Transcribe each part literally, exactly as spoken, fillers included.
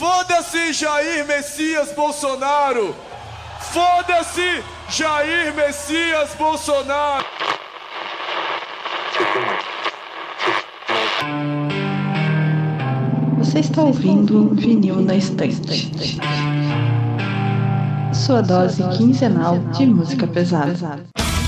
Foda-se Jair Messias Bolsonaro! Foda-se Jair Messias Bolsonaro! Você está ouvindo Vinil na Estante. Sua dose quinzenal de música pesada.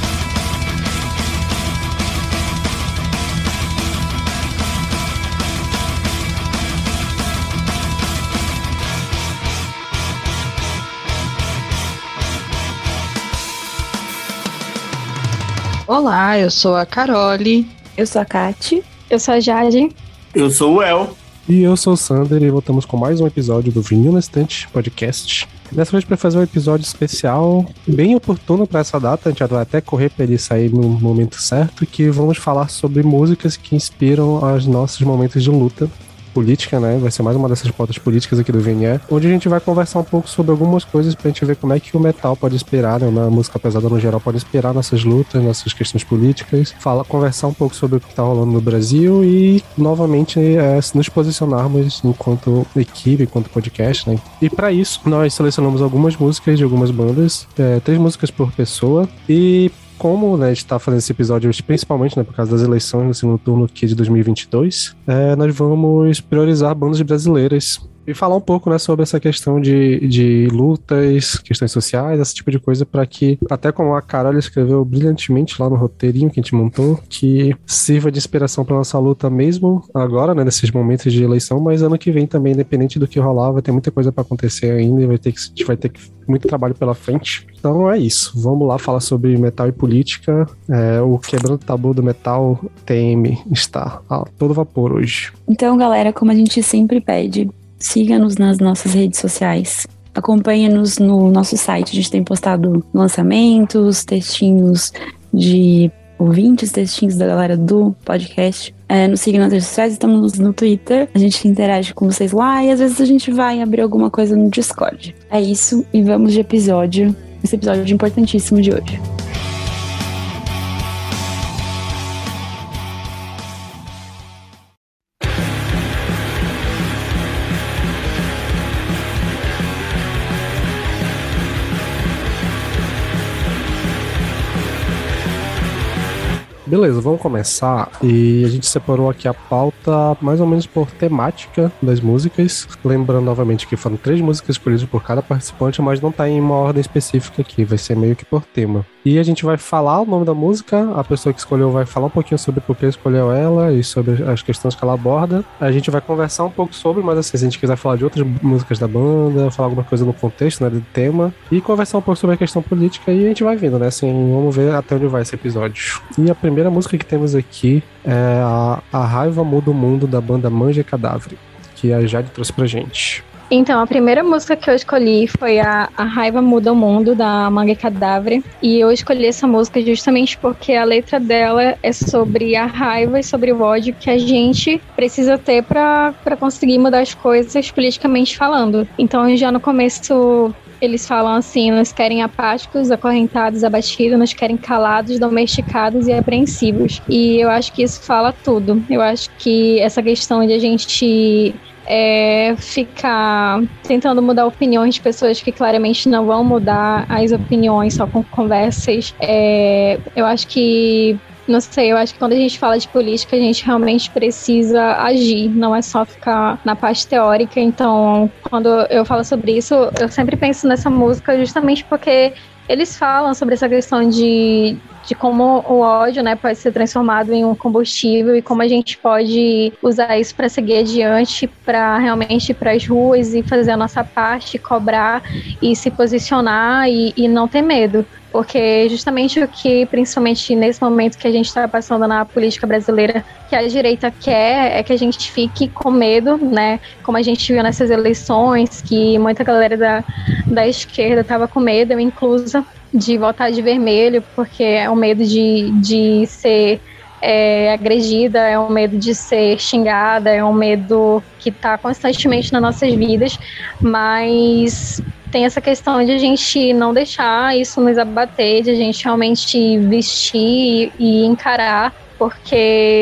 Olá, eu sou a Carole. Eu sou a Kati. Eu sou a Jade. Eu sou o El. E eu sou o Sander e voltamos com mais um episódio do Vinil na Estante Podcast. Dessa vez para fazer um episódio especial, bem oportuno para essa data, a gente vai até correr para ele sair no momento certo, que vamos falar sobre músicas que inspiram os nossos momentos de luta política, né? Vai ser mais uma dessas pautas políticas aqui do V N E, onde a gente vai conversar um pouco sobre algumas coisas pra gente ver como é que o metal pode inspirar, né? A música pesada no geral pode inspirar nossas lutas, nossas questões políticas, fala, conversar um pouco sobre o que tá rolando no Brasil e, novamente, é, nos posicionarmos enquanto equipe, enquanto podcast, né? E pra isso, nós selecionamos algumas músicas de algumas bandas, é, três músicas por pessoa, e como, né, a gente tá fazendo esse episódio principalmente, né, por causa das eleições no segundo turno aqui de dois mil e vinte e dois, é, nós vamos priorizar bandas brasileiras e falar um pouco, né, sobre essa questão de, de lutas, questões sociais, esse tipo de coisa, para que, até como a Carol escreveu brilhantemente lá no roteirinho que a gente montou, que sirva de inspiração para nossa luta mesmo agora, né, nesses momentos de eleição, mas ano que vem também, independente do que rolar, vai ter muita coisa para acontecer ainda e vai ter que, a gente vai ter que, muito trabalho pela frente. Então é isso, vamos lá falar sobre metal e política. É, o Quebrando o Tabu do Metal T M está a todo vapor hoje. Então, galera, como a gente sempre pede, siga-nos nas nossas redes sociais. Acompanhe-nos no nosso site. A gente tem postado lançamentos, textinhos de ouvintes, textinhos da galera do podcast. É, nos siga nas redes sociais, estamos no Twitter. A gente interage com vocês lá e às vezes a gente vai abrir alguma coisa no Discord. É isso, e vamos de episódio. Esse episódio importantíssimo de hoje. Beleza, vamos começar, e a gente separou aqui a pauta mais ou menos por temática das músicas, lembrando novamente que foram três músicas escolhidas por cada participante, mas não tá em uma ordem específica aqui, vai ser meio que por tema. E a gente vai falar o nome da música, a pessoa que escolheu vai falar um pouquinho sobre por que escolheu ela e sobre as questões que ela aborda. A gente vai conversar um pouco sobre, mas assim, se a gente quiser falar de outras músicas da banda, falar alguma coisa no contexto, né, do tema, e conversar um pouco sobre a questão política, e a gente vai vindo, né, assim, vamos ver até onde vai esse episódio. E a primeira A música que temos aqui é a, a Raiva Muda o Mundo, da banda Manja Cadáver, que a Jade trouxe pra gente. Então, a primeira música que eu escolhi foi a, a Raiva Muda o Mundo, da Manja Cadáver. E eu escolhi essa música justamente porque a letra dela é sobre a raiva e sobre o ódio que a gente precisa ter pra, pra conseguir mudar as coisas politicamente falando. Então, já no começo, eles falam assim: nos querem apáticos, acorrentados, abatidos, nos querem calados, domesticados e apreensivos. E eu acho que isso fala tudo. Eu acho que essa questão de a gente é, ficar tentando mudar opiniões de pessoas que claramente não vão mudar as opiniões só com conversas, é, eu acho que Não sei, eu acho que quando a gente fala de política, a gente realmente precisa agir, não é só ficar na parte teórica. Então, quando eu falo sobre isso, eu sempre penso nessa música justamente porque eles falam sobre essa questão de, de como o ódio, né, pode ser transformado em um combustível e como a gente pode usar isso para seguir adiante, para realmente ir para as ruas e fazer a nossa parte, cobrar e se posicionar e, e não ter medo. Porque justamente o que, principalmente nesse momento que a gente está passando na política brasileira, que a direita quer é que a gente fique com medo, né? Como a gente viu nessas eleições, que muita galera da, da esquerda estava com medo, eu inclusa, de votar de vermelho, porque é um medo de, de ser é, agredida, é um medo de ser xingada, é um medo que está constantemente nas nossas vidas, mas tem essa questão de a gente não deixar isso nos abater, de a gente realmente vestir e encarar, porque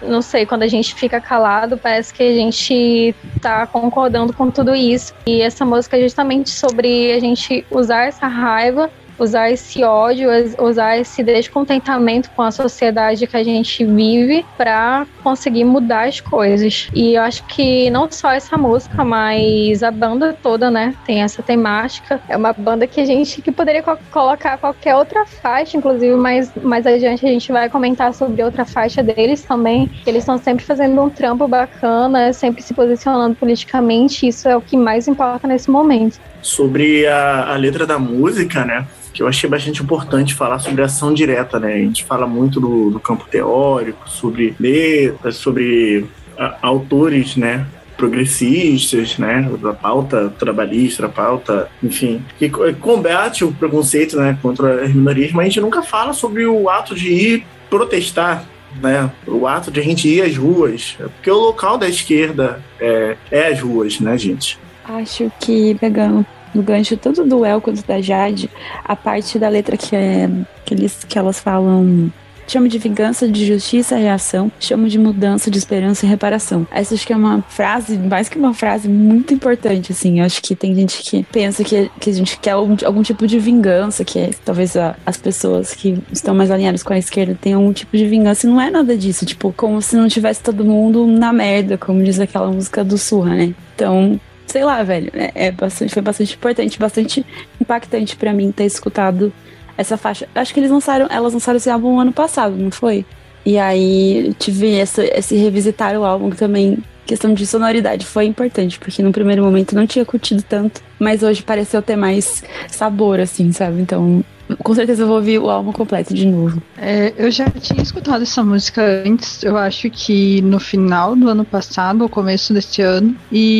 não sei, quando a gente fica calado, parece que a gente tá concordando com tudo isso. E essa música é justamente sobre a gente usar essa raiva, usar esse ódio, usar esse descontentamento com a sociedade que a gente vive para conseguir mudar as coisas. E eu acho que não só essa música, mas a banda toda, né, tem essa temática. É uma banda que a gente que poderia co- colocar qualquer outra faixa, inclusive mais, mais adiante a gente vai comentar sobre outra faixa deles também. Eles estão sempre fazendo um trampo bacana, sempre se posicionando politicamente. Isso é o que mais importa nesse momento. Sobre a, a letra da música, né, que eu achei bastante importante falar sobre ação direta, né? A gente fala muito do, do campo teórico, sobre letras, sobre a, autores, né, progressistas, né, da pauta trabalhista, da pauta, enfim, que combate o preconceito, né, contra as minorias, mas a gente nunca fala sobre o ato de ir protestar, né, o ato de a gente ir às ruas, porque o local da esquerda é, é as ruas, né, gente? Acho que, pegando no gancho tanto do El quanto da Jade, a parte da letra que, é, que, eles, que elas falam, chamo de vingança, de justiça, reação, chamo de mudança, de esperança e reparação. Essa acho que é uma frase, mais que uma frase, muito importante, assim. Eu acho que tem gente que pensa que, que a gente quer algum, algum tipo de vingança, que é, talvez a, as pessoas que estão mais alinhadas com a esquerda tenham algum tipo de vingança, e não é nada disso, tipo, como se não tivesse todo mundo na merda, como diz aquela música do Surra, né? Então, sei lá, velho, é, é bastante, foi bastante importante, bastante impactante pra mim ter escutado essa faixa. Acho que eles lançaram, elas lançaram esse álbum ano passado, não foi? E aí tive essa, esse revisitar o álbum que também, questão de sonoridade, foi importante, porque no primeiro momento não tinha curtido tanto, mas hoje pareceu ter mais sabor, assim, sabe? Então, com certeza eu vou ouvir o álbum completo de novo. É, eu já tinha escutado essa música antes, eu acho que no final do ano passado, ou começo deste ano,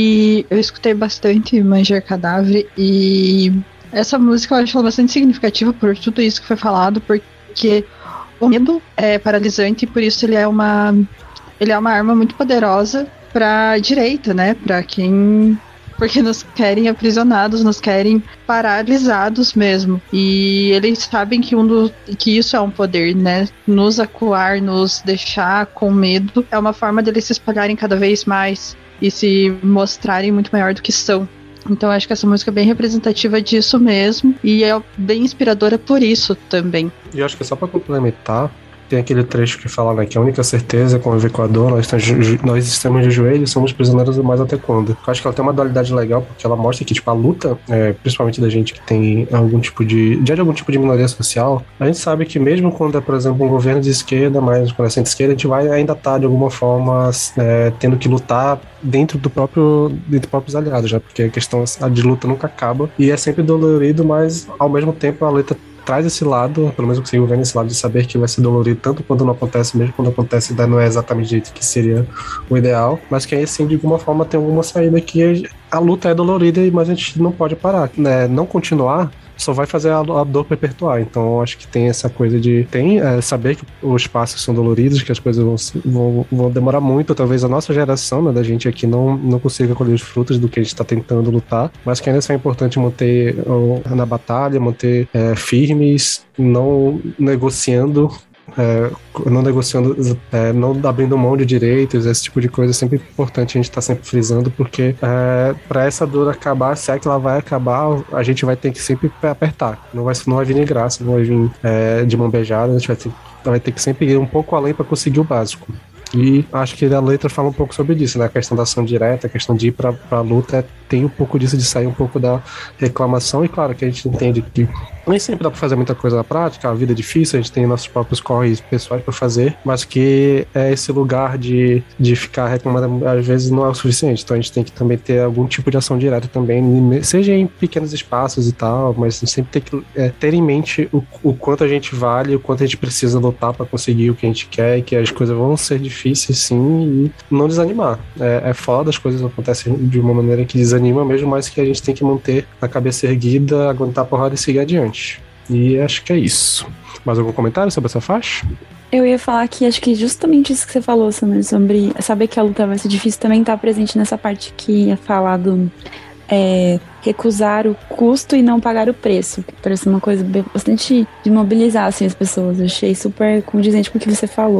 e eu escutei bastante Manjar Cadáver, e essa música eu acho ela bastante significativa por tudo isso que foi falado, porque o medo é paralisante e por isso ele é uma, ele é uma arma muito poderosa para a direita, né, para quem... porque nos querem aprisionados, nos querem paralisados mesmo. E eles sabem que, um do, que isso é um poder, né? Nos acuar, nos deixar com medo. É uma forma deles se espalharem cada vez mais e se mostrarem muito maior do que são. Então eu acho que essa música é bem representativa disso mesmo. E é bem inspiradora por isso também. E eu acho que é só pra complementar, tem aquele trecho que fala, né, que a única certeza é conviver com a dor, nós, nós estamos de joelhos, somos prisioneiros do mais até quando. Eu acho que ela tem uma dualidade legal, porque ela mostra que, tipo, a luta, é, principalmente da gente que tem algum tipo de, de algum tipo de minoria social, a gente sabe que mesmo quando é, por exemplo, um governo de esquerda, mas quando é centro-esquerda, a gente vai ainda estar, de alguma forma, é, tendo que lutar dentro do próprio, dentro dos próprios aliados, já, porque a questão de luta nunca acaba, e é sempre dolorido, mas, ao mesmo tempo, a luta traz esse lado, pelo menos eu consigo ver nesse lado de saber que vai ser dolorido tanto quando não acontece, mesmo quando acontece não é exatamente do jeito que seria o ideal, mas que aí sim de alguma forma tem alguma saída que a luta é dolorida, mas a gente não pode parar, né? Não continuar só vai fazer a, a dor perpetuar. Então eu acho que tem essa coisa de tem é, saber que os passos são doloridos, que as coisas vão, vão, vão demorar muito, talvez a nossa geração, né, da gente aqui não, não consiga colher os frutos do que a gente está tentando lutar, mas que ainda assim é importante manter ó, na batalha, manter é, firmes, não negociando É, não negociando, é, não abrindo mão de direitos, esse tipo de coisa é sempre importante a gente estar tá sempre frisando, porque é, para essa dor acabar, se é que ela vai acabar, a gente vai ter que sempre apertar, não vai, não vai vir de graça, não vai vir é, de mão beijada, a gente vai ter, vai ter que sempre ir um pouco além para conseguir o básico. E acho que a letra fala um pouco sobre isso, né? A questão da ação direta, a questão de ir pra, pra luta, tem um pouco disso, de sair um pouco da reclamação. E claro que a gente entende que nem sempre dá pra fazer muita coisa na prática, a vida é difícil, a gente tem nossos próprios corres pessoais pra fazer, mas que é esse lugar de, de ficar reclamando às vezes não é o suficiente. Então a gente tem que também ter algum tipo de ação direta também, seja em pequenos espaços e tal, mas sempre tem que é, ter em mente o, o quanto a gente vale, o quanto a gente precisa lutar pra conseguir o que a gente quer, e que as coisas vão ser difíceis difícil sim, e não desanimar. É, é foda, as coisas acontecem de uma maneira que desanima mesmo, mas que a gente tem que manter a cabeça erguida, aguentar a porrada e seguir adiante. E acho que é isso. Mais algum comentário sobre essa faixa? Eu ia falar que acho que justamente isso que você falou, Samir, sobre saber que a luta vai ser difícil, também tá presente nessa parte que é falado é, recusar o custo e não pagar o preço, que parece uma coisa bastante de mobilizar assim, as pessoas. Eu achei super condizente com o que você falou.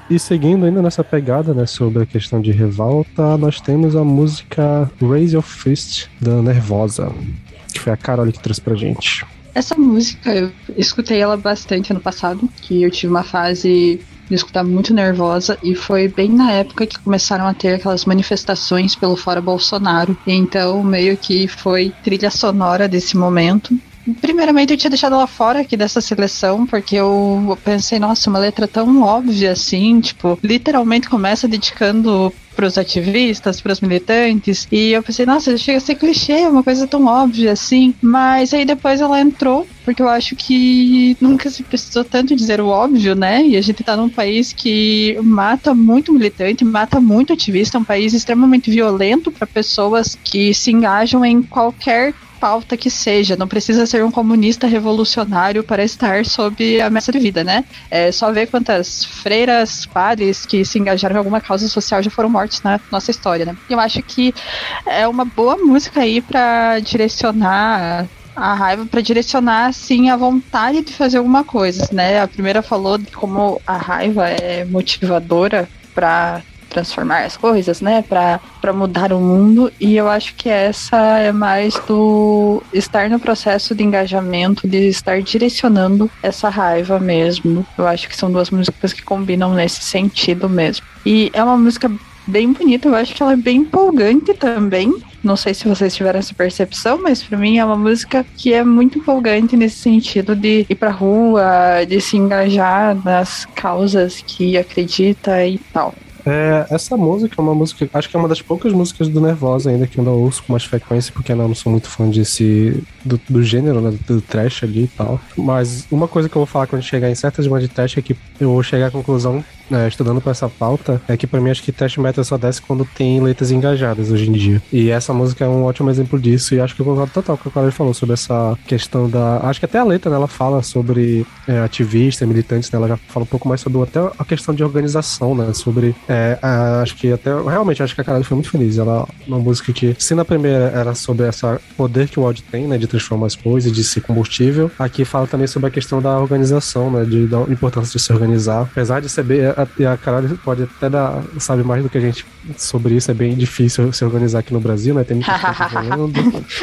E seguindo ainda nessa pegada, né, sobre a questão de revolta, nós temos a música Raise Your Fist, da Nervosa, que foi a Carole que trouxe pra gente. Essa música, eu escutei ela bastante ano passado, que eu tive uma fase de escutar muito Nervosa, e foi bem na época que começaram a ter aquelas manifestações pelo Fora Bolsonaro, então meio que foi trilha sonora desse momento. Primeiramente eu tinha deixado ela fora aqui dessa seleção, porque eu pensei, nossa, uma letra tão óbvia assim, tipo, literalmente começa dedicando pros ativistas, pros militantes, e eu pensei, nossa, chega a ser clichê, uma coisa tão óbvia assim, mas aí depois ela entrou, porque eu acho que nunca se precisou tanto dizer o óbvio, né, e a gente tá num país que mata muito militante, mata muito ativista, é um país extremamente violento para pessoas que se engajam em qualquer pauta que seja, não precisa ser um comunista revolucionário para estar sob ameaça de vida, né? É só ver quantas freiras, padres que se engajaram em alguma causa social já foram mortos na nossa história, né? Eu acho que é uma boa música aí para direcionar a raiva, para direcionar, assim, a vontade de fazer alguma coisa, né? A primeira falou de como a raiva é motivadora para transformar as coisas, né, pra, pra mudar o mundo, e eu acho que essa é mais do estar no processo de engajamento, de estar direcionando essa raiva mesmo. Eu acho que são duas músicas que combinam nesse sentido mesmo. E é uma música bem bonita, eu acho que ela é bem empolgante também. Não sei se vocês tiveram essa percepção, mas pra mim é uma música que é muito empolgante nesse sentido de ir pra rua, de se engajar nas causas que acredita e tal. É, essa música é uma música, acho que é uma das poucas músicas do Nervosa ainda que eu ainda ouço com mais frequência, porque eu não sou muito fã desse, do, do gênero, né, do trash ali e tal. Mas uma coisa que eu vou falar quando chegar em certas bandas de trash é que eu vou chegar à conclusão, né, estudando pra essa pauta, é que pra mim acho que trash metal só desce quando tem letras engajadas hoje em dia. E essa música é um ótimo exemplo disso, e acho que eu concordo total com o que a Carole falou sobre essa questão da... Acho que até a letra, né, ela fala sobre é, ativistas, militantes, né, ela já fala um pouco mais sobre até a questão de organização, né, sobre... É, a, acho que até... Realmente, acho que a Carole foi muito feliz. Ela uma música que, se na primeira era sobre esse poder que o ódio tem, né, de transformar as coisas, de ser combustível, aqui fala também sobre a questão da organização, né, de, da importância de se organizar. Apesar de ser bem... E a Carole pode até dar, sabe mais do que a gente sobre isso, é bem difícil se organizar aqui no Brasil, né? Tem muita gente falando.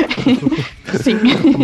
Sim.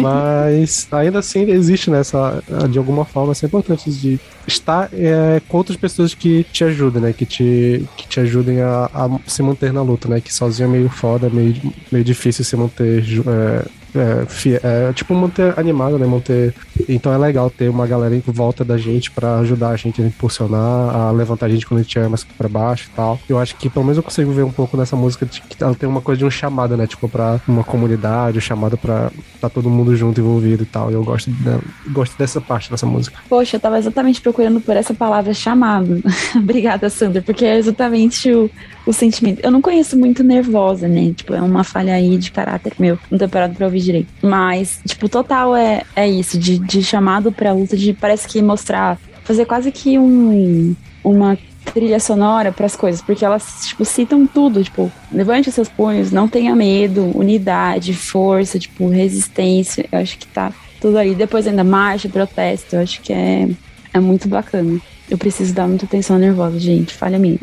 Mas ainda assim existe, né? Essa, de alguma forma, essa importância de estar é, com outras pessoas que te ajudem, né? Que te, que te ajudem a, a se manter na luta, né? Que sozinho é meio foda, meio, meio difícil se manter. É, É, é, tipo, manter animado, né? Manter... Então é legal ter uma galera em volta da gente pra ajudar a gente a impulsionar, a levantar a gente quando a gente estiver mais pra baixo e tal. Eu acho que pelo menos eu consigo ver um pouco nessa música de que ela tem uma coisa de um chamado, né? Tipo, pra uma comunidade, um chamado pra tá todo mundo junto, envolvido e tal. E eu gosto, né? gosto dessa parte dessa música. Poxa, eu tava exatamente procurando por essa palavra chamado. Obrigada, Sandra, porque é exatamente o, o sentimento. Eu não conheço muito Nervosa, né? Tipo, é uma falha aí de caráter meu. Não tô parado pra ouvir direito. Mas, tipo, total é, é isso, de, de chamado pra luta, de parece que mostrar, fazer quase que um, uma trilha sonora pras coisas, porque elas, tipo, citam tudo, tipo, levante os seus punhos, não tenha medo, unidade, força, tipo, resistência, eu acho que tá tudo ali. Depois ainda marcha, protesto, eu acho que é, é muito bacana. Eu preciso dar muita atenção Nervosa, gente, falha minha.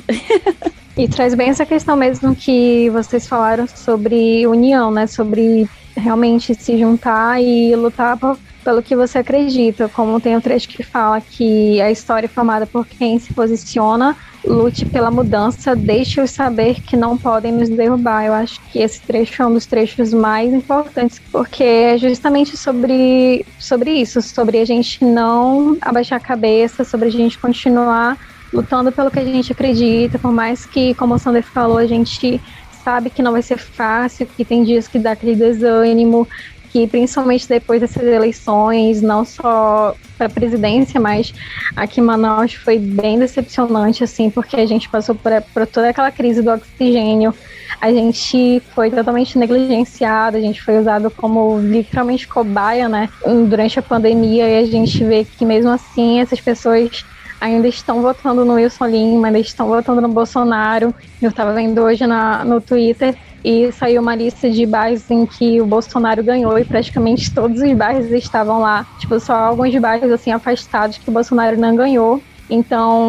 E traz bem essa questão mesmo que vocês falaram sobre união, né, sobre realmente se juntar e lutar por, pelo que você acredita, como tem o trecho que fala que a história é formada por quem se posiciona, lute pela mudança, deixe-os saber que não podem nos derrubar. Eu acho que esse trecho é um dos trechos mais importantes, porque é justamente sobre, sobre isso, sobre a gente não abaixar a cabeça, sobre a gente continuar lutando pelo que a gente acredita, por mais que, como o Sander falou, a gente sabe que não vai ser fácil, que tem dias que dá aquele desânimo, que principalmente depois dessas eleições, não só para a presidência, mas aqui em Manaus foi bem decepcionante, assim, porque a gente passou por, por toda aquela crise do oxigênio, a gente foi totalmente negligenciado, a gente foi usado como literalmente cobaia, né, durante a pandemia, e a gente vê que mesmo assim essas pessoas ainda estão votando no Wilson Lima, ainda estão votando no Bolsonaro. Eu estava vendo hoje na, no Twitter e saiu uma lista de bairros em que o Bolsonaro ganhou e praticamente todos os bairros estavam lá. Tipo, só alguns bairros assim afastados que o Bolsonaro não ganhou. Então,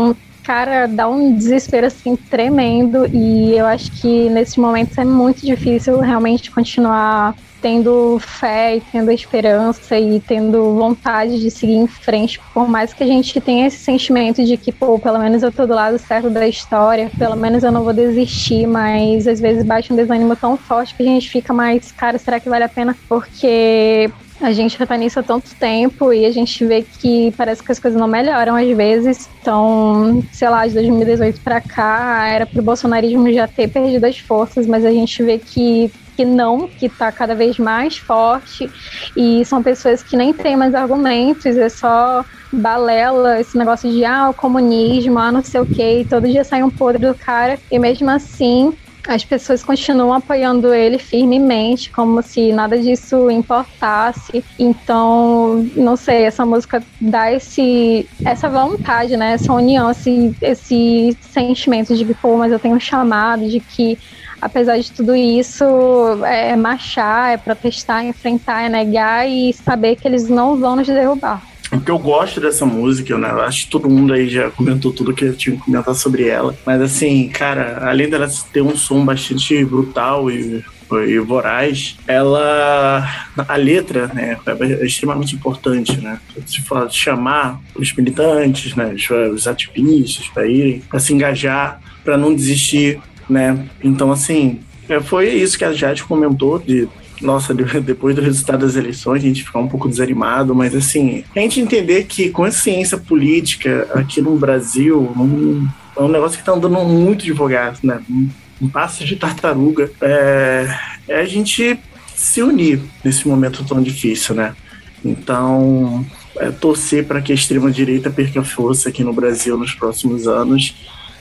cara, dá um desespero, assim, tremendo. E eu acho que nesses momentos é muito difícil realmente continuar tendo fé e tendo esperança e tendo vontade de seguir em frente, por mais que a gente tenha esse sentimento de que, pô, pelo menos eu tô do lado certo da história, pelo menos eu não vou desistir, mas às vezes bate um desânimo tão forte que a gente fica mais, cara, será que vale a pena? Porque a gente já tá nisso há tanto tempo e a gente vê que parece que as coisas não melhoram às vezes. Então, sei lá, de dois mil e dezoito pra cá, era pro bolsonarismo já ter perdido as forças, mas a gente vê que que não, que tá cada vez mais forte, e são pessoas que nem têm mais argumentos, é só balela, esse negócio de, ah, o comunismo, ah, não sei o que, todo dia sai um podre do cara, e mesmo assim as pessoas continuam apoiando ele firmemente, como se nada disso importasse. Então, não sei, essa música dá esse, essa vontade, né, essa união, esse, esse sentimento de que, pô, mas eu tenho um chamado, de que apesar de tudo isso, é marchar, é protestar, é enfrentar, é negar e saber que eles não vão nos derrubar. O que eu gosto dessa música, né? Eu acho que todo mundo aí já comentou tudo que eu tinha que comentar sobre ela. Mas assim, cara, além dela ter um som bastante brutal e, e voraz, ela... A letra, né? É extremamente importante, né? Se for chamar os militantes, né? Os ativistas para irem, para se engajar, para não desistir, né? Então, assim, foi isso que a Jade comentou de, nossa, depois do resultado das eleições a gente ficar um pouco desanimado, mas assim, a gente entender que consciência política aqui no Brasil um, é um negócio que tá andando muito devagar, né? Um, um passo de tartaruga. É, é a gente se unir nesse momento tão difícil, né? Então, é torcer para que a extrema-direita perca força aqui no Brasil nos próximos anos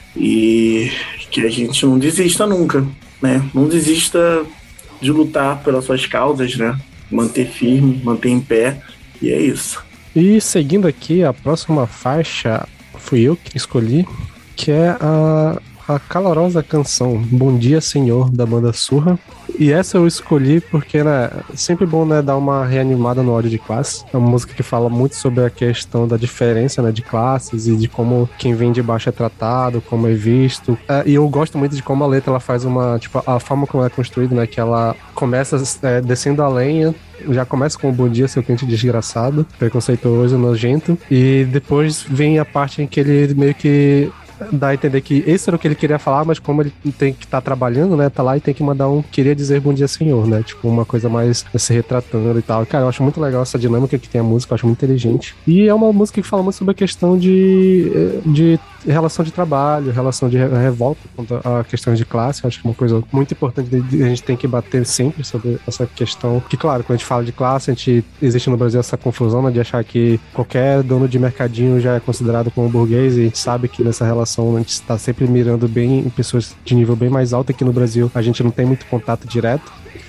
e que a gente não desista nunca, né? Não desista de lutar pelas suas causas, né? Manter firme, manter em pé, e é isso. E seguindo aqui, a próxima faixa fui eu que escolhi, que é a, a calorosa canção Bom Dia Senhor, da banda Surra. E essa eu escolhi porque, né, é sempre bom, né, dar uma reanimada no ódio de classe. É uma música que fala muito sobre a questão da diferença, né, de classes e de como quem vem de baixo é tratado, como é visto. É, e eu gosto muito de como a letra ela faz uma, tipo, a forma como ela é construída, né, que ela começa é, descendo a lenha, já começa com o bom dia, seu crente desgraçado, preconceituoso, nojento, e depois vem a parte em que ele meio que dá a entender que esse era o que ele queria falar, mas como ele tem que estar tá trabalhando, né, tá lá e tem que mandar um queria dizer bom dia senhor, né, tipo uma coisa mais se retratando e tal. Cara, eu acho muito legal essa dinâmica que tem a música, eu acho muito inteligente. E é uma música que fala muito sobre a questão de, de relação de trabalho, relação de revolta contra a questão de classe. Eu acho que é uma coisa muito importante, a gente tem que bater sempre sobre essa questão, que claro, quando a gente fala de classe, a gente existe no Brasil essa confusão, né, de achar que qualquer dono de mercadinho já é considerado como burguês, e a gente sabe que nessa relação a gente está sempre mirando bem em pessoas de nível bem mais alto. Aqui no Brasil a gente não tem muito contato direto,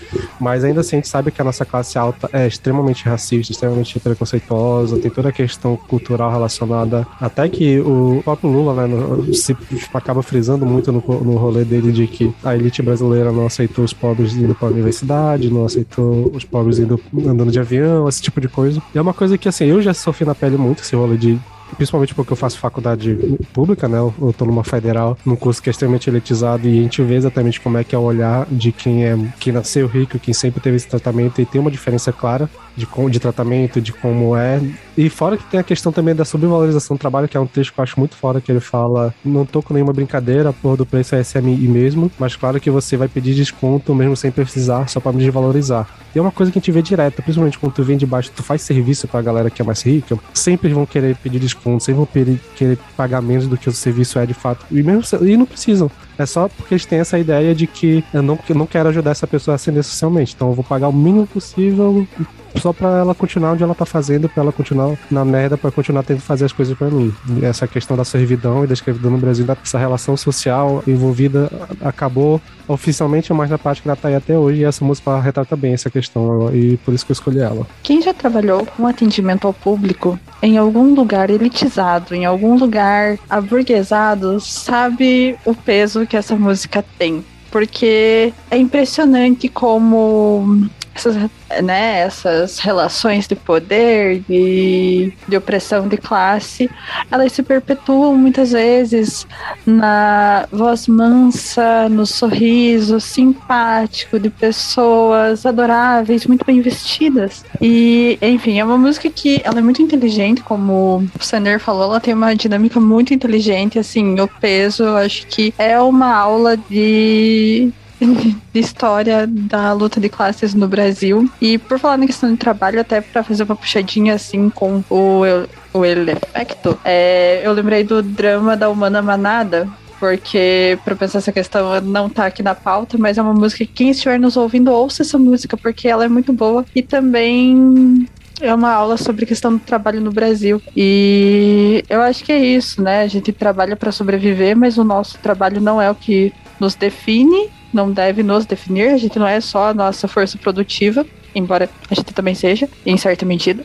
mas ainda assim a gente sabe que a nossa classe alta é extremamente racista, extremamente preconceituosa, tem toda a questão cultural relacionada, até que o próprio Lula, né, no, se acaba frisando muito no, no rolê dele de que a elite brasileira não aceitou os pobres indo para a universidade, não aceitou os pobres indo andando de avião, esse tipo de coisa. E é uma coisa que, assim, eu já sofri na pele muito esse rolê de, principalmente porque eu faço faculdade pública, né? Eu tô numa federal, num curso que é extremamente elitizado, e a gente vê exatamente como é que é o olhar de quem é, quem nasceu rico, quem sempre teve esse tratamento, e tem uma diferença clara de, de tratamento, de como é. E fora que tem a questão também da subvalorização do trabalho, que é um texto que eu acho muito fora, que ele fala, não tô com nenhuma brincadeira, a porra do preço é esse aí mesmo, mas claro que você vai pedir desconto mesmo sem precisar, só pra me desvalorizar. E é uma coisa que a gente vê direto, principalmente quando tu vem de baixo, tu faz serviço pra galera que é mais rica, sempre vão querer pedir desconto, sempre vão querer, querer pagar menos do que o serviço é de fato, e, mesmo, e não precisam. É só porque eles têm essa ideia de que eu não, eu não quero ajudar essa pessoa a ascender socialmente, então eu vou pagar o mínimo possível só pra ela continuar onde ela tá fazendo, pra ela continuar na merda, pra continuar tendo que fazer as coisas pra mim. E essa questão da servidão e da escravidão no Brasil, essa relação social envolvida acabou oficialmente, mas na prática ela tá aí até hoje, e essa música retrata bem essa questão, e por isso que eu escolhi ela. Quem já trabalhou com atendimento ao público em algum lugar elitizado, em algum lugar aburguesado, sabe o peso que essa música tem. Porque é impressionante como essas, né, essas relações de poder, de, de opressão de classe, elas se perpetuam muitas vezes na voz mansa, no sorriso simpático de pessoas adoráveis, muito bem vestidas. E, enfim, é uma música que ela é muito inteligente, como o Sander falou, ela tem uma dinâmica muito inteligente, assim, o peso, eu acho que é uma aula de... de história da luta de classes no Brasil. E por falar na questão de trabalho, até para fazer uma puxadinha assim com o, o El Efecto, é, eu lembrei do drama da Humana Manada, porque para pensar essa questão não tá aqui na pauta, mas é uma música que quem estiver nos ouvindo, ouça essa música, porque ela é muito boa e também é uma aula sobre questão do trabalho no Brasil. E eu acho que é isso, né? A gente trabalha para sobreviver, mas o nosso trabalho não é o que nos define, não deve nos definir, a gente não é só a nossa força produtiva, embora a gente também seja, em certa medida,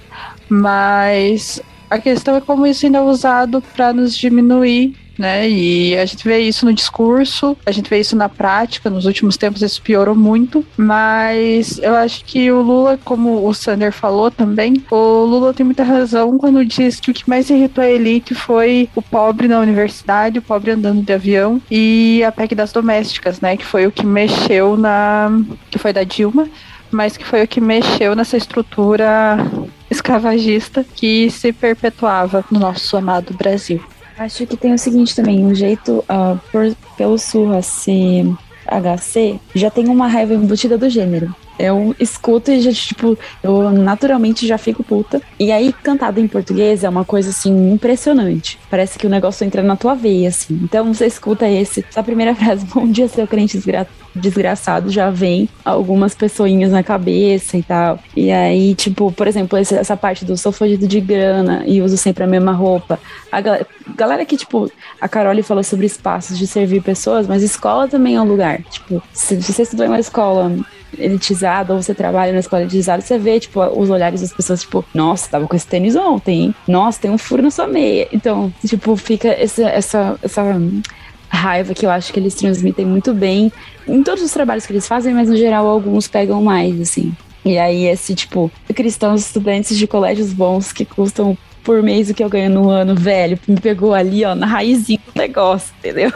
mas a questão é como isso ainda é usado para nos diminuir, né? E a gente vê isso no discurso, a gente vê isso na prática, nos últimos tempos isso piorou muito, mas eu acho que o Lula, como o Sander falou também, o Lula tem muita razão quando diz que o que mais irritou a elite foi o pobre na universidade, o pobre andando de avião e a P E C das domésticas, né? Que foi o que mexeu na... que foi da Dilma, mas que foi o que mexeu nessa estrutura escravagista que se perpetuava no nosso amado Brasil. Acho que tem o seguinte também, o jeito, uh, por, pelo Surra ser H C, já tem uma raiva embutida do gênero. Eu escuto e já, tipo, eu naturalmente já fico puta. E aí, cantado em português é uma coisa, assim, impressionante. Parece que o negócio entra na tua veia, assim. Então, você escuta esse, essa primeira frase, bom dia, seu crente desgra- desgraçado, já vem algumas pessoinhas na cabeça e tal. E aí, tipo, por exemplo, essa, essa parte do sou fugido de grana e uso sempre a mesma roupa. A galera, galera que, tipo, a Carole falou sobre espaços de servir pessoas, mas escola também é um lugar. Tipo, se, se você estudou em uma escola elitizado, ou você trabalha na escola elitizada, você vê, tipo, os olhares das pessoas, tipo, nossa, tava com esse tênis ontem, hein? Nossa, tem um furo na sua meia. Então, tipo, fica essa, essa, essa raiva que eu acho que eles transmitem muito bem em todos os trabalhos que eles fazem, mas no geral alguns pegam mais, assim. E aí esse, tipo, cristãos estudantes de colégios bons que custam por mês o que eu ganho no ano, velho, me pegou ali, ó, na raizinha do negócio, entendeu?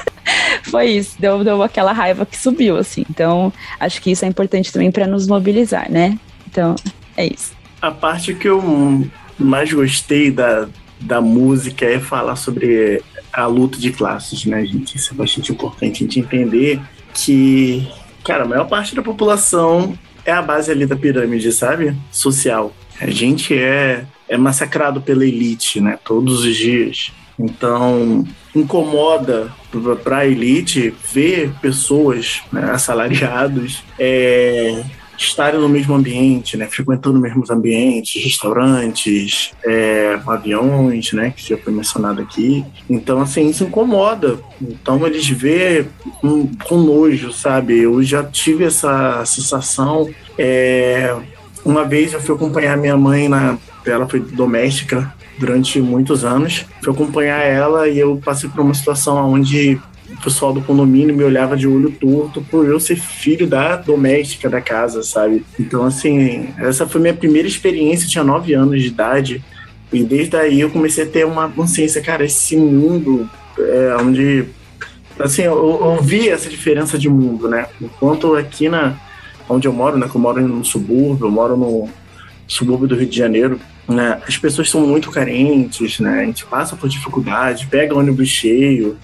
Foi isso, deu, deu aquela raiva que subiu, assim. Então, acho que isso é importante também para nos mobilizar, né? Então, é isso. A parte que eu mais gostei da, da música é falar sobre a luta de classes, né, gente? Isso é bastante importante a gente entender que, cara, a maior parte da população é a base ali da pirâmide, sabe? Social. A gente é, é massacrado pela elite, né? Todos os dias. Então, incomoda para a elite ver pessoas, né, assalariados é, estarem no mesmo ambiente, né, frequentando os mesmos ambientes, restaurantes, é, aviões, né, que já foi mencionado aqui. Então, assim, isso incomoda. Então, eles vê um, com nojo, sabe? Eu já tive essa sensação. É, uma vez eu fui acompanhar minha mãe, na, ela foi doméstica durante muitos anos. Fui acompanhar ela e eu passei por uma situação onde o pessoal do condomínio me olhava de olho torto por eu ser filho da doméstica da casa, sabe? Então, assim, essa foi minha primeira experiência, eu tinha nove anos de idade, e desde aí eu comecei a ter uma consciência, cara, esse mundo é onde, assim, eu, eu vi essa diferença de mundo, né? Enquanto aqui na, onde eu moro, né, que eu moro no subúrbio, eu moro no subúrbio do Rio de Janeiro, né, as pessoas são muito carentes, né, a gente passa por dificuldade, pega ônibus cheio,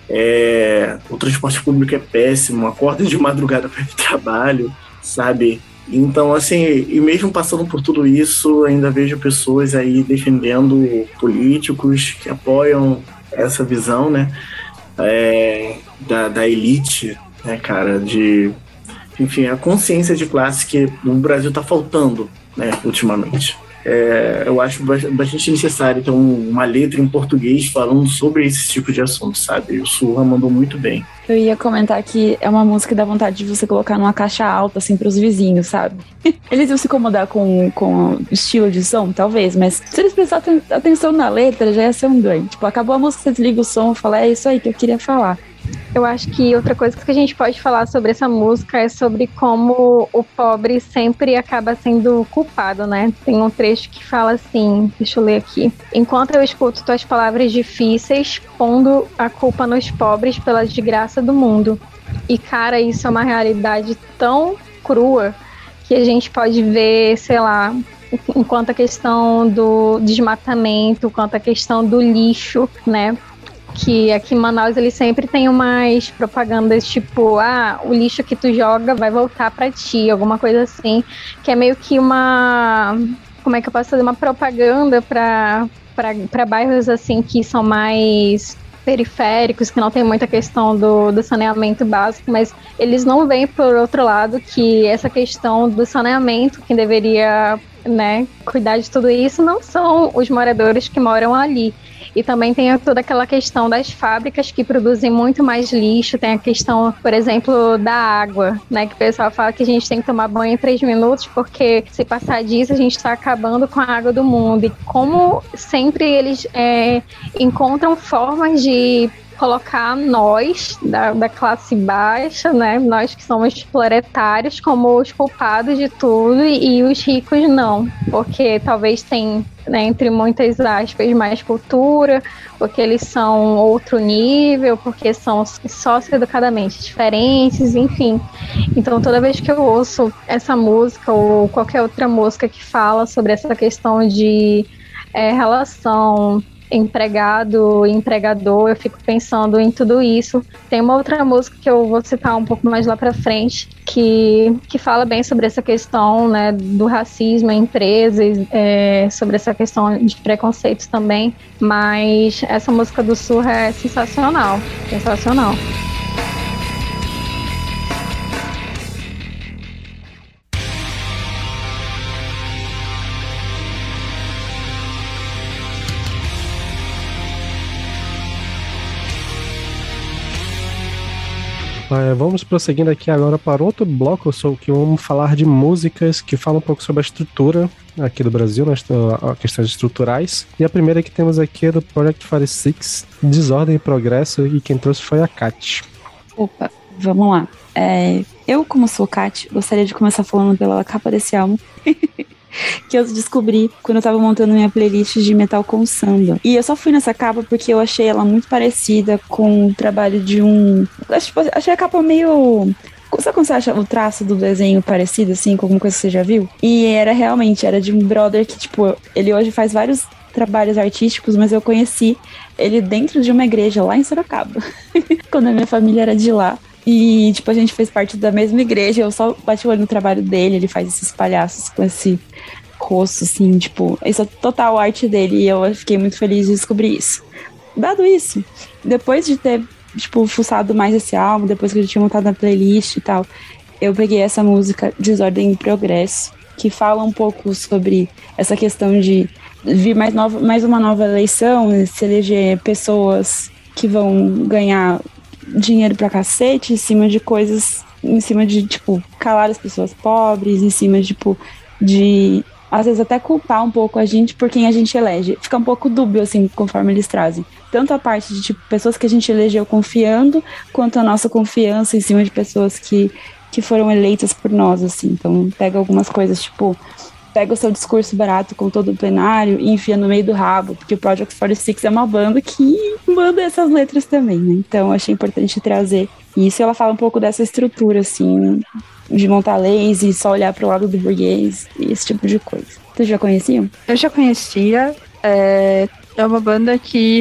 é, o transporte público é péssimo, acorda de madrugada para ir pro trabalho, sabe? Então, assim, e mesmo passando por tudo isso, ainda vejo pessoas aí defendendo políticos que apoiam essa visão, né, é, da, da elite, né, cara, de, enfim, a consciência de classe que o Brasil tá faltando, né, ultimamente. É, eu acho bastante necessário ter uma letra em português falando sobre esse tipo de assunto, sabe? O Surra mandou muito bem. Eu ia comentar que é uma música que dá vontade de você colocar numa caixa alta, assim, pros vizinhos, sabe? Eles iam se incomodar com, com o estilo de som, talvez, mas se eles prestarem atenção na letra, já ia ser um ganho. Tipo, acabou a música, você desliga o som e fala, é isso aí que eu queria falar. Eu acho que outra coisa que a gente pode falar sobre essa música é sobre como o pobre sempre acaba sendo culpado, né? Tem um trecho que fala assim, deixa eu ler aqui. Enquanto eu escuto tuas palavras difíceis, pondo a culpa nos pobres pela desgraça do mundo. E, cara, isso é uma realidade tão crua que a gente pode ver, sei lá, enquanto a questão do desmatamento, quanto a questão do lixo, né? Que aqui em Manaus eles sempre tem umas propagandas tipo, ah, o lixo que tu joga vai voltar pra ti, alguma coisa assim, que é meio que uma, como é que eu posso fazer, uma propaganda pra, pra, pra bairros assim que são mais periféricos, que não tem muita questão do, do saneamento básico, mas eles não veem por outro lado que essa questão do saneamento, que deveria, né, cuidar de tudo isso, não são os moradores que moram ali. E também tem toda aquela questão das fábricas que produzem muito mais lixo. Tem a questão, por exemplo, da água, né? Que o pessoal fala que a gente tem que tomar banho em três minutos, porque se passar disso, a gente está acabando com a água do mundo. E como sempre eles é, encontram formas de colocar nós, da, da classe baixa, né, nós que somos proletários, como os culpados de tudo, e, e os ricos não, porque talvez tem, né, entre muitas aspas, mais cultura, porque eles são outro nível, porque são socioeducadamente diferentes, enfim. Então toda vez que eu ouço essa música ou qualquer outra música que fala sobre essa questão de é, relação empregado e empregador, eu fico pensando em tudo isso. Tem uma outra música que eu vou citar um pouco mais lá pra frente, que, que fala bem sobre essa questão, né, do racismo em empresas, é, sobre essa questão de preconceitos também, mas essa música do Surra é sensacional, sensacional. É, vamos prosseguindo aqui agora para outro bloco, sou que vamos falar de músicas que falam um pouco sobre a estrutura aqui do Brasil, né, questões estruturais. E a primeira que temos aqui é do Project quarenta e seis, Desordem e Progresso, e quem trouxe foi a Kat. Opa, vamos lá. É, eu, como sou Kat, gostaria de começar falando pela capa desse álbum. Que eu descobri quando eu tava montando minha playlist de metal com samba. E eu só fui nessa capa porque eu achei ela muito parecida com o trabalho de um... Achei a capa meio... Sabe quando você acha o traço do desenho parecido, assim, com alguma coisa que você já viu? E era realmente, era de um brother que, tipo, ele hoje faz vários trabalhos artísticos, mas eu conheci ele dentro de uma igreja lá em Sorocaba. Quando a minha família era de lá. E, tipo, a gente fez parte da mesma igreja, eu só bati o olho no trabalho dele, ele faz esses palhaços com esse rosto, assim, tipo, isso é total arte dele, e eu fiquei muito feliz de descobrir isso. Dado isso, depois de ter, tipo, fuçado mais esse álbum, depois que eu já tinha montado na playlist e tal, eu peguei essa música Desordem e Progresso, que fala um pouco sobre essa questão de vir mais, nova, mais uma nova eleição, se eleger pessoas que vão ganhar dinheiro pra cacete em cima de coisas, em cima de, tipo, calar as pessoas pobres, em cima, tipo, de, às vezes, até culpar um pouco a gente por quem a gente elege. Fica um pouco dúbio, assim, conforme eles trazem. Tanto a parte de, tipo, pessoas que a gente elegeu confiando, quanto a nossa confiança em cima de pessoas que, que foram eleitas por nós, assim. Então, pega algumas coisas, tipo... Pega o seu discurso barato com todo o plenário e enfia no meio do rabo, porque o Project quarenta e seis é uma banda que manda essas letras também, né? Então, achei importante trazer isso. Ela fala um pouco dessa estrutura, assim, de montar leis e só olhar pro lado do burguês e esse tipo de coisa. Vocês já conheciam? Eu já conhecia. É, é uma banda que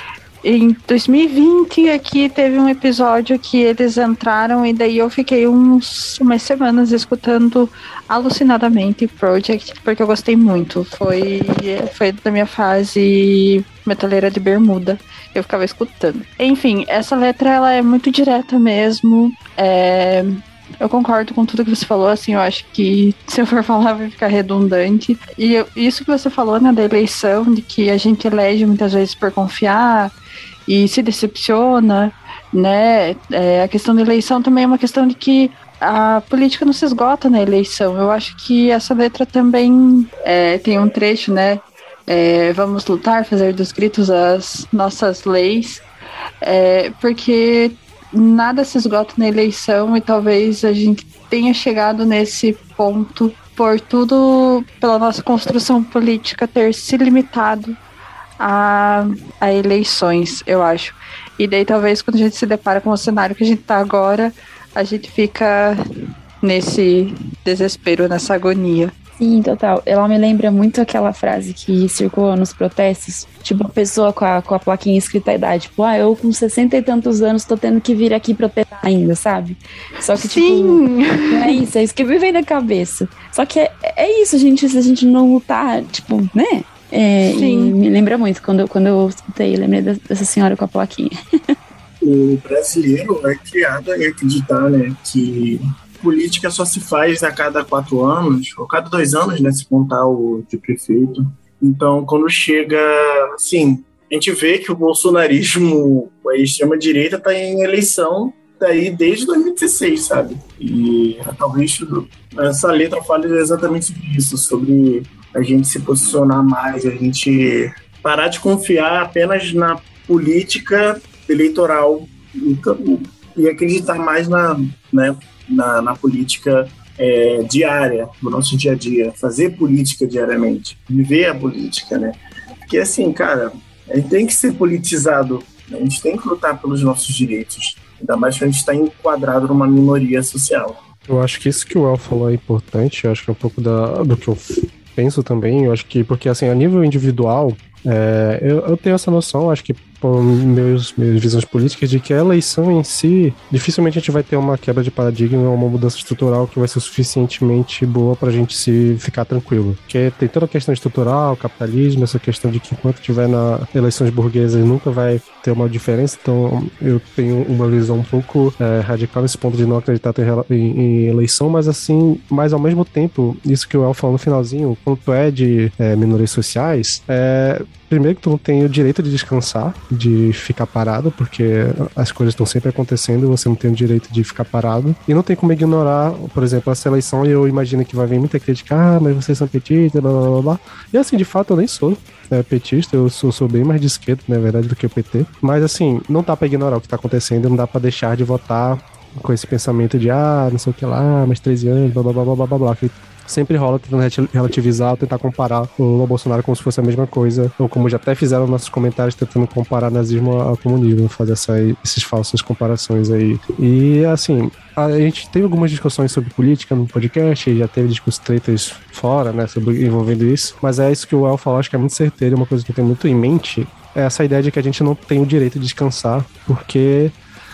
em dois mil e vinte aqui teve um episódio que eles entraram e daí eu fiquei uns, umas semanas escutando alucinadamente Project, porque eu gostei muito. Foi, foi da minha fase metaleira de bermuda. Eu ficava escutando. Enfim, essa letra ela é muito direta mesmo. É, eu concordo com tudo que você falou, assim, eu acho que se eu for falar vai ficar redundante. E eu, isso que você falou, né, da eleição, de que a gente elege muitas vezes por confiar e se decepciona, né? É, a questão da eleição também é uma questão de que a política não se esgota na eleição. Eu acho que essa letra também é, tem um trecho, né? É, vamos lutar, fazer dos gritos as nossas leis, é, porque nada se esgota na eleição e talvez a gente tenha chegado nesse ponto por tudo, pela nossa construção política ter se limitado a, a eleições, eu acho. E daí talvez quando a gente se depara com o cenário que a gente tá agora, a gente fica nesse desespero, nessa agonia. Sim, total. Ela me lembra muito aquela frase que circulou nos protestos. Tipo, a pessoa com a, com a plaquinha escrita a idade. Tipo, ah, eu com sessenta e tantos anos tô tendo que vir aqui protestar ainda, sabe? Só que, Sim. tipo, não é isso. É isso que me vem na cabeça. Só que é, é isso, gente. Se a gente não lutar, tipo, né? É, Sim. E me lembra muito. Quando eu, quando eu escutei, eu lembrei dessa senhora com a plaquinha. O brasileiro é criado a acreditar, né, que política só se faz a cada quatro anos, ou cada dois anos, né, se contar o de prefeito. Então, quando chega, assim, a gente vê que o bolsonarismo, a extrema-direita está em eleição daí desde dois mil e dezesseis, sabe? E talvez essa letra fale exatamente sobre isso, sobre a gente se posicionar mais, a gente parar de confiar apenas na política eleitoral e acreditar mais na, né, na, na política é, diária, do nosso dia a dia, fazer política diariamente, viver a política, né? Porque assim, cara, a gente tem que ser politizado, a gente tem que lutar pelos nossos direitos, ainda mais que a gente está enquadrado numa minoria social. Eu acho que isso que o El falou é importante, eu acho que é um pouco da, do que eu penso também, eu acho que, porque assim, a nível individual, é, eu, eu tenho essa noção, acho que por meus, minhas visões políticas, de que a eleição em si, dificilmente a gente vai ter uma quebra de paradigma, uma mudança estrutural que vai ser suficientemente boa pra gente se ficar tranquilo. Porque tem toda a questão estrutural, capitalismo, essa questão de que enquanto tiver na eleições burguesas nunca vai ter uma diferença, então eu tenho uma visão um pouco é, radical nesse ponto de não acreditar em, em, em eleição, mas assim, mas ao mesmo tempo, isso que o El falou no finalzinho, quando tu é de é, minorias sociais, é, primeiro que tu não tem o direito de descansar, de ficar parado, porque as coisas estão sempre acontecendo, você não tem o direito de ficar parado, e não tem como ignorar, por exemplo, essa eleição, e eu imagino que vai vir muita crítica, ah, mas vocês são petistas, blá blá blá, e assim, de fato eu nem sou é, petista, eu sou, sou bem mais de esquerda, na verdade, do que o P T, mas assim, não dá pra ignorar o que tá acontecendo, não dá pra deixar de votar com esse pensamento de, ah, não sei o que lá, mais treze anos, blá blá blá blá blá blá, que sempre rola tentando relativizar, tentar comparar o Lula Bolsonaro como se fosse a mesma coisa, ou como já até fizeram nos nossos comentários tentando comparar nazismo ao comunismo, fazer essa, essas falsas comparações aí. E assim, a gente teve algumas discussões sobre política no podcast, já teve discursos tretas fora, né, sobre, envolvendo isso, mas é isso que o El falou, acho que é muito certeiro, uma coisa que eu tenho muito em mente, é essa ideia de que a gente não tem o direito de descansar, porque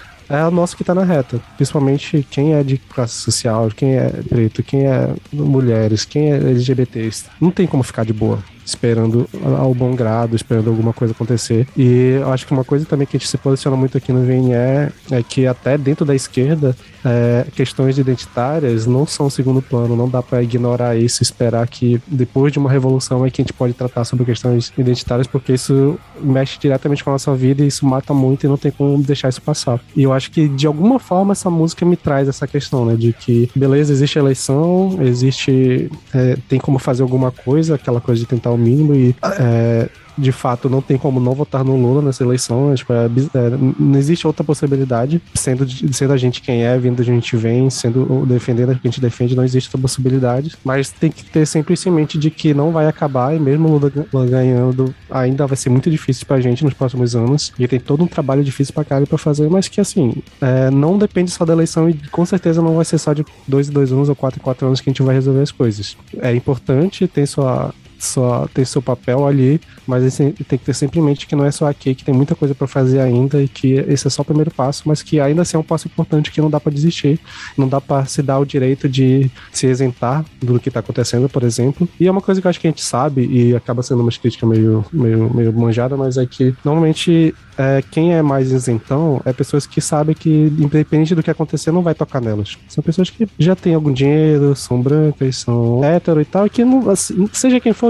é o nosso que tá na reta, principalmente quem é de classe social, quem é preto, quem é mulheres, quem é L G B Ts. Não tem como ficar de boa, esperando ao bom grado, esperando alguma coisa acontecer. E eu acho que uma coisa também que a gente se posiciona muito aqui no V N E é que até dentro da esquerda, é, questões identitárias não são segundo plano, não dá pra ignorar isso, esperar que depois de uma revolução é que a gente pode tratar sobre questões identitárias, porque isso mexe diretamente com a nossa vida e isso mata muito e não tem como deixar isso passar. E eu acho que de alguma forma essa música me traz essa questão, né, de que beleza, existe eleição, existe, é, tem como fazer alguma coisa, aquela coisa de tentar o mínimo e é, de fato não tem como não votar no Lula nessa eleição, tipo, é, é, não existe outra possibilidade, sendo, sendo a gente quem é, vindo de onde a gente vem, sendo defendendo o que a gente defende, não existe outra possibilidade, mas tem que ter sempre isso em mente de que não vai acabar, e mesmo o Lula, Lula ganhando, ainda vai ser muito difícil pra gente nos próximos anos, e tem todo um trabalho difícil pra cara pra fazer, mas que assim, é, não depende só da eleição e com certeza não vai ser só de dois em dois anos ou quatro em quatro anos que a gente vai resolver as coisas. É importante, tem sua só tem seu papel ali, mas esse, tem que ter sempre em mente que não é só aqui, que tem muita coisa pra fazer ainda e que esse é só o primeiro passo, mas que ainda assim é um passo importante que não dá pra desistir, não dá pra se dar o direito de se isentar do que tá acontecendo, por exemplo. E é uma coisa que eu acho que a gente sabe e acaba sendo uma crítica meio, meio, meio manjada, mas é que normalmente é, quem é mais isentão é pessoas que sabem que independente do que acontecer não vai tocar nelas. São pessoas que já têm algum dinheiro, são brancas, são hétero e tal, e que não, assim, seja quem for,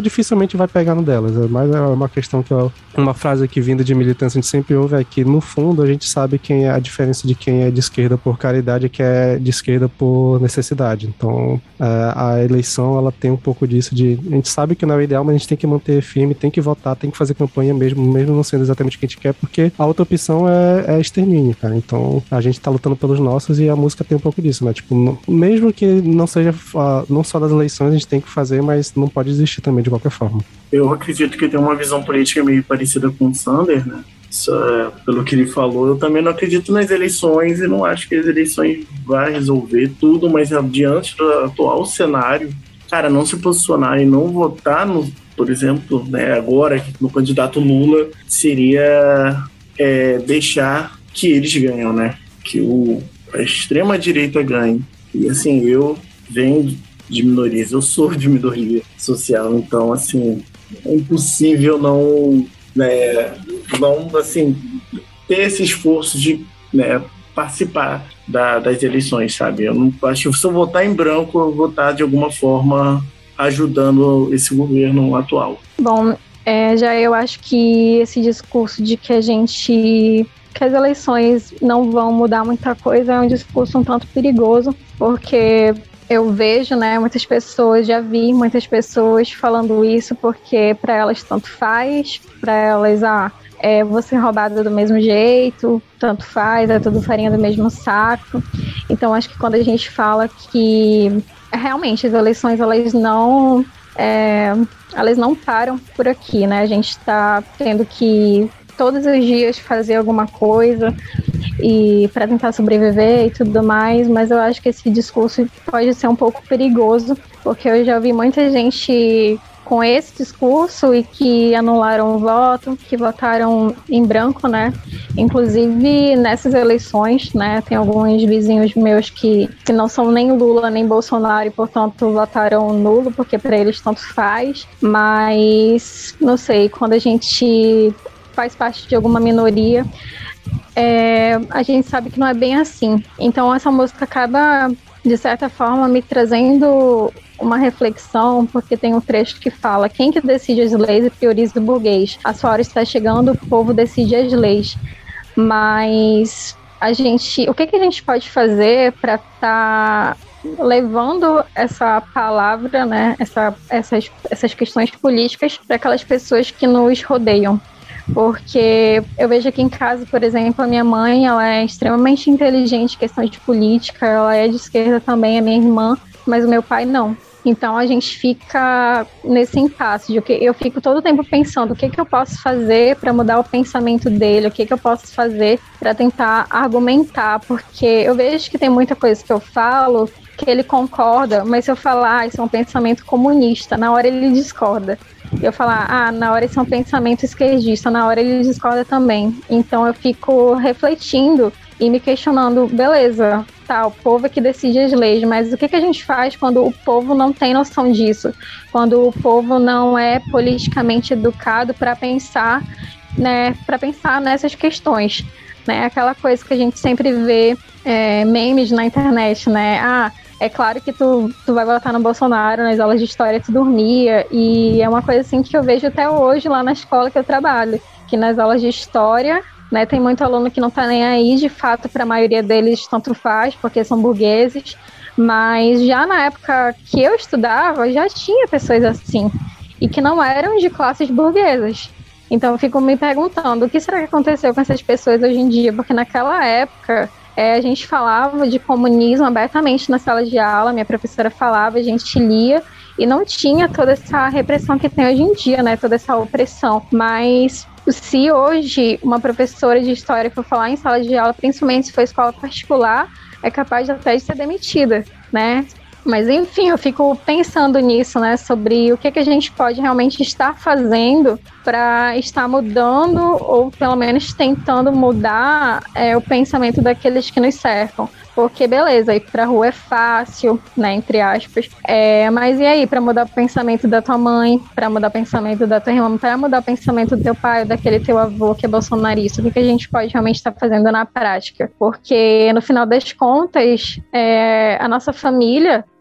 pessoa dificilmente vai pegar no delas, mas é uma questão que eu, uma frase que vinda de militância a gente sempre ouve é que, no fundo, a gente sabe quem é a diferença de quem é de esquerda por caridade e quem é de esquerda por necessidade. Então, a, a eleição, ela tem um pouco disso de, a gente sabe que não é o ideal, mas a gente tem que manter firme, tem que votar, tem que fazer campanha mesmo, mesmo não sendo exatamente o que a gente quer, porque a outra opção é, é extermínio, cara. Então, a gente tá lutando pelos nossos e a música tem um pouco disso, né? Tipo, não, mesmo que não seja, uh, não só das eleições a gente tem que fazer, mas não pode desistir também de qualquer forma. Eu acredito que tem uma visão política meio parecida com o Sander, né? Isso, é, pelo que ele falou, eu também não acredito nas eleições e não acho que as eleições vão resolver tudo, mas diante do atual cenário, cara, não se posicionar e não votar, no, por exemplo, né, agora no candidato Lula, seria é, deixar que eles ganham, né? Que o, a extrema-direita ganhe. E assim, eu venho de minorias, eu sou de minoria social, então assim, é impossível não, né, não assim, ter esse esforço de, né, participar da, das eleições, sabe? Eu não acho que se eu votar em branco, eu vou votar de alguma forma ajudando esse governo atual. Bom, é, já eu acho que esse discurso de que a gente que as eleições não vão mudar muita coisa é um discurso um tanto perigoso, porque eu vejo, né, muitas pessoas, já vi muitas pessoas falando isso porque para elas tanto faz, para elas, ah, é, vou ser roubada do mesmo jeito, tanto faz, é tudo farinha do mesmo saco. Então acho que quando a gente fala que realmente as eleições, elas não, é, elas não param por aqui, né, a gente está tendo que todos os dias fazer alguma coisa e para tentar sobreviver e tudo mais, mas eu acho que esse discurso pode ser um pouco perigoso, porque eu já vi muita gente com esse discurso e que anularam o voto, que votaram em branco, né? Inclusive nessas eleições, né? Tem alguns vizinhos meus que, que não são nem Lula nem Bolsonaro e, portanto, votaram nulo, porque para eles tanto faz, mas não sei, quando a gente faz parte de alguma minoria, é, a gente sabe que não é bem assim. Então essa música acaba, de certa forma, me trazendo uma reflexão, porque tem um trecho que fala: quem que decide as leis e prioriza o burguês? A sua hora está chegando, o povo decide as leis. Mas a gente, o que, que a gente pode fazer para estar tá levando essa palavra, né, essa, essas, essas questões políticas para aquelas pessoas que nos rodeiam? Porque eu vejo aqui em casa, por exemplo, a minha mãe, ela é extremamente inteligente em questão de política, ela é de esquerda também, a minha irmã, mas o meu pai não. Então a gente fica nesse impasse, de que eu fico todo o tempo pensando o que, que eu posso fazer para mudar o pensamento dele, o que, que eu posso fazer para tentar argumentar, porque eu vejo que tem muita coisa que eu falo que ele concorda, mas se eu falar, ah, isso é um pensamento comunista, na hora ele discorda. Eu falar, ah, na hora isso é um pensamento esquerdista, na hora ele discorda também. Então eu fico refletindo e me questionando, beleza, tá, o povo é que decide as leis, mas o que, que a gente faz quando o povo não tem noção disso? Quando o povo não é politicamente educado para pensar, né, para pensar nessas questões, né? Aquela coisa que a gente sempre vê, é, memes na internet, né? Ah, é claro que tu, tu vai votar no Bolsonaro, nas aulas de história tu dormia, e é uma coisa assim que eu vejo até hoje lá na escola que eu trabalho, que nas aulas de história, né, tem muito aluno que não tá nem aí, de fato, para a maioria deles tanto faz, porque são burgueses, mas já na época que eu estudava, já tinha pessoas assim, e que não eram de classes burguesas. Então eu fico me perguntando, o que será que aconteceu com essas pessoas hoje em dia? Porque naquela época, É, a gente falava de comunismo abertamente na sala de aula, minha professora falava, a gente lia, e não tinha toda essa repressão que tem hoje em dia, né, toda essa opressão. Mas se hoje uma professora de história for falar em sala de aula, principalmente se for escola particular, é capaz até de ser demitida, né? Mas enfim, eu fico pensando nisso, né, sobre o que, que a gente pode realmente estar fazendo para estar mudando, ou pelo menos tentando mudar é, o pensamento daqueles que nos cercam. Porque beleza, ir pra rua é fácil, né, entre aspas, é, mas e aí, para mudar o pensamento da tua mãe, para mudar o pensamento da tua irmã, para mudar o pensamento do teu pai, daquele teu avô que é bolsonarista, o que, que a gente pode realmente estar fazendo na prática? Porque no final das contas, é, a nossa família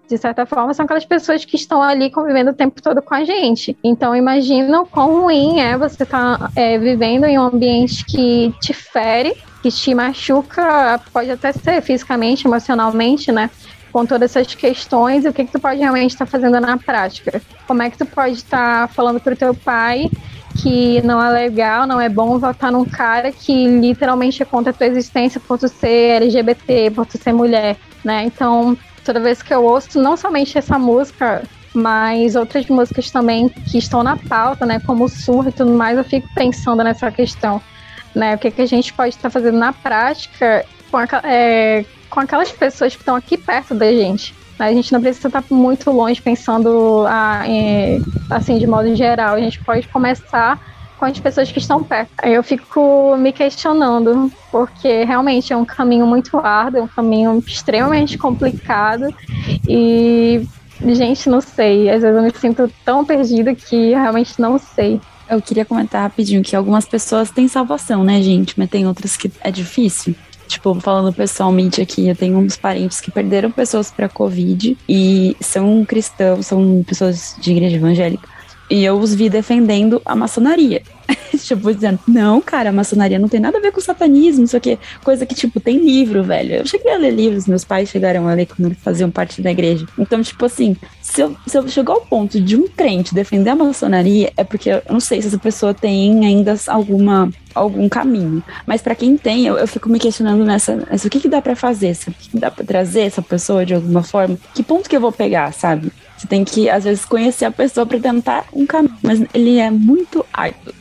de certa forma, são aquelas pessoas que estão ali convivendo o tempo todo com a gente. Então, imagina o quão ruim é você estar é, vivendo em um ambiente que te fere, que te machuca, pode até ser fisicamente, emocionalmente, né? Com todas essas questões, e o que, que tu pode realmente estar fazendo na prática. Como é que tu pode estar falando pro teu pai que não é legal, não é bom votar num cara que literalmente é contra a tua existência por tu ser L G B T, por tu ser mulher, né? Então, toda vez que eu ouço, não somente essa música, mas outras músicas também que estão na pauta, né? Como o Surra e tudo mais, eu fico pensando nessa questão, né? O que, que a gente pode estar fazendo na prática com a, é, com aquelas pessoas que estão aqui perto da gente. A gente não precisa estar muito longe pensando ah, em, assim, de modo geral. A gente pode começar com as pessoas que estão perto. Aí eu fico me questionando, porque realmente é um caminho muito árduo, é um caminho extremamente complicado e, gente, não sei. Às vezes eu me sinto tão perdida que realmente não sei. Eu queria comentar rapidinho que algumas pessoas têm salvação, né, gente? Mas tem outras que é difícil. Tipo, falando pessoalmente aqui, eu tenho uns parentes que perderam pessoas pra Covid e são cristãos, são pessoas de igreja evangélica. E eu os vi defendendo a maçonaria. Tipo, dizendo, não, cara, a maçonaria não tem nada a ver com satanismo, isso aqui, coisa que, tipo, tem livro, velho. Eu cheguei a ler livros, meus pais chegaram a ler quando eles faziam parte da igreja. Então, tipo assim, se eu, se eu chegar ao ponto de um crente defender a maçonaria, é porque eu não sei se essa pessoa tem ainda alguma, algum caminho. Mas pra quem tem, eu, eu fico me questionando nessa, nessa, o que que dá pra fazer? O que que dá pra trazer essa pessoa de alguma forma? Que ponto que eu vou pegar, sabe? Você tem que, às vezes, conhecer a pessoa pra tentar um caminho, mas ele é muito árduo.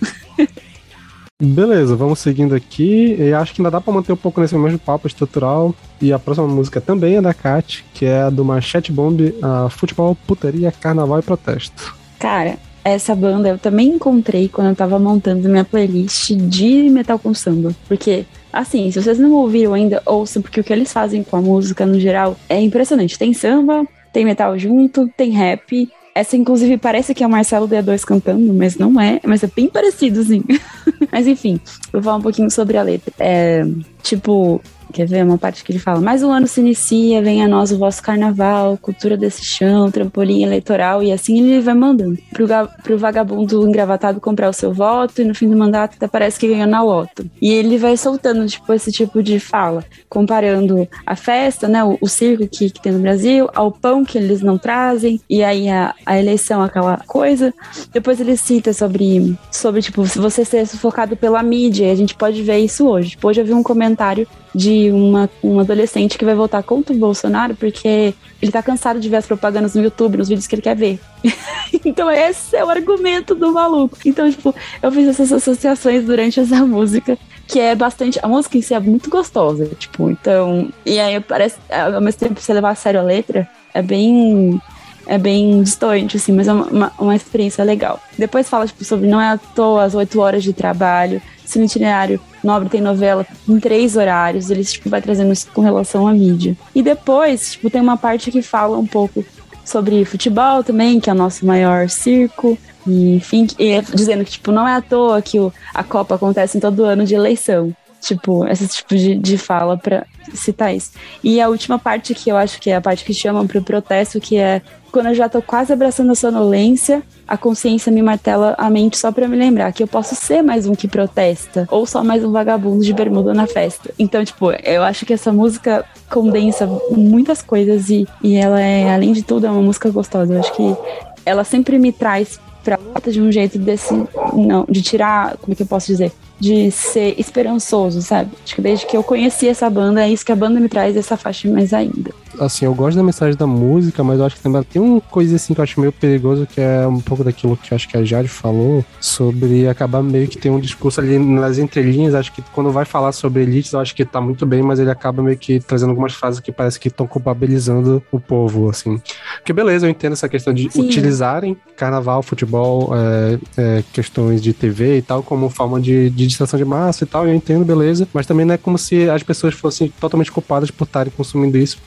Beleza, vamos seguindo aqui. E acho que ainda dá pra manter um pouco nesse mesmo papo estrutural. E a próxima música também é da Kat, que é a do Machete Bomb, a Futebol, Putaria, Carnaval e Protesto. Cara, essa banda eu também encontrei quando eu tava montando minha playlist de metal com samba. Porque, assim, se vocês não ouviram ainda, ouçam, porque o que eles fazem com a música no geral é impressionante. Tem samba, tem metal junto, tem rap. Essa, inclusive, parece que é o Marcelo D dois cantando, mas não é. Mas é bem parecido, sim. Mas, enfim, vou falar um pouquinho sobre a letra. É, tipo, quer ver uma parte que ele fala? Mais um ano se inicia, vem a nós o vosso carnaval, cultura desse chão, trampolim eleitoral, e assim ele vai mandando. Pro, pro vagabundo engravatado comprar o seu voto, e no fim do mandato até parece que ganhou na loto. E ele vai soltando, tipo, esse tipo de fala, comparando a festa, né, o, o circo que, que tem no Brasil, ao pão que eles não trazem, e aí a, a eleição, aquela coisa. Depois ele cita sobre, sobre, tipo, se você ser sufocado pela mídia, e a gente pode ver isso hoje. Tipo, hoje eu vi um comentário de uma, um adolescente que vai votar contra o Bolsonaro porque ele tá cansado de ver as propagandas no YouTube, nos vídeos que ele quer ver. Então esse é o argumento do maluco. Então, tipo, eu fiz essas associações durante essa música, que é bastante... A música em si é muito gostosa, tipo, então... E aí parece, ao mesmo tempo, você levar a sério a letra, é bem... É bem distante, assim, mas é uma, uma experiência legal. Depois fala, tipo, sobre não é à toa as oito horas de trabalho, se no itinerário Nobre tem novela em três horários, eles, tipo, vai trazendo isso com relação à mídia. E depois, tipo, tem uma parte que fala um pouco sobre futebol também, que é o nosso maior circo, e, enfim, e dizendo que, tipo, não é à toa que o, a Copa acontece em todo ano de eleição. Tipo, esse tipo de, de fala pra citar isso. E a última parte, que eu acho que é a parte que chamam pro protesto, que é quando eu já tô quase abraçando a sonolência, a consciência me martela a mente só pra me lembrar que eu posso ser mais um que protesta, ou só mais um vagabundo de bermuda na festa. Então, tipo, eu acho que essa música condensa muitas coisas e, e ela é, além de tudo, é uma música gostosa. Eu acho que ela sempre me traz pra luta de um jeito desse, não, de tirar, como é que eu posso dizer? De ser esperançoso, sabe? Acho que desde que eu conheci essa banda, é isso que a banda me traz, essa faixa mais ainda. Assim, eu gosto da mensagem da música, mas eu acho que também tem uma coisa assim que eu acho meio perigoso, que é um pouco daquilo que eu acho que a Jade falou, sobre acabar meio que ter um discurso ali nas entrelinhas. Acho que quando vai falar sobre elites, eu acho que tá muito bem, mas ele acaba meio que trazendo algumas frases que parece que estão culpabilizando o povo, assim. Porque beleza, eu entendo essa questão de Sim. utilizarem carnaval, futebol, é, é, questões de T V e tal, como forma de, de distração de massa e tal, eu entendo, beleza, mas também não é como se as pessoas fossem totalmente culpadas por estarem consumindo isso, quando muitas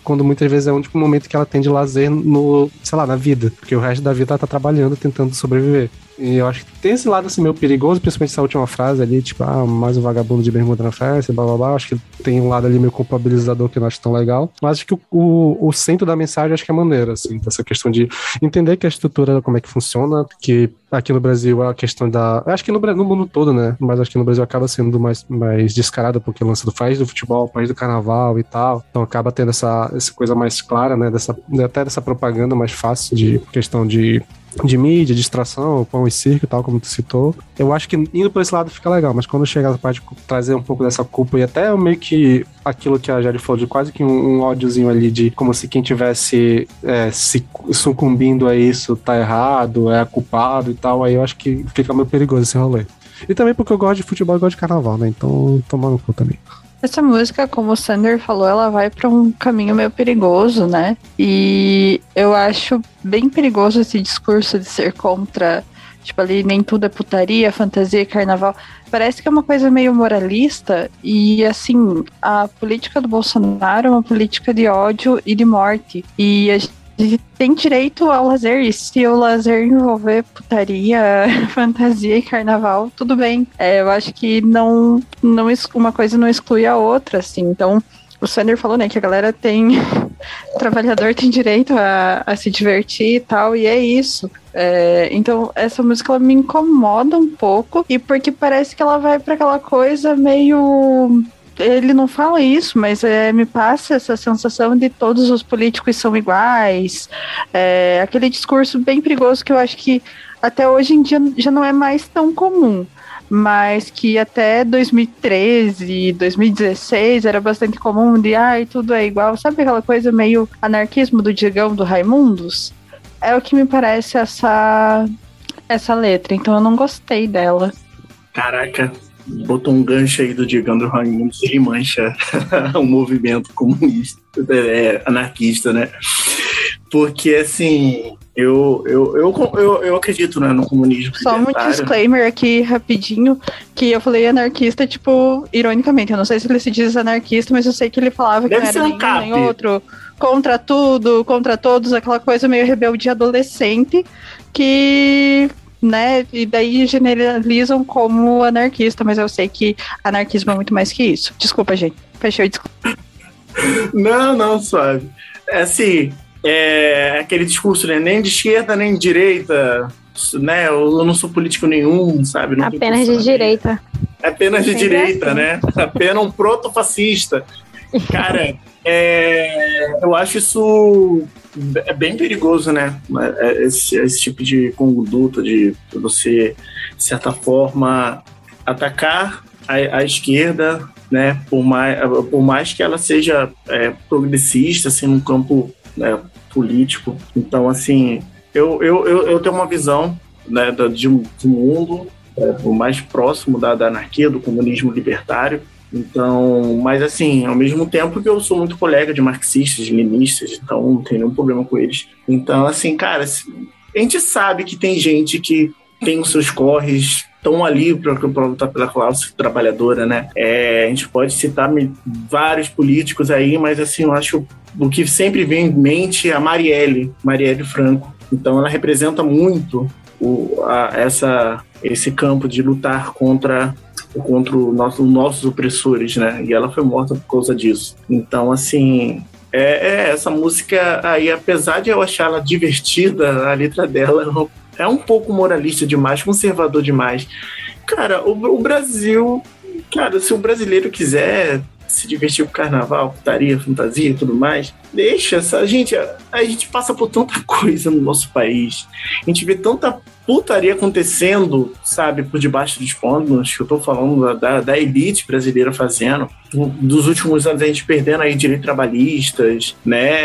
muitas vezes é o único momento que ela tem de lazer no, sei lá, na vida, porque o resto da vida ela tá trabalhando, tentando sobreviver. E eu acho que tem esse lado assim meio perigoso, principalmente essa última frase ali, tipo, ah, mais um vagabundo de bermuda na festa, blá blá blá. Acho que tem um lado ali meio culpabilizador que eu não acho tão legal. Mas acho que o, o, o centro da mensagem acho que é maneiro, assim, dessa questão de entender que a estrutura, como é que funciona, que aqui no Brasil a questão da... Acho que no, no mundo todo, né? Mas acho que no Brasil acaba sendo mais, mais descarada, porque lança do país do futebol, país do carnaval e tal. Então acaba tendo essa, essa coisa mais clara, né? Dessa, até dessa propaganda mais fácil de questão de... de mídia, distração, pão e circo e tal, como tu citou. Eu acho que indo por esse lado fica legal, mas quando chega a parte de trazer um pouco dessa culpa e até meio que aquilo que a Jade falou, de quase que um, um ódiozinho ali de como se quem tivesse é, se sucumbindo a isso tá errado, é culpado e tal, aí eu acho que fica meio perigoso esse rolê. E também porque eu gosto de futebol e gosto de carnaval, né? Então, tomando cu também. Essa música, como o Sander falou, ela vai para um caminho meio perigoso, né? E eu acho bem perigoso esse discurso de ser contra, tipo ali, nem tudo é putaria, fantasia e carnaval. Parece que é uma coisa meio moralista e, assim, a política do Bolsonaro é uma política de ódio e de morte. E a gente tem direito ao lazer, e se o lazer envolver putaria, fantasia e carnaval, tudo bem. É, eu acho que não, não, uma coisa não exclui a outra, assim. Então, o Sander falou, né, que a galera tem... o trabalhador tem direito a, a se divertir e tal, e é isso. É, então, essa música, ela me incomoda um pouco, e porque parece que ela vai pra aquela coisa meio... Ele não fala isso, mas é, me passa essa sensação de todos os políticos são iguais. É, aquele discurso bem perigoso que eu acho que até hoje em dia já não é mais tão comum, mas que até dois mil e treze, dois mil e dezesseis era bastante comum de, ai, tudo é igual. Sabe aquela coisa meio anarquismo do Diegão, do Raimundos? É o que me parece essa, essa letra, então eu não gostei dela. Caraca, botou um gancho aí do Diegão do Raimundos e mancha o movimento comunista, é, anarquista, né? Porque, assim, eu, eu, eu, eu, eu acredito, né, no comunismo. Só um disclaimer aqui, rapidinho, que eu falei anarquista, tipo, ironicamente. Eu não sei se ele se diz anarquista, mas eu sei que ele falava que Deve não era nenhum nem outro. Contra tudo, contra todos, aquela coisa meio rebelde adolescente, que... né, e daí generalizam como anarquista, mas eu sei que anarquismo é muito mais que isso. Desculpa, gente. Fechou, desculpa. Não, não, suave. É assim, é aquele discurso, né, nem de esquerda, nem de direita, né, eu não sou político nenhum, sabe? Não apenas de direita. Apenas de direita, né? Apenas um proto-fascista. Cara, é, eu acho isso... é bem perigoso, né? Esse, esse tipo de conduta de você, de certa forma, atacar a, a esquerda, né? Por mais, por mais que ela seja é, progressista, assim, no campo, né, político. Então, assim, eu, eu, eu, eu tenho uma visão, né, de um mundo é, o mais próximo da, da anarquia, do comunismo libertário. Então, mas assim, ao mesmo tempo que eu sou muito colega de marxistas, de leninistas, então não tenho nenhum problema com eles. Então, assim, cara, a gente sabe que tem gente que tem os seus corres, estão ali para lutar pela classe trabalhadora, né? É, a gente pode citar vários políticos aí, mas assim, eu acho o que sempre vem em mente é a Marielle, Marielle Franco. Então, ela representa muito o, a, essa, esse campo de lutar contra... contra os nosso, nossos opressores, né? E ela foi morta por causa disso. Então, assim, é, é essa música aí, apesar de eu achar ela divertida, a letra dela é um pouco moralista demais, conservador demais. Cara, o, o Brasil, cara, se o brasileiro quiser se divertir com carnaval, putaria, fantasia e tudo mais, deixa essa gente, a, a gente passa por tanta coisa no nosso país, a gente vê tanta putaria acontecendo, sabe, por debaixo dos panos, que eu tô falando da, da elite brasileira fazendo, dos últimos anos a gente perdendo aí direitos trabalhistas,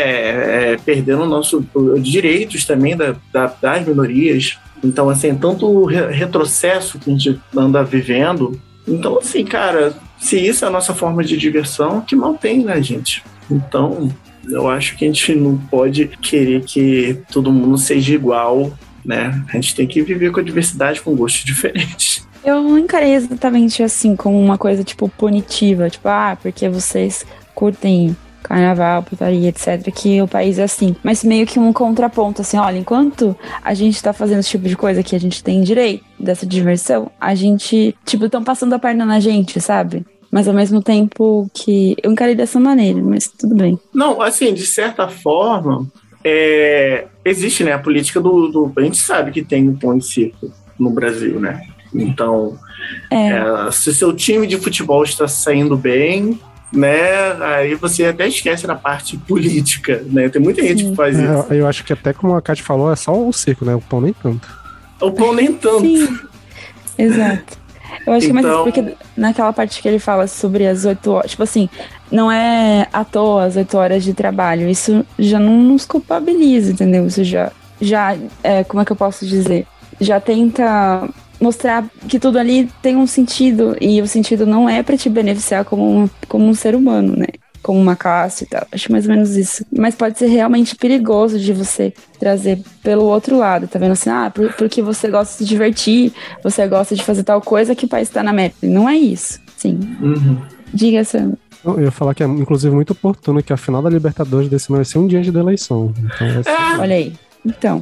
né, é, perdendo nosso, direitos também da, da, das minorias. Então, assim, tanto retrocesso que a gente anda vivendo. Então, assim, cara, se isso é a nossa forma de diversão, que mal tem, né, gente? Então, eu acho que a gente não pode querer que todo mundo seja igual, né? A gente tem que viver com a diversidade, com gostos diferentes. Eu não encarei exatamente assim, como uma coisa, tipo, punitiva. Tipo, ah, porque vocês curtem carnaval, putaria, etcétera, que o país é assim. Mas meio que um contraponto, assim, olha, enquanto a gente tá fazendo esse tipo de coisa que a gente tem direito dessa diversão, a gente, tipo, estão passando a perna na gente, sabe? Mas ao mesmo tempo que eu encarei dessa maneira, mas tudo bem. Não, assim, de certa forma, é, existe, né, a política do, do... A gente sabe que tem o pão e circo no Brasil, né? Então, é. É, se seu time de futebol está saindo bem, né, aí você até esquece na parte política, né? Tem muita gente Sim. que faz é, isso. Eu acho que até como a Kátia falou, é só o circo, né? O pão nem tanto. O pão nem tanto. Sim, exato. Eu acho então... que é mais porque naquela parte que ele fala sobre as oito horas, tipo assim, não é à toa as oito horas de trabalho, isso já não nos culpabiliza, entendeu? Isso já, já é, como é que eu posso dizer? Já tenta mostrar que tudo ali tem um sentido, e o sentido não é pra te beneficiar como um, como um ser humano, né? Como uma classe e tal. Acho mais ou menos isso. Mas pode ser realmente perigoso de você trazer pelo outro lado, tá vendo assim? Ah, por, porque você gosta de se divertir, você gosta de fazer tal coisa que o país tá na meta. Não é isso. Sim. Uhum. Diga, Sam. Eu ia falar que é, inclusive, muito oportuno que a final da Libertadores desse ano vai ser um dia antes da eleição. Então vai ser... ah. Olha aí. Então...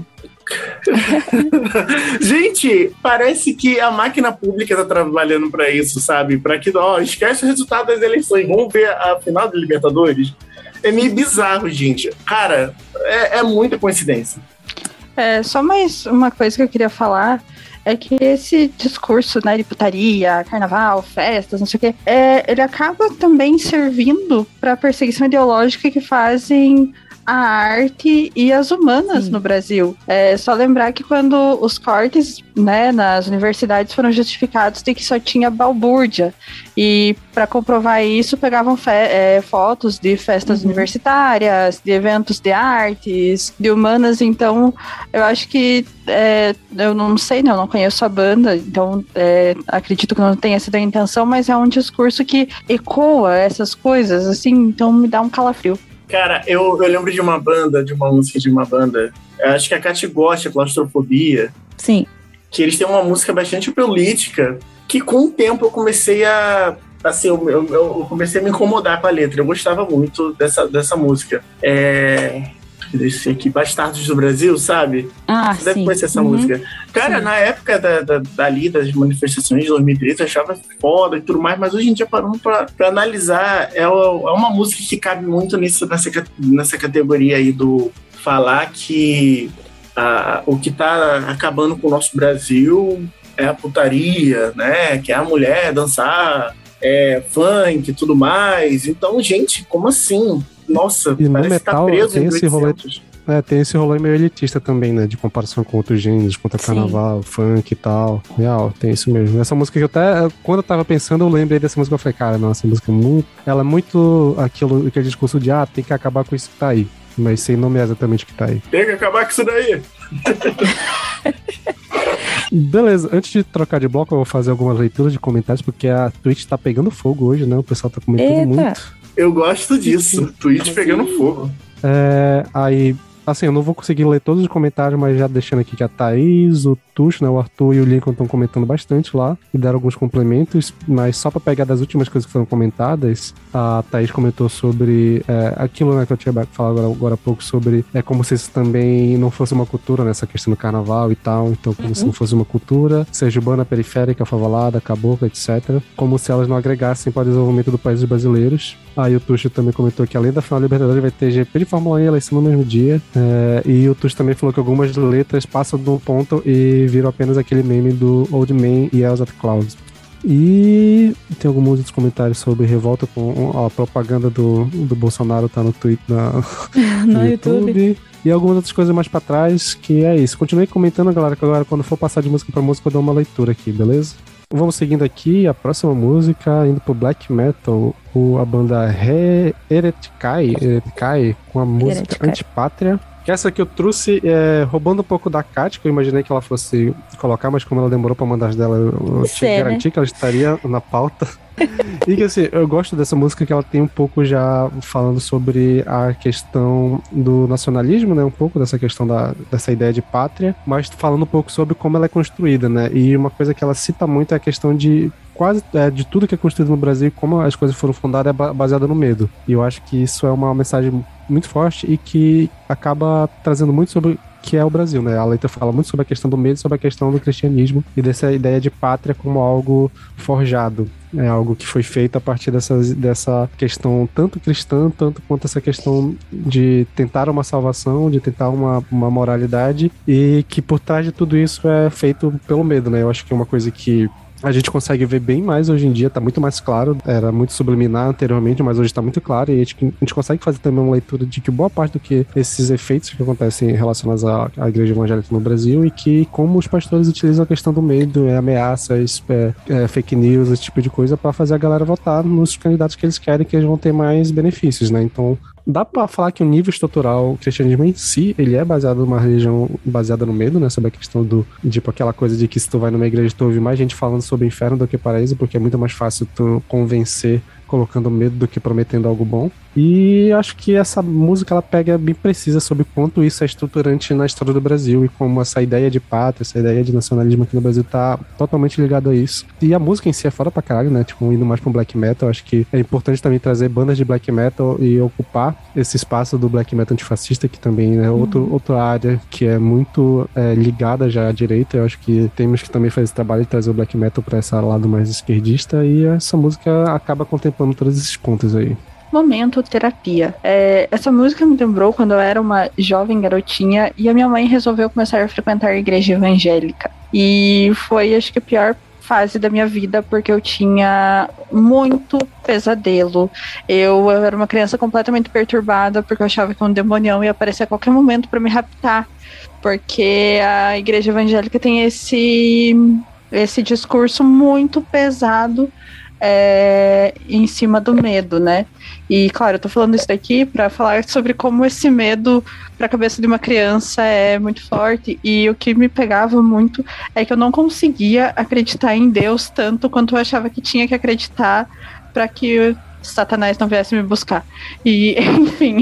Gente, parece que a máquina pública tá trabalhando pra isso, sabe? Pra que, ó, esquece o resultado das eleições, vamos ver a final da Libertadores. É meio bizarro, gente. Cara, é, é muita coincidência. É, só mais uma coisa que eu queria falar é que esse discurso, né, de putaria, carnaval, festas, não sei o quê, é, ele acaba também servindo pra perseguição ideológica que fazem a arte e as humanas Sim. no Brasil. É só lembrar que quando os cortes, né, nas universidades foram justificados de que só tinha balbúrdia, e para comprovar isso pegavam fe- é, fotos de festas uhum. universitárias, de eventos de artes, de humanas. Então eu acho que é, eu não sei, não, não conheço a banda, então é, acredito que não tenha sido a intenção, mas é um discurso que ecoa essas coisas, assim, então me dá um calafrio. Cara, eu, eu lembro de uma banda, de uma música de uma banda, acho que a Kátia gosta, Claustrofobia. Sim. Que eles têm uma música bastante política, que com o tempo eu comecei a... Assim, eu, eu, eu comecei a me incomodar com a letra. Eu gostava muito dessa, dessa música. É... Desse aqui, Bastardos do Brasil, sabe? Ah, Você deve sim. conhecer essa uhum. música. Cara, sim. Na época da, da, dali, das manifestações de dois mil e treze, eu achava foda e tudo mais, mas hoje em dia, parando pra, pra analisar, é, é uma música que cabe muito nisso, nessa, nessa categoria aí do falar que a, o que tá acabando com o nosso Brasil é a putaria, né? Que é a mulher dançar, é funk e tudo mais. Então, gente, como assim? Nossa, e parece no metal que tá preso tem em esse rolê, é, tem esse rolê meio elitista também, né? De comparação com outros gêneros, contra carnaval, funk e tal. Real, tem isso mesmo. Essa música que eu até, quando eu tava pensando, eu lembrei dessa música, eu falei, cara, não, essa música é muito... Ela é muito aquilo, aquele discurso de, ah, tem que acabar com isso que tá aí. Mas sem nomear exatamente o que tá aí. Tem que acabar com isso daí. Beleza, antes de trocar de bloco, eu vou fazer algumas leituras de comentários, porque a Twitch tá pegando fogo hoje, né? O pessoal tá comentando Eita. muito. Eu gosto disso. Twitch pegando fogo. É, aí, assim, eu não vou conseguir ler todos os comentários, mas já deixando aqui que a Thaís, o Tuxo, né, o Arthur e o Lincoln estão comentando bastante lá e deram alguns complementos, mas só pra pegar das últimas coisas que foram comentadas, a Thaís comentou sobre é, aquilo, né, que eu tinha falado agora, agora há pouco, sobre é como se isso também não fosse uma cultura, nessa né, questão do carnaval e tal, então como uhum. se não fosse uma cultura, seja urbana, periférica, favelada, cabocla, etcétera, como se elas não agregassem para o desenvolvimento do país brasileiros. Aí o Tuxo também comentou que além da final da Libertadores vai ter G P de Fórmula um e eleição no mesmo dia, é, e o Tuxo também falou que algumas letras passam de um ponto e viram apenas aquele meme do Old Man e Elsa Clouds. E tem alguns outros comentários sobre revolta com a propaganda do, do Bolsonaro, tá no Twitter, na, no, no YouTube. YouTube. E algumas outras coisas mais pra trás, que é isso. Continue comentando, galera, que agora quando for passar de música pra música eu dou uma leitura aqui, beleza? Vamos seguindo aqui, a próxima música, indo pro black metal, o, a banda He- Hereticae, Hereticae, com a música Hereticae. Antipátria. Que essa que eu trouxe, é, roubando um pouco da Kátia, que eu imaginei que ela fosse colocar, mas como ela demorou pra mandar as dela, eu Você, tinha que garantir, né, que ela estaria na pauta. E que assim, eu gosto dessa música que ela tem um pouco já falando sobre a questão do nacionalismo, né? Um pouco dessa questão da, dessa ideia de pátria, mas falando um pouco sobre como ela é construída, né? E uma coisa que ela cita muito é a questão de quase é, de tudo que é construído no Brasil, como as coisas foram fundadas, é baseada no medo. E eu acho que isso é uma mensagem muito forte e que acaba trazendo muito sobre que é o Brasil, né? A letra fala muito sobre a questão do medo, sobre a questão do cristianismo e dessa ideia de pátria como algo forjado. É algo que foi feito a partir dessa, dessa questão tanto cristã, tanto quanto essa questão de tentar uma salvação, de tentar uma, uma moralidade, e que por trás de tudo isso é feito pelo medo, né? Eu acho que é uma coisa que a gente consegue ver bem mais hoje em dia, tá muito mais claro, era muito subliminar anteriormente, mas hoje tá muito claro, e a gente, a gente consegue fazer também uma leitura de que boa parte do que esses efeitos que acontecem relacionados à, à igreja evangélica no Brasil, e que como os pastores utilizam a questão do medo, é, ameaças, é, é, fake news, esse tipo de coisa, pra fazer a galera votar nos candidatos que eles querem, que eles vão ter mais benefícios, né? Então, dá pra falar que o nível estrutural, o cristianismo em si, ele é baseado numa religião baseada no medo, né? Sobre a questão do, tipo, aquela coisa de que se tu vai numa igreja, tu ouve mais gente falando sobre inferno do que paraíso, porque é muito mais fácil tu convencer colocando medo do que prometendo algo bom. E acho que essa música, ela pega bem precisa sobre quanto isso é estruturante na história do Brasil e como essa ideia de pátria, essa ideia de nacionalismo aqui no Brasil tá totalmente ligado a isso. E a música em si é foda pra caralho, né? Tipo, indo mais pro black metal, acho que é importante também trazer bandas de black metal e ocupar esse espaço do black metal antifascista, que também é outro, uhum. outra área que é muito é, ligada já à direita. Eu acho que temos que também fazer esse trabalho de trazer o black metal pra esse lado mais esquerdista, e essa música acaba contemplando todos esses pontos aí. Momento terapia. É, essa música me lembrou quando eu era uma jovem garotinha e a minha mãe resolveu começar a frequentar a igreja evangélica. E foi, acho que, a pior fase da minha vida, porque eu tinha muito pesadelo. Eu, eu era uma criança completamente perturbada, porque eu achava que um demonião ia aparecer a qualquer momento para me raptar. Porque a igreja evangélica tem esse, esse discurso muito pesado É, em cima do medo, né? E claro, eu tô falando isso daqui para falar sobre como esse medo para a cabeça de uma criança é muito forte, e o que me pegava muito é que eu não conseguia acreditar em Deus tanto quanto eu achava que tinha que acreditar para que Satanás não viesse me buscar. E, enfim...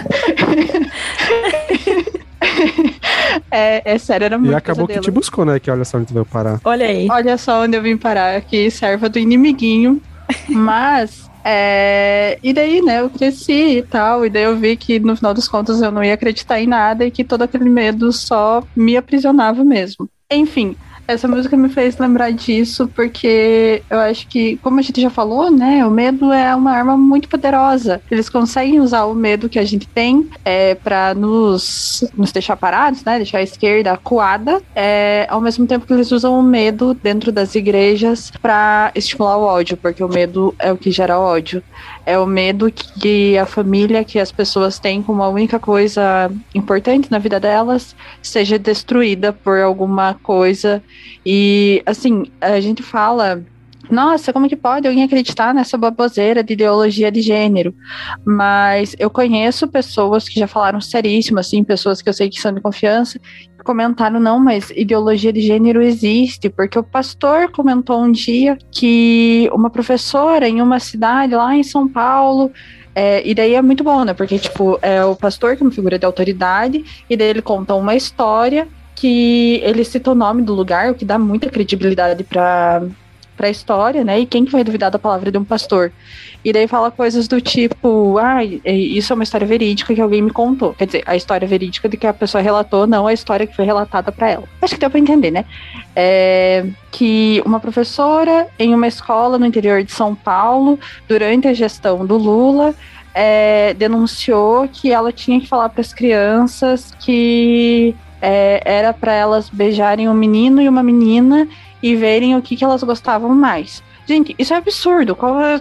É, é sério, era muito E acabou pesadelo. Que te buscou, né? Que olha só onde tu veio parar. Olha aí. Olha só onde eu vim parar, aqui, serva do inimiguinho. Mas, é... E daí, né, eu cresci e tal, e daí eu vi que no final das contas eu não ia acreditar em nada e que todo aquele medo só me aprisionava mesmo. Enfim, essa música me fez lembrar disso porque eu acho que, como a gente já falou, né, o medo é uma arma muito poderosa. Eles conseguem usar o medo que a gente tem é, para nos, nos deixar parados, né, deixar a esquerda acuada, é, ao mesmo tempo que eles usam o medo dentro das igrejas para estimular o ódio, porque o medo é o que gera ódio. É o medo que a família, que as pessoas têm como a única coisa importante na vida delas, seja destruída por alguma coisa. E, assim, a gente fala, nossa, como que pode alguém acreditar nessa baboseira de ideologia de gênero? Mas eu conheço pessoas que já falaram seríssimo, assim, pessoas que eu sei que são de confiança, que comentaram, não, mas ideologia de gênero existe, porque o pastor comentou um dia que uma professora em uma cidade lá em São Paulo... É, e daí é muito bom, né? Porque, tipo, é o pastor que é uma figura de autoridade, e daí ele conta uma história que ele cita o nome do lugar, o que dá muita credibilidade para a história, né? E quem que vai duvidar da palavra de um pastor? E daí fala coisas do tipo, ah, isso é uma história verídica que alguém me contou. Quer dizer, a história verídica de que a pessoa relatou, não a história que foi relatada para ela. Acho que deu para entender, né? É, que uma professora em uma escola no interior de São Paulo, durante a gestão do Lula, é, denunciou que ela tinha que falar para as crianças que é, era para elas beijarem um menino e uma menina e verem o que, que elas gostavam mais. Gente, isso é absurdo.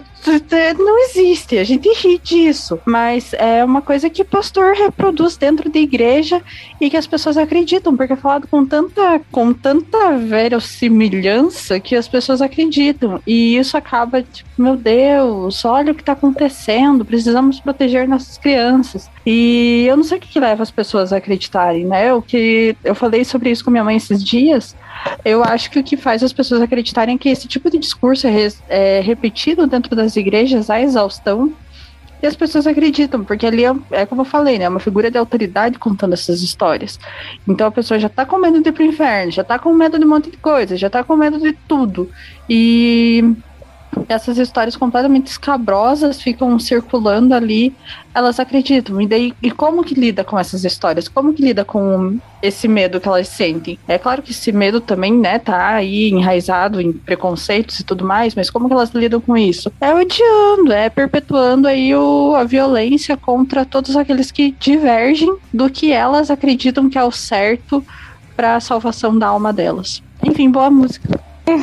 Não existe. A gente ri disso. Mas é uma coisa que o pastor reproduz dentro da igreja e que as pessoas acreditam, porque é falado com tanta, com tanta verossimilhança que as pessoas acreditam. E isso acaba, tipo, meu Deus, olha o que está acontecendo. Precisamos proteger nossas crianças. E eu não sei o que, que leva as pessoas a acreditarem, né? O que eu falei sobre isso com minha mãe esses dias. Eu acho que o que faz as pessoas acreditarem é que esse tipo de discurso é, é repetido dentro das igrejas à exaustão e as pessoas acreditam, porque ali é, é como eu falei, né? É uma figura de autoridade contando essas histórias. Então a pessoa já tá com medo de ir pro inferno, já tá com medo de um monte de coisa, já tá com medo de tudo. E essas histórias completamente escabrosas ficam circulando ali, elas acreditam. E daí, e como que lida com essas histórias? Como que lida com esse medo que elas sentem? É claro que esse medo também, né, tá aí enraizado em preconceitos e tudo mais, mas como que elas lidam com isso? É odiando, é perpetuando aí o, a violência contra todos aqueles que divergem do que elas acreditam que é o certo para a salvação da alma delas. Enfim, boa música.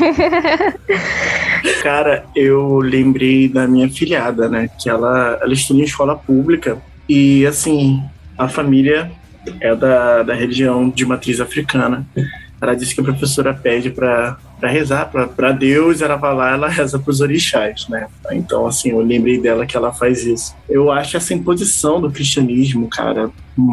Cara, eu lembrei da minha filhada, né? Que ela, ela estuda em escola pública e, assim, a família é da, da religião de matriz africana. Ela disse que a professora pede pra, pra rezar pra, pra Deus, ela vai lá, ela reza pros orixás, né? Então, assim, eu lembrei dela que ela faz isso. Eu acho essa imposição do cristianismo, cara,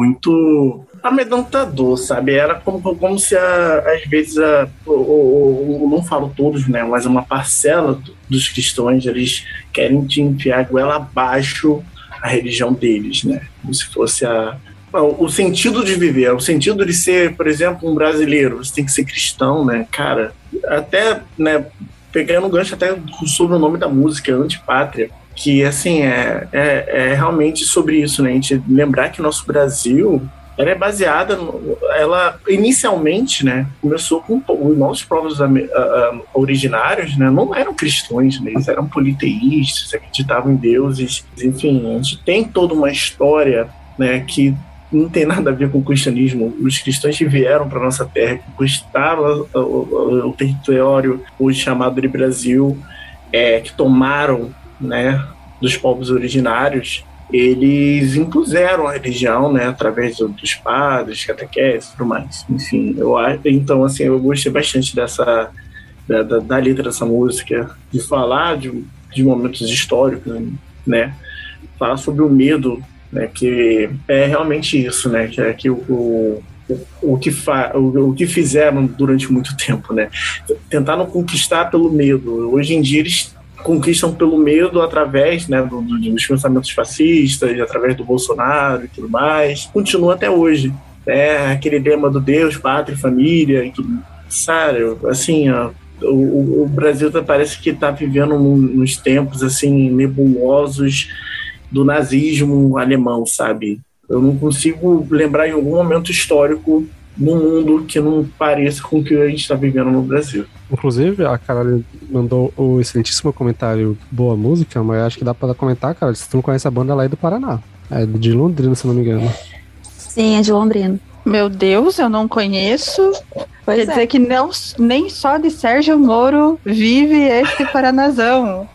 muito amedrontador, sabe? Era como, como se, a, às vezes, a, o, o, o, não falo todos, né? Mas uma parcela dos cristãos, eles querem te enfiar a goela abaixo a religião deles, né? Como se fosse a... O sentido de viver, o sentido de ser, por exemplo, um brasileiro, você tem que ser cristão, né, cara? Até, né, pegando o gancho até sobre o nome da música, Antipátria, que, assim, é, é, é realmente sobre isso, né? A gente lembrar que o nosso Brasil, ela é baseada, no, ela inicialmente, né, começou com os nossos povos uh, uh, originários, né, não eram cristãos, né, eles eram politeístas, acreditavam em deuses, enfim, a gente tem toda uma história, né, que não tem nada a ver com o cristianismo. Os cristãos que vieram para nossa terra, que conquistaram o, o, o território hoje chamado de Brasil, é, que tomaram, né, dos povos originários, eles impuseram a religião, né, através do, dos padres, catequeses e tudo mais. Enfim, eu, então, assim, eu gostei bastante dessa, da, da, da letra dessa música, de falar de, de momentos históricos, né, falar sobre o medo, né, que é realmente isso, né, que é que o, o, o, que fa, o, o que fizeram durante muito tempo, né, tentaram conquistar pelo medo. Hoje em dia eles conquistam pelo medo através, né, do, do, dos pensamentos fascistas, através do Bolsonaro e tudo mais. Continua até hoje, né, aquele lema do Deus, pátria, família e tudo. Sério, assim, ó, o, o Brasil tá, parece que está vivendo uns tempos assim nebulosos do nazismo alemão, sabe? Eu não consigo lembrar em algum momento histórico no mundo que não pareça com o que a gente está vivendo no Brasil. Inclusive, a Carol mandou o excelentíssimo comentário, boa música, mas acho que dá pra comentar, cara, se tu não conhece a banda, ela é do Paraná. É de Londrina, se não me engano. Sim, é de Londrina. Meu Deus, eu não conheço. Pois Quer é. dizer que não, nem só de Sérgio Moro vive este Paranazão.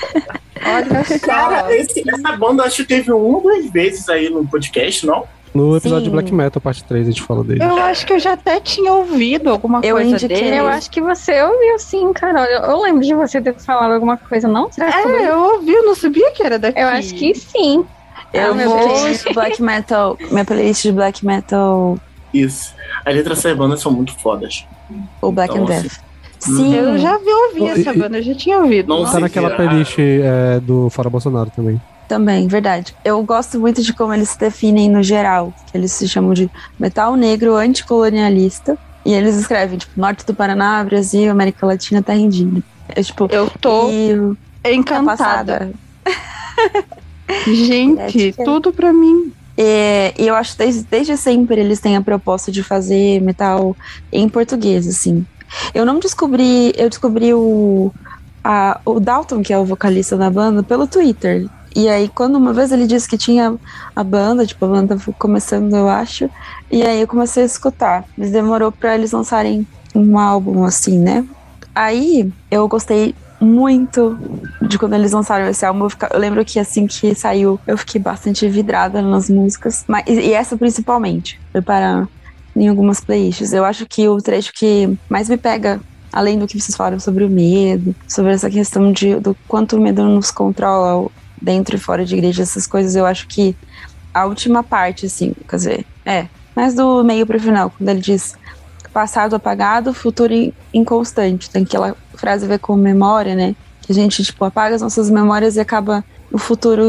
Olha só. Cara, esse, essa banda acho que teve uma ou duas vezes aí no podcast, não? No episódio Sim. de Black Metal, parte três, a gente fala dele. Eu acho que eu já até tinha ouvido alguma Eu coisa indiquei, dele. Eu acho que você ouviu sim, Carol. Eu, eu lembro de você ter falado alguma coisa, não? Será que É, eu ouvi, eu não sabia que era daqui. Eu acho que sim. Eu Ah, meu vou Deus. de black metal, minha playlist de black metal Isso. As letras dessas bandas são muito fodas. ou Black Então, and assim, Death. Sim, Eu já vi ouvir Bom, essa e- banda, eu já tinha ouvido. Não Tá sei naquela se é- playlist é, do Fora Bolsonaro também. também, verdade. Eu gosto muito de como eles se definem no geral, que eles se chamam de metal negro anticolonialista, e eles escrevem, tipo, norte do Paraná, Brasil, América Latina, terra indígena. É, tipo, Eu tô e encantada. passada. Gente, Ética. tudo pra mim. E, e eu acho que desde, desde sempre eles têm a proposta de fazer metal em português, assim. Eu não descobri, eu descobri o, a, o Dalton, que é o vocalista da banda, pelo Twitter. E aí, quando uma vez ele disse que tinha a banda, tipo, a banda foi começando, eu acho, e aí eu comecei a escutar. Mas demorou pra eles lançarem um álbum, assim, né? Aí, eu gostei muito de quando eles lançaram esse álbum. Eu, fica, eu lembro que assim que saiu, eu fiquei bastante vidrada nas músicas. Mas, e, e essa principalmente, foi para em algumas playlists. Eu acho que o trecho que mais me pega, além do que vocês falaram sobre o medo, sobre essa questão de, do quanto o medo nos controla dentro e fora de igreja, essas coisas, eu acho que a última parte, assim, quer dizer, é, mais do meio pro final, quando ele diz passado apagado, futuro inconstante. Tem aquela frase a ver com memória, né? Que a gente, tipo, apaga as nossas memórias e acaba o futuro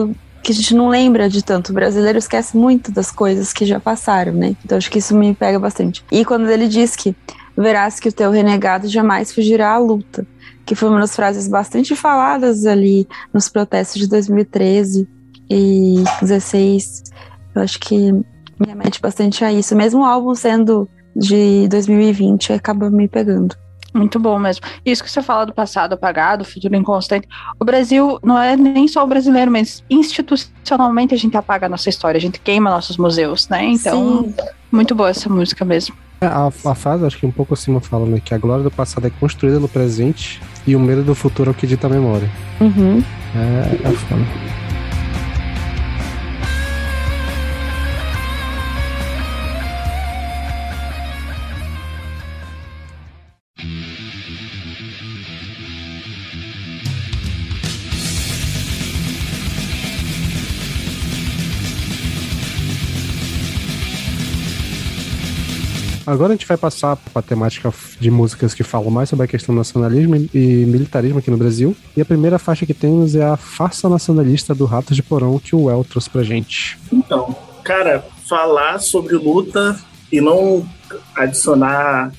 que a gente não lembra de tanto. O brasileiro esquece muito das coisas que já passaram, né? Então acho que isso me pega bastante. E quando ele diz que verás que o teu renegado jamais fugirá à luta, que foi uma das frases bastante faladas ali nos protestos de dois mil e treze e dezesseis, eu acho que me remete bastante a isso. Mesmo o álbum sendo de dois mil e vinte, acaba me pegando. Muito bom mesmo. Isso que você fala do passado apagado, futuro inconstante. O Brasil não é nem só o brasileiro, mas institucionalmente a gente apaga a nossa história, a gente queima nossos museus, né? Então, sim, muito boa essa música mesmo. É, a, a frase, acho que um pouco acima fala, né? Que a glória do passado é construída no presente e o medo do futuro é o que dita a memória. Uhum. É, é foda. Agora a gente vai passar para a temática de músicas que falam mais sobre a questão do nacionalismo e militarismo aqui no Brasil. E a primeira faixa que temos é a Farsa Nacionalista do Ratos de Porão, que o El trouxe pra gente. Então, cara, falar sobre luta e não adicionar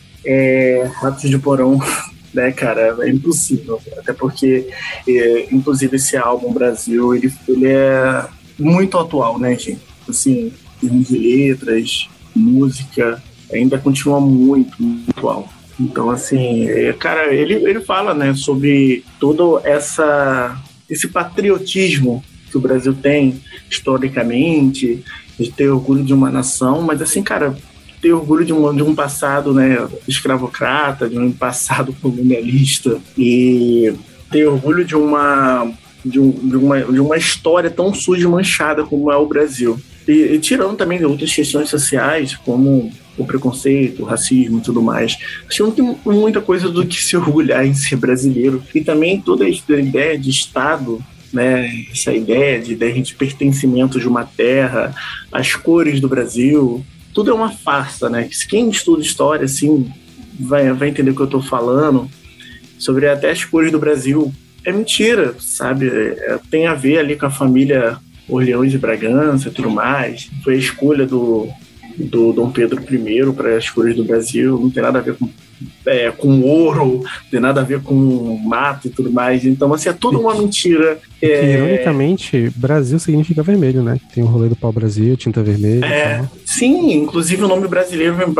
é, Ratos de Porão, né, cara, é impossível. Até porque, é, inclusive, esse álbum Brasil, ele, ele é muito atual, né, gente? Assim, em termos de letras, música, ainda continua muito, muito atual. Então, assim, é, cara, ele, ele fala, né, sobre todo essa, esse patriotismo que o Brasil tem historicamente, de ter orgulho de uma nação, mas, assim, cara, ter orgulho de um, de um passado, né, escravocrata, de um passado colonialista, e ter orgulho de uma, de, um, de, uma, de uma história tão suja e manchada como é o Brasil. E, e tirando também outras questões sociais, como o preconceito, o racismo e tudo mais. Acho que não tem muita coisa do que se orgulhar em ser brasileiro. E também toda a ideia de Estado, né, essa ideia de, de, de pertencimento de uma terra, as cores do Brasil, tudo é uma farsa, né? Quem estuda história, assim, vai, vai entender o que eu estou falando, sobre até as cores do Brasil. É mentira, sabe? É, tem a ver ali com a família Orleans de Bragança e tudo mais. Foi a escolha do... do Dom Pedro I para as cores do Brasil, não tem nada a ver com, é, com ouro, não tem nada a ver com mato e tudo mais. Então, assim, é tudo uma mentira. É... Ironicamente, Brasil significa vermelho, né? Tem o rolê do pau-brasil, tinta vermelha. É, sim, inclusive o nome brasileiro vem,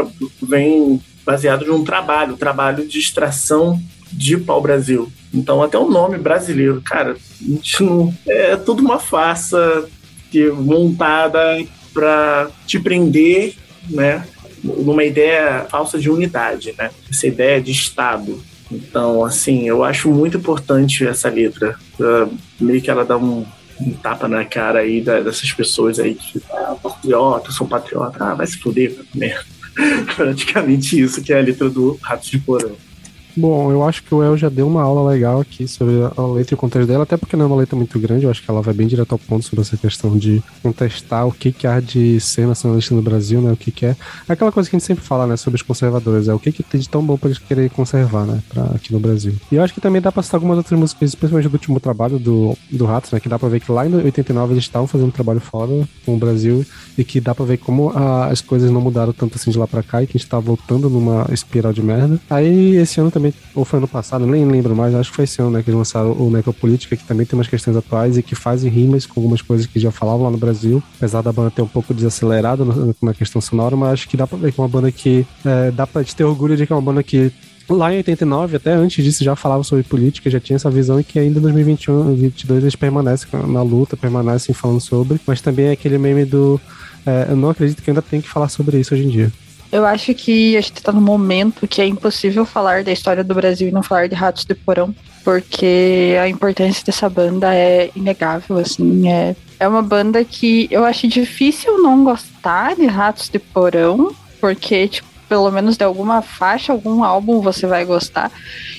vem baseado em um trabalho, trabalho de extração de pau-brasil. Então, até o nome brasileiro, cara, não, é tudo uma farsa que, montada para te prender, né, numa ideia falsa de unidade, né, essa ideia de Estado. Então, assim, eu acho muito importante essa letra, uh, meio que ela dá um, um tapa na cara aí da, dessas pessoas aí que ah, patriota, sou patriota, ah, vai se fuder, merda. Praticamente isso que é a letra do Ratos de Porão. Bom, eu acho que o El já deu uma aula legal aqui sobre a letra e o contexto dela, até porque não é uma letra muito grande, eu acho que ela vai bem direto ao ponto sobre essa questão de contestar o que que há de ser nacionalista no Brasil, né, o que que é. Aquela coisa que a gente sempre fala, né, sobre os conservadores, é o que que tem de tão bom pra eles querer conservar, né, pra, aqui no Brasil. E eu acho que também dá pra citar algumas outras músicas, principalmente do último trabalho do, do Ratos, né, que dá pra ver que lá em oitenta e nove eles estavam fazendo um trabalho foda com o Brasil e que dá pra ver como a, as coisas não mudaram tanto assim de lá pra cá e que a gente tá voltando numa espiral de merda. Aí esse ano também, ou foi ano passado, nem lembro mais, acho que foi esse ano, né, que eles lançaram o Necropolítica, que também tem umas questões atuais e que fazem rimas com algumas coisas que já falavam lá no Brasil, apesar da banda ter um pouco desacelerado na questão sonora, mas acho que dá pra ver que é uma banda que é, dá pra te ter orgulho de que é uma banda que lá em oitenta e nove, até antes disso, já falava sobre política, já tinha essa visão e que ainda em dois mil e vinte e um, dois mil e vinte e dois eles permanecem na luta, permanecem falando sobre, mas também é aquele meme do é, eu não acredito que ainda tem que falar sobre isso hoje em dia. Eu acho que a gente tá num momento que é impossível falar da história do Brasil e não falar de Ratos de Porão, porque a importância dessa banda é inegável, assim, é, é uma banda que eu acho difícil não gostar de Ratos de Porão, porque, tipo, pelo menos de alguma faixa, algum álbum você vai gostar,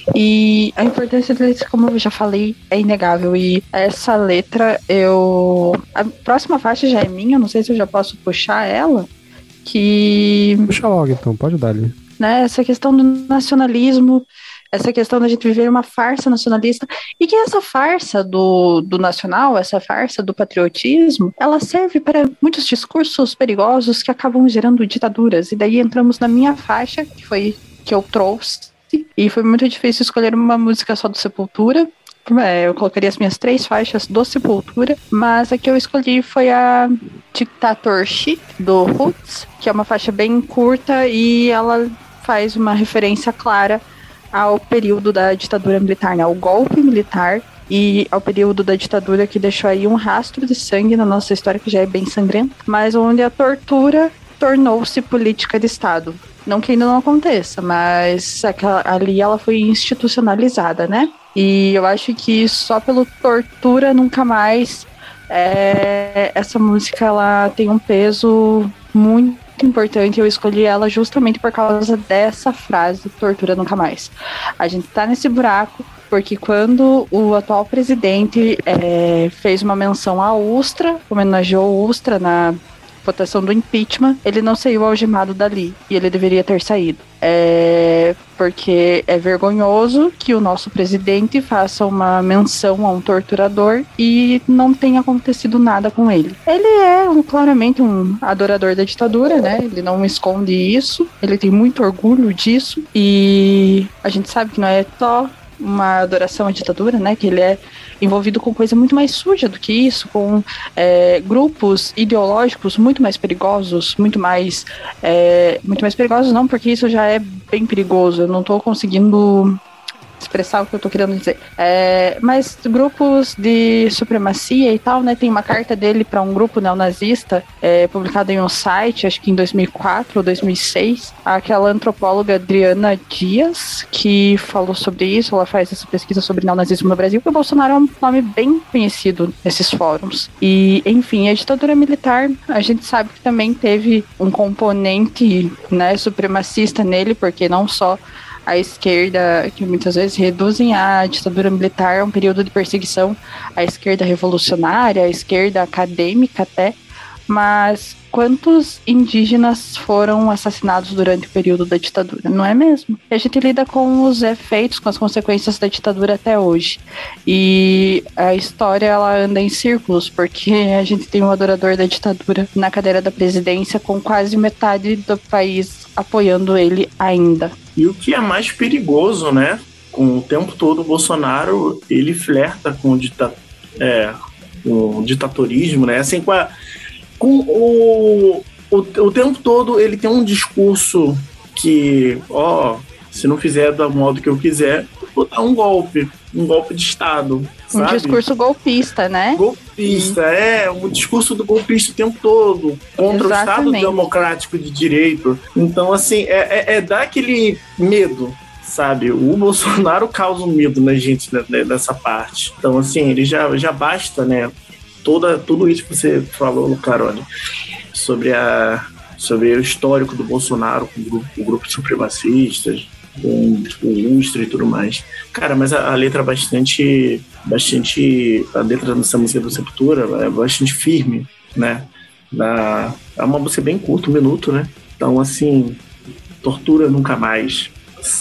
e a importância deles, como eu já falei, é inegável, e essa letra, eu... a próxima faixa já é minha, não sei se eu já posso puxar ela, que... Puxa logo então, pode dar ali. Né, essa questão do nacionalismo essa questão da gente viver uma farsa nacionalista, e que essa farsa do, do nacional, essa farsa do patriotismo, ela serve para muitos discursos perigosos que acabam gerando ditaduras. E daí entramos na minha faixa, que foi que eu trouxe, e foi muito difícil escolher uma música só do Sepultura. É, eu colocaria as minhas três faixas do Sepultura, mas a que eu escolhi foi a Dictatorship, do Roots, que é uma faixa bem curta e ela faz uma referência clara ao período da ditadura militar, né, ao golpe militar e ao período da ditadura que deixou aí um rastro de sangue na nossa história, que já é bem sangrenta, mas onde a tortura tornou-se política de Estado. Não que ainda não aconteça, mas aquela, ali ela foi institucionalizada, né? E eu acho que só pelo Tortura Nunca Mais, é, essa música ela tem um peso muito importante. Eu escolhi ela justamente por causa dessa frase, Tortura Nunca Mais. A gente tá nesse buraco porque quando o atual presidente é, fez uma menção à Ustra, homenageou a Ustra na votação do impeachment, ele não saiu algemado dali, e ele deveria ter saído. É, porque é vergonhoso que o nosso presidente faça uma menção a um torturador e não tenha acontecido nada com ele. Ele é um, claramente um adorador da ditadura, né? Ele não esconde isso, ele tem muito orgulho disso, e a gente sabe que não é só uma adoração à ditadura, né? Que ele é envolvido com coisa muito mais suja do que isso, com é, grupos ideológicos muito mais perigosos, muito mais é, muito mais perigosos não, porque isso já é bem perigoso, eu não tô conseguindo expressar o que eu tô querendo dizer. É, mas grupos de supremacia e tal, né? Tem uma carta dele para um grupo neonazista, é, publicada em um site, acho que em dois mil e quatro ou dois mil e seis. Aquela antropóloga Adriana Dias, que falou sobre isso, ela faz essa pesquisa sobre neonazismo no Brasil, e o Bolsonaro é um nome bem conhecido nesses fóruns. E, enfim, a ditadura militar, a gente sabe que também teve um componente, né, supremacista nele, porque não só a esquerda, que muitas vezes reduzem a ditadura militar a um período de perseguição, a esquerda revolucionária, a esquerda acadêmica até, mas quantos indígenas foram assassinados durante o período da ditadura, não é mesmo? E a gente lida com os efeitos, com as consequências da ditadura até hoje. E a história, ela anda em círculos, porque a gente tem um adorador da ditadura na cadeira da presidência, com quase metade do país apoiando ele ainda. E o que é mais perigoso, né? Com o tempo todo o Bolsonaro, ele flerta com o, dita- é, com o ditatorismo, né? Assim, com, a, com o, o, o tempo todo ele tem um discurso que, ó, se não fizer do modo que eu quiser, eu vou dar um golpe, um golpe de Estado. Um sabe? discurso golpista, né? Golpista, hum. é, um discurso do golpista o tempo todo, contra Exatamente. o Estado democrático de direito. Então, assim, é, é, é dar aquele medo, sabe? O Bolsonaro causa um medo na gente, né, nessa parte. Então, assim, ele já, já basta, né? Toda, tudo isso que você falou, Carole, sobre, a, sobre o histórico do Bolsonaro com o grupo, o grupo de supremacistas, com o Ustra e tudo mais. Cara, mas a, a letra é bastante, bastante... A letra dessa música do Sepultura é bastante firme, né? Da, é uma música bem curta, um minuto, né? Então, assim, Tortura Nunca Mais.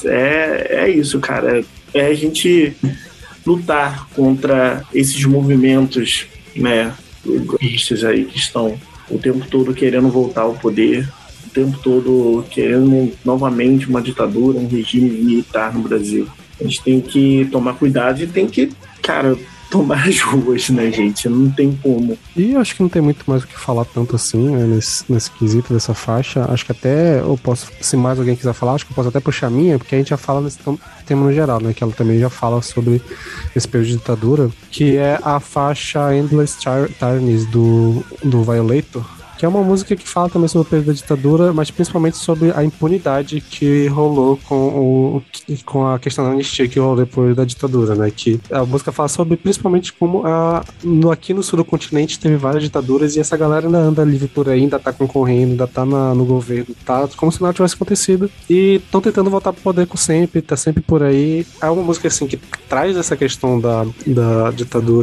É, é isso, cara. É a gente lutar contra esses movimentos, né, egoístas aí que estão o tempo todo querendo voltar ao poder, o tempo todo querendo novamente uma ditadura, um regime militar no Brasil. A gente tem que tomar cuidado e tem que, cara, tomar as ruas, né, gente? Não tem como. E eu acho que não tem muito mais o que falar tanto assim, né, nesse, nesse quesito dessa faixa. Acho que até eu posso, se mais alguém quiser falar, acho que eu posso até puxar a minha, porque a gente já fala nesse tema no geral, né, que ela também já fala sobre esse período de ditadura, que é a faixa Endless Tyrannies do, do Violator, que é uma música que fala também sobre o período da ditadura, mas principalmente sobre a impunidade que rolou com, o, com a questão da anistia que rolou depois da ditadura, né? Que a música fala sobre principalmente como a, no, aqui no sul do continente teve várias ditaduras e essa galera ainda anda livre por aí, ainda tá concorrendo, ainda tá na, no governo, tá como se nada tivesse acontecido e estão tentando voltar pro poder com sempre, tá sempre por aí. É uma música assim que traz essa questão da, da ditadura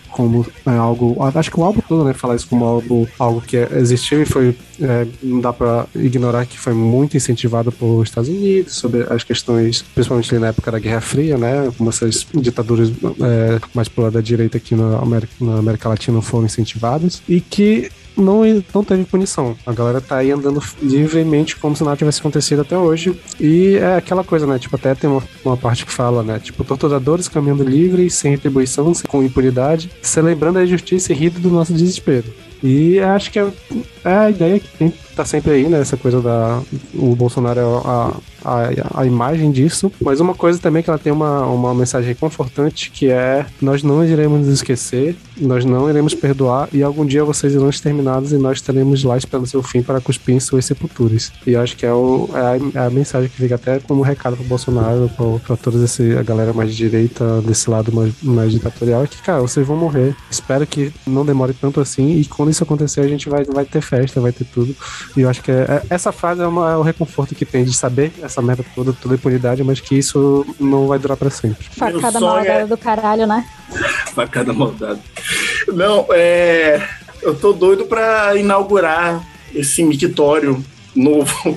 como é, algo... Acho que o álbum todo, né, fala isso como algo, algo que existiu e foi... É, não dá pra ignorar que foi muito incentivado pelos Estados Unidos, sobre as questões, principalmente na época da Guerra Fria, né, como essas ditaduras é, mais pro lado da direita aqui na América, na América Latina foram incentivadas, e que não, não teve punição. A galera tá aí andando livremente como se nada tivesse acontecido até hoje. E é aquela coisa, né? Tipo, até tem uma, uma parte que fala, né? Tipo, torturadores caminhando livres, sem retribuição, com impunidade, celebrando a justiça e rindo do nosso desespero. E acho que é, é a ideia que tem, tá sempre aí, né? Essa coisa da... O Bolsonaro é a, a, a imagem disso. Mas uma coisa também que ela tem uma, uma mensagem confortante, que é: nós não iremos nos esquecer, nós não iremos perdoar, e algum dia vocês irão exterminados e nós estaremos lá esperando seu fim para cuspir em suas sepulturas. E eu acho que é, o, é, a, é a mensagem que fica até como recado pro Bolsonaro, pra toda a galera mais de direita, desse lado mais, mais ditatorial, é que, cara, vocês vão morrer. Espero que não demore tanto assim, e quando isso acontecer a gente vai, vai ter festa, vai ter tudo. E eu acho que é, é, essa frase é, uma, é o reconforto que tem de saber essa merda toda, toda a impunidade, mas que isso não vai durar pra sempre. Facada maldada é... do caralho, né? Facada maldada. Não, é... eu tô doido pra inaugurar esse mictório novo.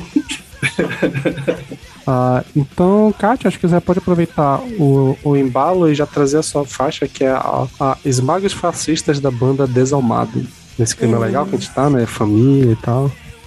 Ah, então, Kátia, acho que você pode aproveitar o, o embalo e já trazer a sua faixa, que é a, a Esmaga os Fascistas da banda Desalmado. Nesse clima uhum. legal que a gente tá, né? Família e tal.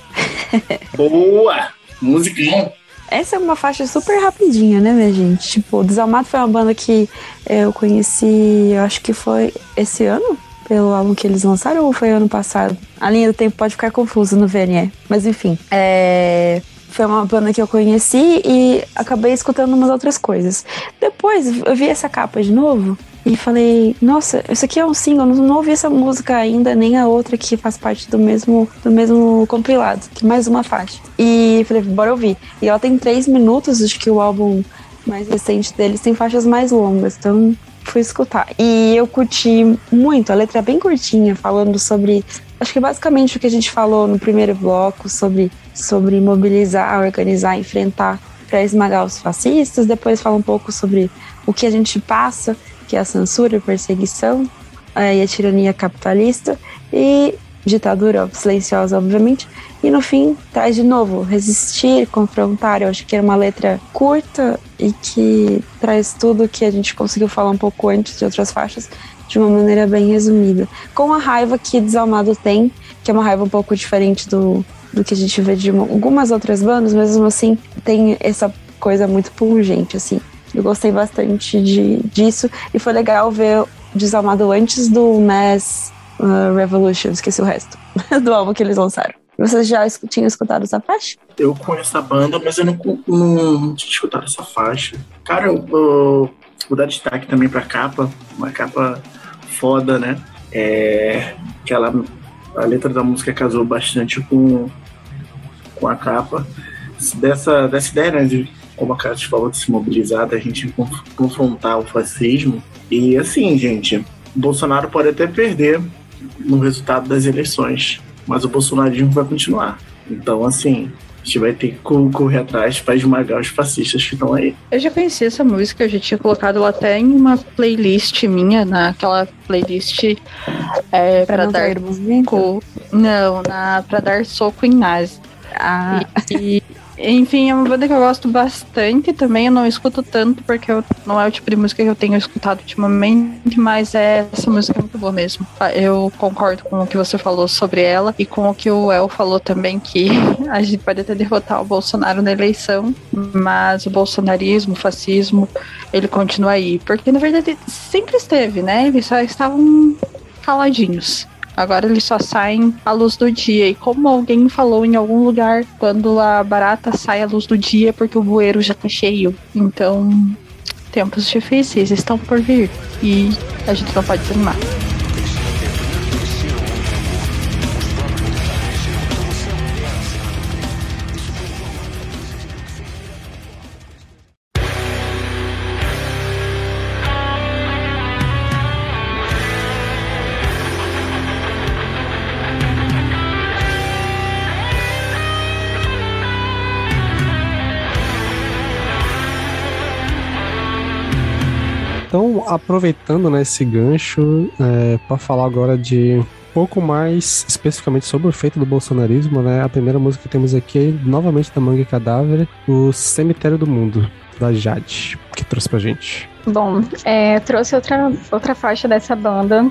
Boa! Musicão! Essa é uma faixa super rapidinha, né, minha gente? Tipo, Desalmado foi uma banda que eu conheci, eu acho que foi esse ano, pelo álbum que eles lançaram, ou foi ano passado? A linha do tempo pode ficar confusa no V N E. Mas enfim, é... foi uma banda que eu conheci e acabei escutando umas outras coisas. Depois eu vi essa capa de novo e falei, nossa, isso aqui é um single, não, não ouvi essa música ainda, nem a outra que faz parte do mesmo, do mesmo compilado, que mais uma faixa. E falei, bora ouvir. E ela tem três minutos, acho que o álbum mais recente deles tem faixas mais longas, então fui escutar. E eu curti muito, a letra é bem curtinha, falando sobre, acho que basicamente o que a gente falou no primeiro bloco, sobre, sobre mobilizar, organizar, enfrentar para esmagar os fascistas. Depois fala um pouco sobre o que a gente passa, que é a censura, a perseguição é, e a tirania capitalista e ditadura silenciosa, obviamente. E no fim traz de novo resistir, confrontar. Eu acho que era uma letra curta e que traz tudo que a gente conseguiu falar um pouco antes de outras faixas de uma maneira bem resumida, com a raiva que Desalmado tem, que é uma raiva um pouco diferente do, do que a gente vê de algumas outras bandas, mas mesmo assim tem essa coisa muito pungente, assim. Eu gostei bastante de, disso, e foi legal ver Desalmado antes do Mass uh, Revolution, esqueci o resto, do álbum que eles lançaram. Vocês já tinham escutado essa faixa? Eu conheço a banda, mas eu não, não, não tinha escutado essa faixa. Cara, eu, eu vou dar destaque também pra capa, uma capa foda, né? É, que ela, a letra da música casou bastante com, com a capa. Dessa, dessa ideia, né, de, como a Kátia falou, de se mobilizar, da gente confrontar o fascismo. E assim, gente, o Bolsonaro pode até perder no resultado das eleições, mas o bolsonarismo vai continuar. Então, assim, a gente vai ter que correr atrás para esmagar os fascistas que estão aí. Eu já conheci essa música, eu já tinha colocado ela até em uma playlist minha, naquela playlist é, para dar soco. Não, na, pra dar soco em nazi. Ah. E, e, enfim, é uma banda que eu gosto bastante também. Eu não escuto tanto porque eu, não é o tipo de música que eu tenho escutado ultimamente, mas é, essa música é muito boa mesmo. Eu concordo com o que você falou sobre ela e com o que o El falou também, que a gente pode até derrotar o Bolsonaro na eleição, mas o bolsonarismo, o fascismo, ele continua aí. Porque na verdade sempre esteve, né? Eles só estavam caladinhos. Agora eles só saem à luz do dia. E como alguém falou em algum lugar, quando a barata sai à luz do dia é porque o bueiro já tá cheio. Então, tempos difíceis estão por vir. E a gente não pode desanimar. Então, aproveitando, né, esse gancho, é, para falar agora de um pouco mais especificamente sobre o efeito do bolsonarismo, né? A primeira música que temos aqui é novamente da Mangue Cadáver, o Cemitério do Mundo, da Jade, que trouxe pra gente. Bom, é, trouxe outra, outra faixa dessa banda.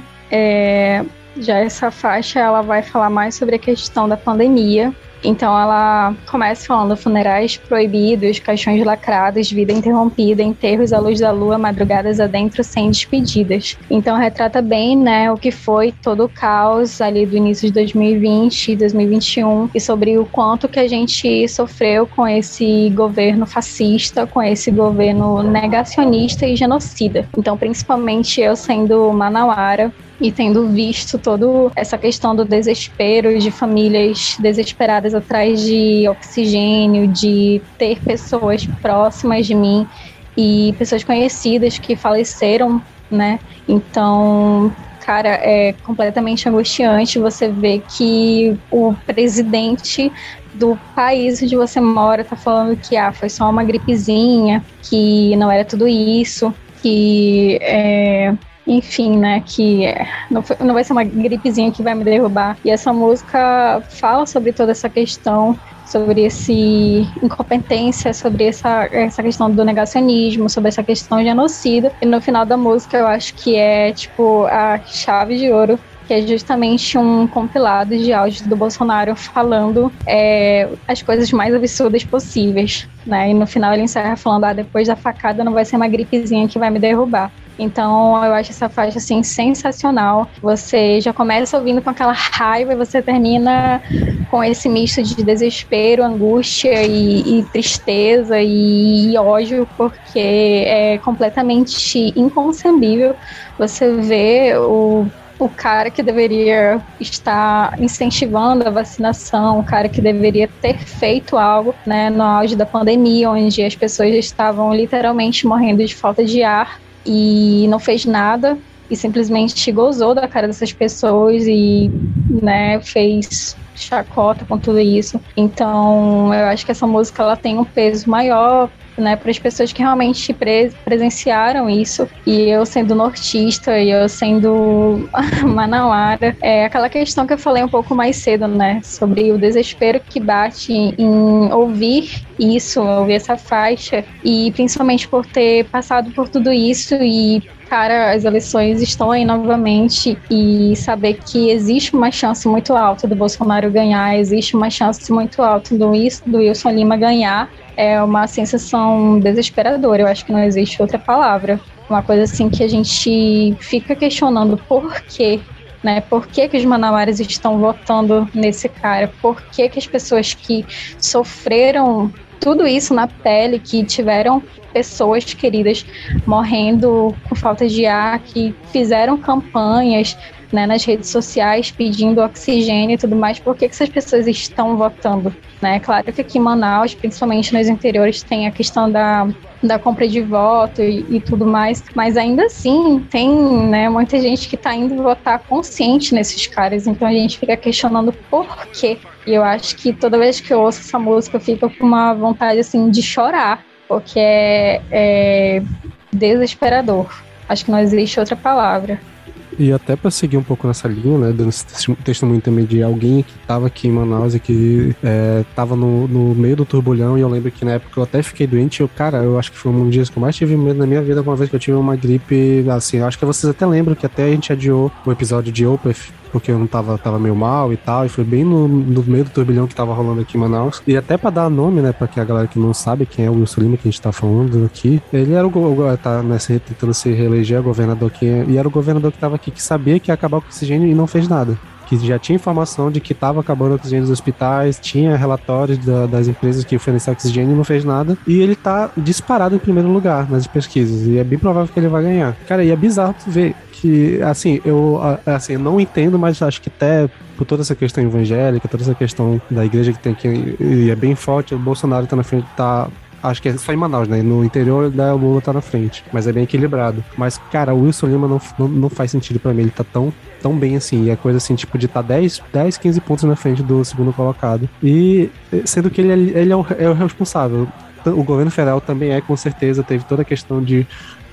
É, já essa faixa ela vai falar mais sobre a questão da pandemia. Então ela começa falando funerais proibidos, caixões lacrados, vida interrompida, enterros à luz da lua, madrugadas adentro sem despedidas. Então retrata bem, né, o que foi todo o caos ali do início de dois mil e vinte e dois mil e vinte e um e sobre o quanto que a gente sofreu com esse governo fascista, com esse governo negacionista e genocida. Então principalmente eu sendo manauara, e tendo visto toda essa questão do desespero de famílias desesperadas atrás de oxigênio, de ter pessoas próximas de mim e pessoas conhecidas que faleceram, né? Então, cara, é completamente angustiante você ver que o presidente do país onde você mora tá falando que ah, foi só uma gripezinha, que não era tudo isso, que é... enfim, né, que não, foi, não vai ser uma gripezinha que vai me derrubar. E essa música fala sobre toda essa questão, sobre esse incompetência, sobre essa, essa questão do negacionismo, sobre essa questão genocida. E no final da música eu acho que é, tipo, a chave de ouro, que é justamente um compilado de áudios do Bolsonaro falando é, as coisas mais absurdas possíveis, né? E no final ele encerra falando, ah, depois da facada não vai ser uma gripezinha que vai me derrubar. Então eu acho essa faixa assim sensacional. Você já começa ouvindo com aquela raiva e você termina com esse misto de desespero, angústia e, e tristeza e, e ódio, porque é completamente inconcebível você ver o o cara que deveria estar incentivando a vacinação, o cara que deveria ter feito algo, né, no auge da pandemia, onde as pessoas estavam literalmente morrendo de falta de ar e não fez nada e simplesmente gozou da cara dessas pessoas e, né, fez chacota com tudo isso. Então eu acho que essa música ela tem um peso maior, né, para as pessoas que realmente pre- presenciaram isso. E eu sendo nortista e eu sendo manauara, é aquela questão que eu falei um pouco mais cedo, né, sobre o desespero que bate em ouvir isso, ouvir essa faixa, e principalmente por ter passado por tudo isso e cara, as eleições estão aí novamente e saber que existe uma chance muito alta do Bolsonaro ganhar, existe uma chance muito alta do, do Wilson Lima ganhar, é uma sensação desesperadora. Eu acho que não existe outra palavra. Uma coisa assim que a gente fica questionando por quê, né? Por que que os manauaras estão votando nesse cara? Por que que as pessoas que sofreram tudo isso na pele, que tiveram pessoas queridas morrendo com falta de ar, que fizeram campanhas, né, nas redes sociais pedindo oxigênio e tudo mais, por que que essas pessoas estão votando? Né? Claro que aqui em Manaus, principalmente nos interiores, tem a questão da, da compra de voto e, e tudo mais, mas ainda assim tem, né, muita gente que está indo votar consciente nesses caras, então a gente fica questionando por quê. E eu acho que toda vez que eu ouço essa música eu fico com uma vontade assim de chorar, porque é, é desesperador. Acho que não existe outra palavra. E até pra seguir um pouco nessa linha, né, dando esse testemunho também de alguém que tava aqui em Manaus e que é, tava no, no meio do turbulhão, e eu lembro que na época eu até fiquei doente, eu, cara, eu acho que foi um dos dias que eu mais tive medo na minha vida, uma vez que eu tive uma gripe, assim, eu acho que vocês até lembram que até a gente adiou o episódio de Opeth, porque eu não tava, tava meio mal e tal, e foi bem no, no meio do turbilhão que tava rolando aqui em Manaus. E até pra dar nome, né, pra que a galera que não sabe quem é o Wilson Lima, que a gente tá falando aqui, ele era o, o tá, né, tentando se reeleger governador aqui, e era o governador que tava aqui, que sabia que ia acabar o oxigênio e não fez nada. Que já tinha informação de que estava acabando o oxigênio dos hospitais, tinha relatórios da, das empresas que forneciam oxigênio e não fez nada. E ele tá disparado em primeiro lugar nas pesquisas. E é bem provável que ele vai ganhar. Cara, e é bizarro tu ver que, assim, eu assim, eu não entendo, mas acho que até por toda essa questão evangélica, toda essa questão da igreja que tem aqui, e é bem forte, o Bolsonaro tá na frente, tá... Acho que é só em Manaus, né? No interior, da Lula tá na frente. Mas é bem equilibrado. Mas, cara, o Wilson Lima não, não, não faz sentido pra mim. Ele tá tão, tão bem assim. E é coisa assim, tipo, de tá dez, quinze pontos na frente do segundo colocado. E sendo que ele, ele é, o, é o responsável. O governo federal também é, com certeza. Teve toda a questão de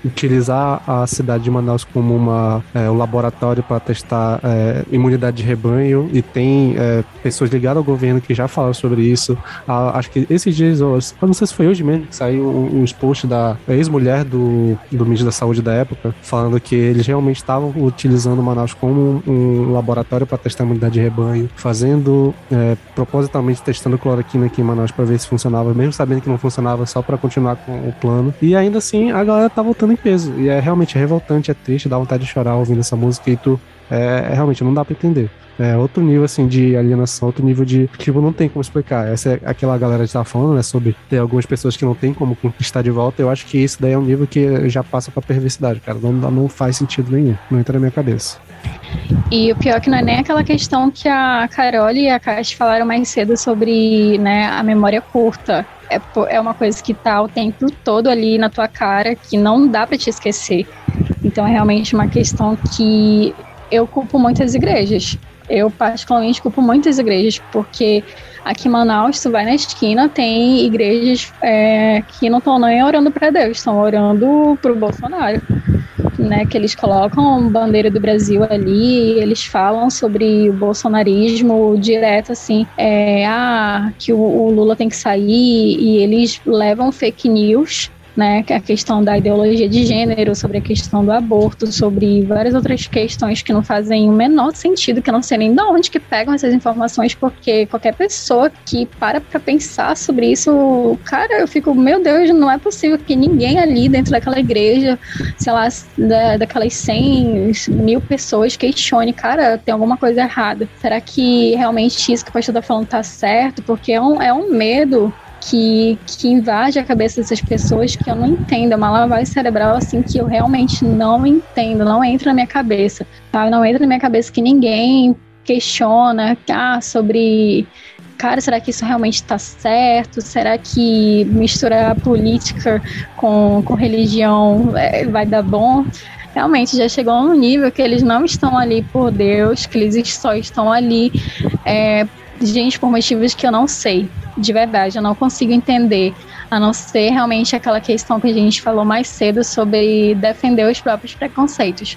utilizar a cidade de Manaus como uma, é, um laboratório para testar é, imunidade de rebanho, e tem é, pessoas ligadas ao governo que já falaram sobre isso. Ah, acho que esses dias, eu não sei se foi hoje mesmo, que saiu uns posts da ex-mulher do, do ministro da Saúde da época, falando que eles realmente estavam utilizando Manaus como um laboratório para testar a imunidade de rebanho, fazendo, é, propositalmente testando cloroquina aqui em Manaus para ver se funcionava, mesmo sabendo que não funcionava, só para continuar com o plano. E ainda assim, a galera tá voltando em peso. E é realmente revoltante, é triste, dá vontade de chorar ouvindo essa música, e tu, é, é realmente não dá para entender. É outro nível, assim, de alienação, outro nível de, tipo, não tem como explicar. Essa é aquela galera que tava falando, né, sobre ter algumas pessoas que não tem como conquistar de volta. Eu acho que isso daí é um nível que já passa pra perversidade, cara. Não, não faz sentido nenhum, não entra na minha cabeça. E o pior é que não é nem aquela questão que a Carol e a Caixa falaram mais cedo sobre, né, a memória curta. É, é uma coisa que tá o tempo todo ali na tua cara, que não dá pra te esquecer. Então é realmente uma questão que eu culpo muitas igrejas. Eu particularmente culpo muitas igrejas, porque aqui em Manaus, tu vai na esquina, tem igrejas é, que não estão nem orando para Deus, estão orando pro Bolsonaro, né? Que eles colocam bandeira do Brasil ali, eles falam sobre o bolsonarismo direto, assim, é, ah, que o, o Lula tem que sair, e eles levam fake news, né, a questão da ideologia de gênero, sobre a questão do aborto, sobre várias outras questões que não fazem o menor sentido, que eu não sei nem de onde que pegam essas informações, porque qualquer pessoa que para pra pensar sobre isso, cara, eu fico, meu Deus, não é possível que ninguém ali dentro daquela igreja, sei lá, da, daquelas cem mil pessoas questione, cara, tem alguma coisa errada. Será que realmente isso que o pastor tá falando tá certo? Porque é um, é um medo Que, que invade a cabeça dessas pessoas que eu não entendo, é uma lavagem cerebral assim que eu realmente não entendo, não entra na minha cabeça, tá? Não entra na minha cabeça que ninguém questiona ah, sobre, cara, será que isso realmente está certo? Será que misturar política com, com religião é, vai dar bom? Realmente já chegou a um nível que eles não estão ali por Deus, que eles só estão ali é, gente, por motivos que eu não sei, de verdade, eu não consigo entender, a não ser realmente aquela questão que a gente falou mais cedo sobre defender os próprios preconceitos,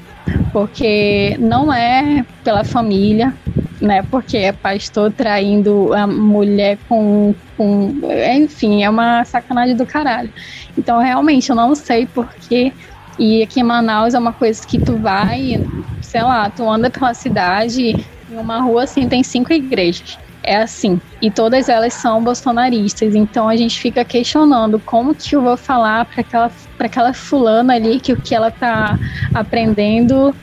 porque não é pela família, né, porque é pastor traindo a mulher com, com, enfim, é uma sacanagem do caralho. Então, realmente, eu não sei porquê. E aqui em Manaus é uma coisa que tu vai, sei lá, tu anda pela cidade, em uma rua assim tem cinco igrejas. É assim, e todas elas são bolsonaristas, então a gente fica questionando como que eu vou falar para aquela, para aquela fulana ali que o que ela tá aprendendo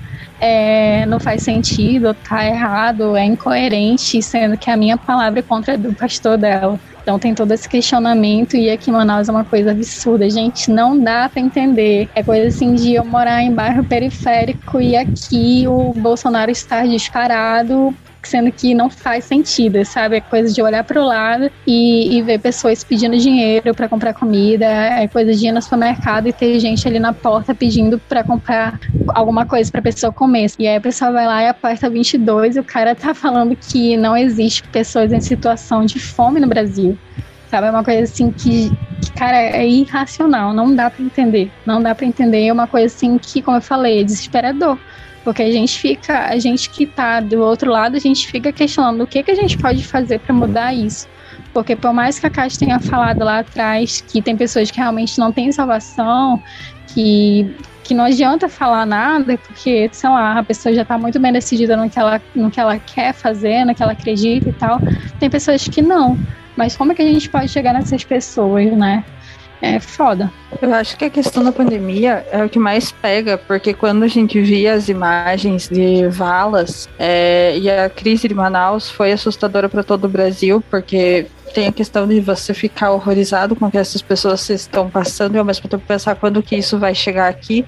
é, não faz sentido, tá errado, é incoerente, sendo que a minha palavra é contra a do pastor dela. Então tem todo esse questionamento, e aqui em Manaus é uma coisa absurda, gente, não dá pra entender. É coisa assim de eu morar em bairro periférico e aqui o Bolsonaro estar descarado, sendo que não faz sentido, sabe? É coisa de olhar pro lado e, e ver pessoas pedindo dinheiro pra comprar comida, é coisa de ir no supermercado e ter gente ali na porta pedindo pra comprar alguma coisa pra pessoa comer. E aí a pessoa vai lá e aperta vinte e dois e o cara tá falando que não existe pessoas em situação de fome no Brasil. Sabe? É uma coisa assim que, que, cara, é irracional, não dá pra entender. Não dá pra entender, é uma coisa assim que, como eu falei, é desesperador. Porque a gente fica, a gente que tá do outro lado, a gente fica questionando o que, que a gente pode fazer para mudar isso. Porque por mais que a Cátia tenha falado lá atrás que tem pessoas que realmente não têm salvação, que, que não adianta falar nada, porque, sei lá, a pessoa já tá muito bem decidida no que ela, no que ela quer fazer, no que ela acredita e tal. Tem pessoas que não. Mas como é que a gente pode chegar nessas pessoas, né? É foda. Eu acho que a questão da pandemia é o que mais pega, porque quando a gente via as imagens de valas, é, e a crise de Manaus foi assustadora para todo o Brasil, porque tem a questão de você ficar horrorizado com o que essas pessoas estão passando e ao mesmo tempo pensar quando que isso vai chegar aqui.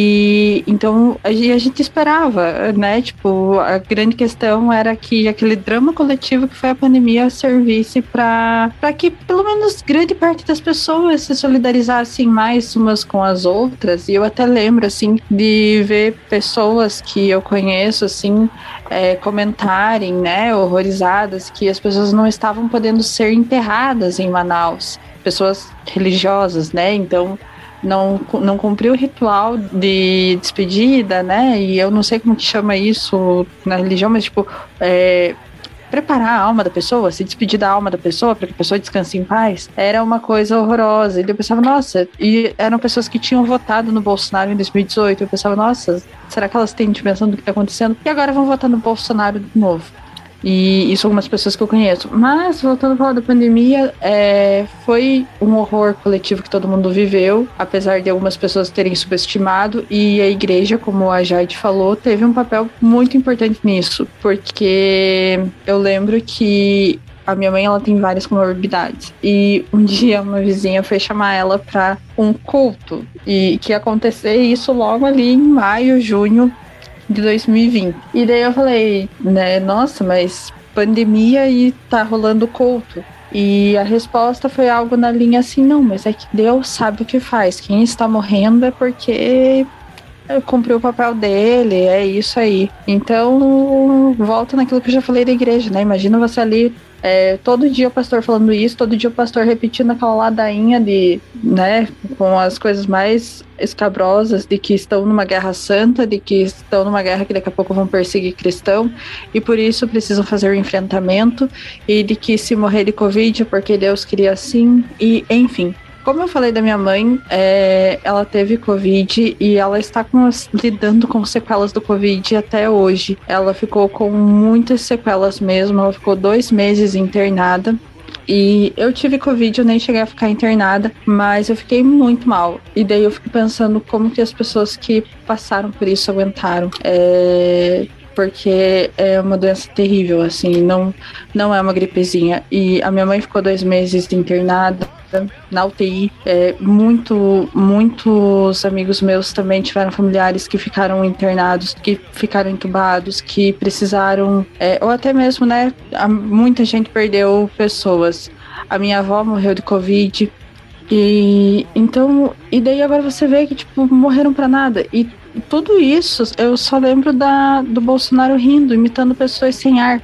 E então a gente esperava, né? Tipo, a grande questão era que aquele drama coletivo que foi a pandemia servisse para para que pelo menos grande parte das pessoas se solidarizassem mais umas com as outras. E eu até lembro, assim, de ver pessoas que eu conheço, assim, é, comentarem, né, horrorizadas, que as pessoas não estavam podendo ser enterradas em Manaus, pessoas religiosas, né, então não, não cumpriu o ritual de despedida, né? E eu não sei como que chama isso na religião, mas tipo, é, preparar a alma da pessoa, se despedir da alma da pessoa para que a pessoa descanse em paz, era uma coisa horrorosa. E eu pensava, nossa, e eram pessoas que tinham votado no Bolsonaro em dois mil e dezoito. Eu pensava, nossa, será que elas têm dimensão do que está acontecendo? E agora vão votar no Bolsonaro de novo. E isso algumas pessoas que eu conheço. Mas, voltando a falar da pandemia, é, foi um horror coletivo que todo mundo viveu, apesar de algumas pessoas terem subestimado, e a igreja, como a Jade falou, teve um papel muito importante nisso, porque eu lembro que a minha mãe, ela tem várias comorbidades, e um dia uma vizinha foi chamar ela para um culto, e que ia acontecer isso logo ali em maio, junho de dois mil e vinte. E daí eu falei, né, nossa, mas pandemia e tá rolando culto. E a resposta foi algo na linha assim, não, mas é que Deus sabe o que faz. Quem está morrendo é porque cumpriu o papel dele, é isso aí. Então, volta naquilo que eu já falei da igreja, né? Imagina você ali, é, todo dia o pastor falando isso, todo dia o pastor repetindo aquela ladainha de, né, com as coisas mais escabrosas de que estão numa guerra santa, de que estão numa guerra que daqui a pouco vão perseguir cristão e por isso precisam fazer o enfrentamento, e de que se morrer de Covid é porque Deus queria assim, e enfim. Como eu falei da minha mãe, é, ela teve Covid e ela está com as, lidando com sequelas do Covid até hoje. Ela ficou com muitas sequelas mesmo, ela ficou dois meses internada. E eu tive Covid, eu nem cheguei a ficar internada, mas eu fiquei muito mal. E daí eu fico pensando como que as pessoas que passaram por isso aguentaram. É... porque é uma doença terrível, assim, não, não é uma gripezinha. E a minha mãe ficou dois meses internada na U T I. É, muito, muitos amigos meus também tiveram familiares que ficaram internados, que ficaram entubados, que precisaram, é, ou até mesmo, né, muita gente perdeu pessoas. A minha avó morreu de Covid. E então, e daí agora você vê que, tipo, morreram pra nada. E tudo isso, eu só lembro da, do Bolsonaro rindo, imitando pessoas sem ar.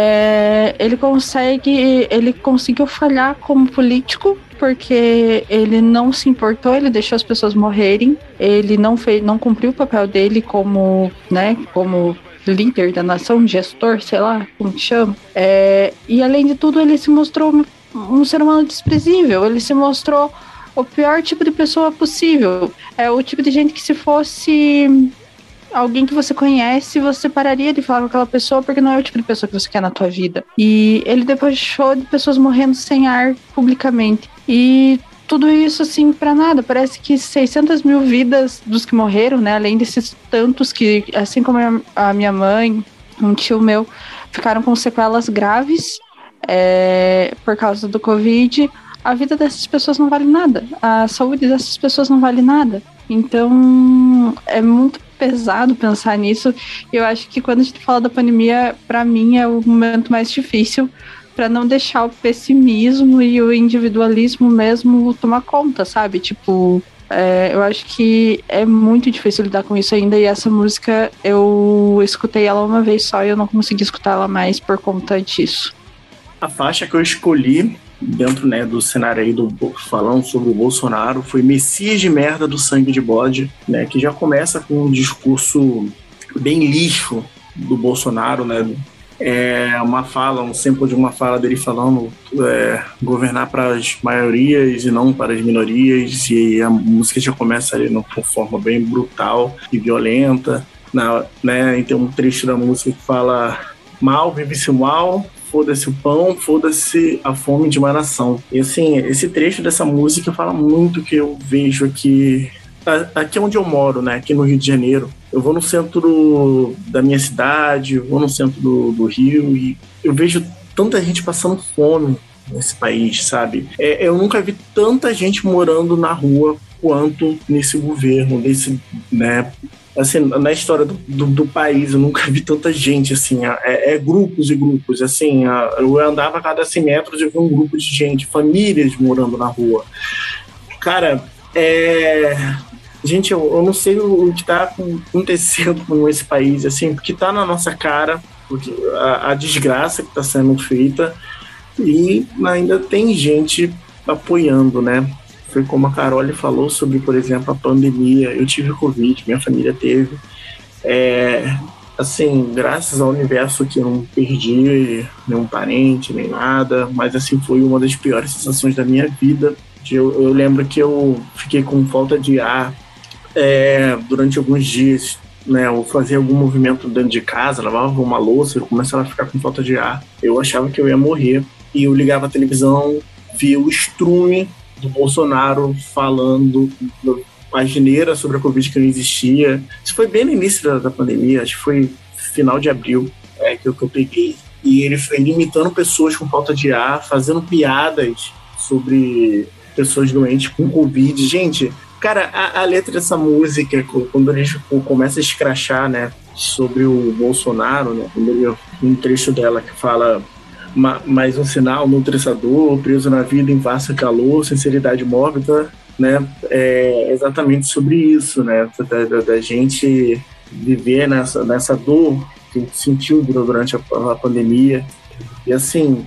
É, ele consegue, ele conseguiu falhar como político, porque ele não se importou, ele deixou as pessoas morrerem, ele não fez, não cumpriu o papel dele como, né, como líder da nação, gestor, sei lá, como que chama. É, e além de tudo, ele se mostrou um ser humano desprezível, ele se mostrou o pior tipo de pessoa possível. É o tipo de gente que, se fosse alguém que você conhece, você pararia de falar com aquela pessoa, porque não é o tipo de pessoa que você quer na tua vida. E ele depois deixou de pessoas morrendo sem ar publicamente. E tudo isso, assim, pra nada. Parece que seiscentas mil vidas dos que morreram, né, além desses tantos que, assim como a minha mãe, um tio meu, ficaram com sequelas graves é, por causa do Covid. A vida dessas pessoas não vale nada. A saúde dessas pessoas não vale nada. Então, é muito pesado pensar nisso. E eu acho que quando a gente fala da pandemia, para mim é o momento mais difícil, para não deixar o pessimismo e o individualismo mesmo tomar conta, sabe? Tipo, é, eu acho que é muito difícil lidar com isso ainda. E essa música, eu escutei ela uma vez só e eu não consegui escutar ela mais por conta disso. A faixa que eu escolhi dentro, né, do cenário aí do falando sobre o Bolsonaro foi Messias de Merda do Sangue de Bode, né, que já começa com um discurso bem lixo do Bolsonaro, né, é uma fala, um sample de uma fala dele falando é, governar para as maiorias e não para as minorias, e a música já começa ali numa forma bem brutal e violenta, na, né, e tem um trecho da música que fala: mal, vive-se mal, foda-se o pão, foda-se a fome de uma nação. E assim, esse trecho dessa música fala muito que eu vejo aqui, aqui onde eu moro, né, aqui no Rio de Janeiro. Eu vou no centro do, da minha cidade, eu vou no centro do, do Rio e eu vejo tanta gente passando fome nesse país, sabe? É, eu nunca vi tanta gente morando na rua quanto nesse governo, nesse, né, assim, na história do, do, do país, eu nunca vi tanta gente, assim, é, é grupos e grupos, assim, eu andava a cada cem metros e vi um grupo de gente, famílias morando na rua. Cara, é... gente, eu, eu não sei o que está acontecendo com esse país, assim, porque está na nossa cara, porque a, a desgraça que está sendo feita, e ainda tem gente apoiando, né? foi como a Carole falou sobre, por exemplo, a pandemia. Eu tive Covid, minha família teve. É, assim, graças ao universo que eu não perdi nenhum parente, nem nada, mas assim, foi uma das piores sensações da minha vida. Eu, eu lembro que eu fiquei com falta de ar é, durante alguns dias, né? Eu fazia algum movimento dentro de casa, lavava uma louça, eu começava a ficar com falta de ar. Eu achava que eu ia morrer. E eu ligava a televisão, via o estrume do Bolsonaro falando asneira sobre a Covid que não existia. Isso foi bem no início da, da pandemia, acho que foi final de abril é, que, eu, que eu peguei. E ele foi limitando pessoas com falta de ar, fazendo piadas sobre pessoas doentes com Covid. Gente, cara, a, a letra dessa música, quando ele tipo, começa a escrachar, né, sobre o Bolsonaro, né, quando ele, um trecho dela que fala ma, mais um sinal, no traçador, preso na vida em vasta calor, sinceridade mórbida, né, é exatamente sobre isso, né, da, da, da gente viver nessa, nessa dor que a gente sentiu durante a, a pandemia, e assim,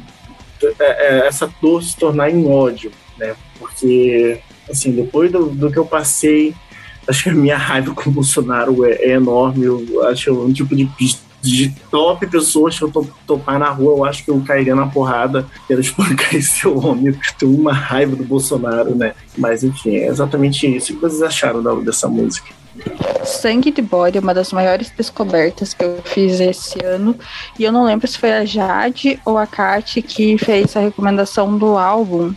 essa dor se tornar em ódio, né, porque, assim, depois do, do que eu passei, acho que a minha raiva com o Bolsonaro é, é enorme. Eu acho que é um tipo de, de top pessoas que eu to, topar na rua, eu acho que eu cairia na porrada, quero espancar esse homem, porque eu tenho uma raiva do Bolsonaro, né? Mas, enfim, é exatamente isso. O que vocês acharam da, dessa música? Sangue de Bode é uma das maiores descobertas que eu fiz esse ano, e eu não lembro se foi a Jade ou a Kati que fez a recomendação do álbum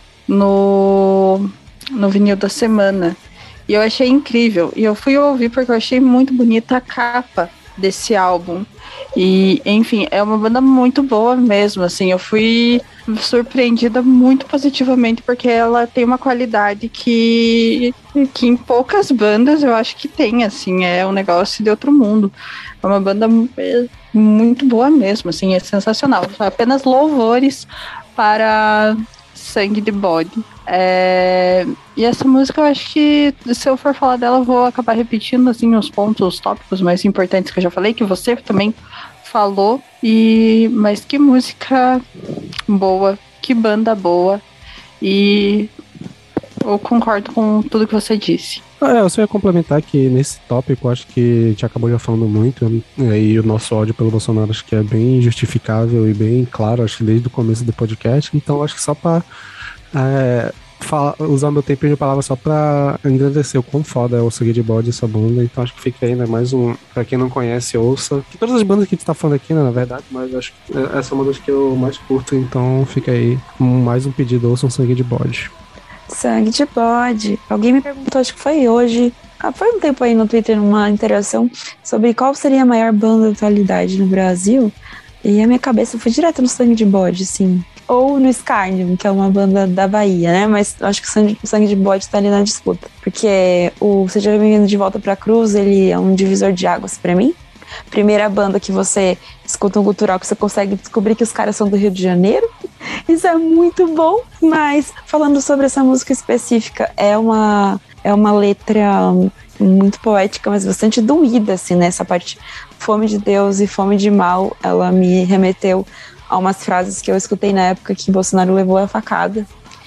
no, no vinil da semana, e eu achei incrível, e eu fui ouvir porque eu achei muito bonita a capa desse álbum, e enfim, é uma banda muito boa mesmo, assim, eu fui surpreendida muito positivamente, porque ela tem uma qualidade que, que em poucas bandas eu acho que tem, assim, é um negócio de outro mundo, é uma banda muito boa mesmo, assim, é sensacional, apenas louvores para Sangue de Bode. É... E essa música eu acho que, se eu for falar dela, eu vou acabar repetindo assim os pontos, os tópicos mais importantes que eu já falei, que você também falou. E mas que música boa, que banda boa. E eu concordo com tudo que você disse. É, eu só ia complementar que nesse tópico, acho que a gente acabou já falando muito, né, e o nosso ódio pelo Bolsonaro acho que é bem justificável e bem claro, acho que desde o começo do podcast, então acho que só pra é, falar, usar meu tempo de palavra só pra engrandecer o quão foda é o Sangue de Bode, essa banda, então acho que fica ainda mais um, pra quem não conhece, ouça, que todas as bandas que a gente tá falando aqui, né, na verdade, mas acho que essa é uma das que eu mais curto, então fica aí mais um pedido, ouçam Sangue de Bode. Sangue de Bode. Alguém me perguntou, acho que foi hoje, ah, foi um tempo aí no Twitter, numa interação, sobre qual seria a maior banda da atualidade no Brasil, e a minha cabeça foi direto no Sangue de Bode, assim. Ou no Scarnium, que é uma banda da Bahia, né? Mas acho que o Sangue, o Sangue de Bode tá ali na disputa. Porque o Seja Bem-vindo de Volta pra Cruz, ele é um divisor de águas pra mim. Primeira banda que você escuta um cultural que você consegue descobrir que os caras são do Rio de Janeiro. Isso é muito bom. Mas falando sobre essa música específica, é uma, é uma letra muito poética, mas bastante doída, assim, né? Essa parte fome de Deus e fome de mal, ela me remeteu a umas frases que eu escutei na época que Bolsonaro levou a facada,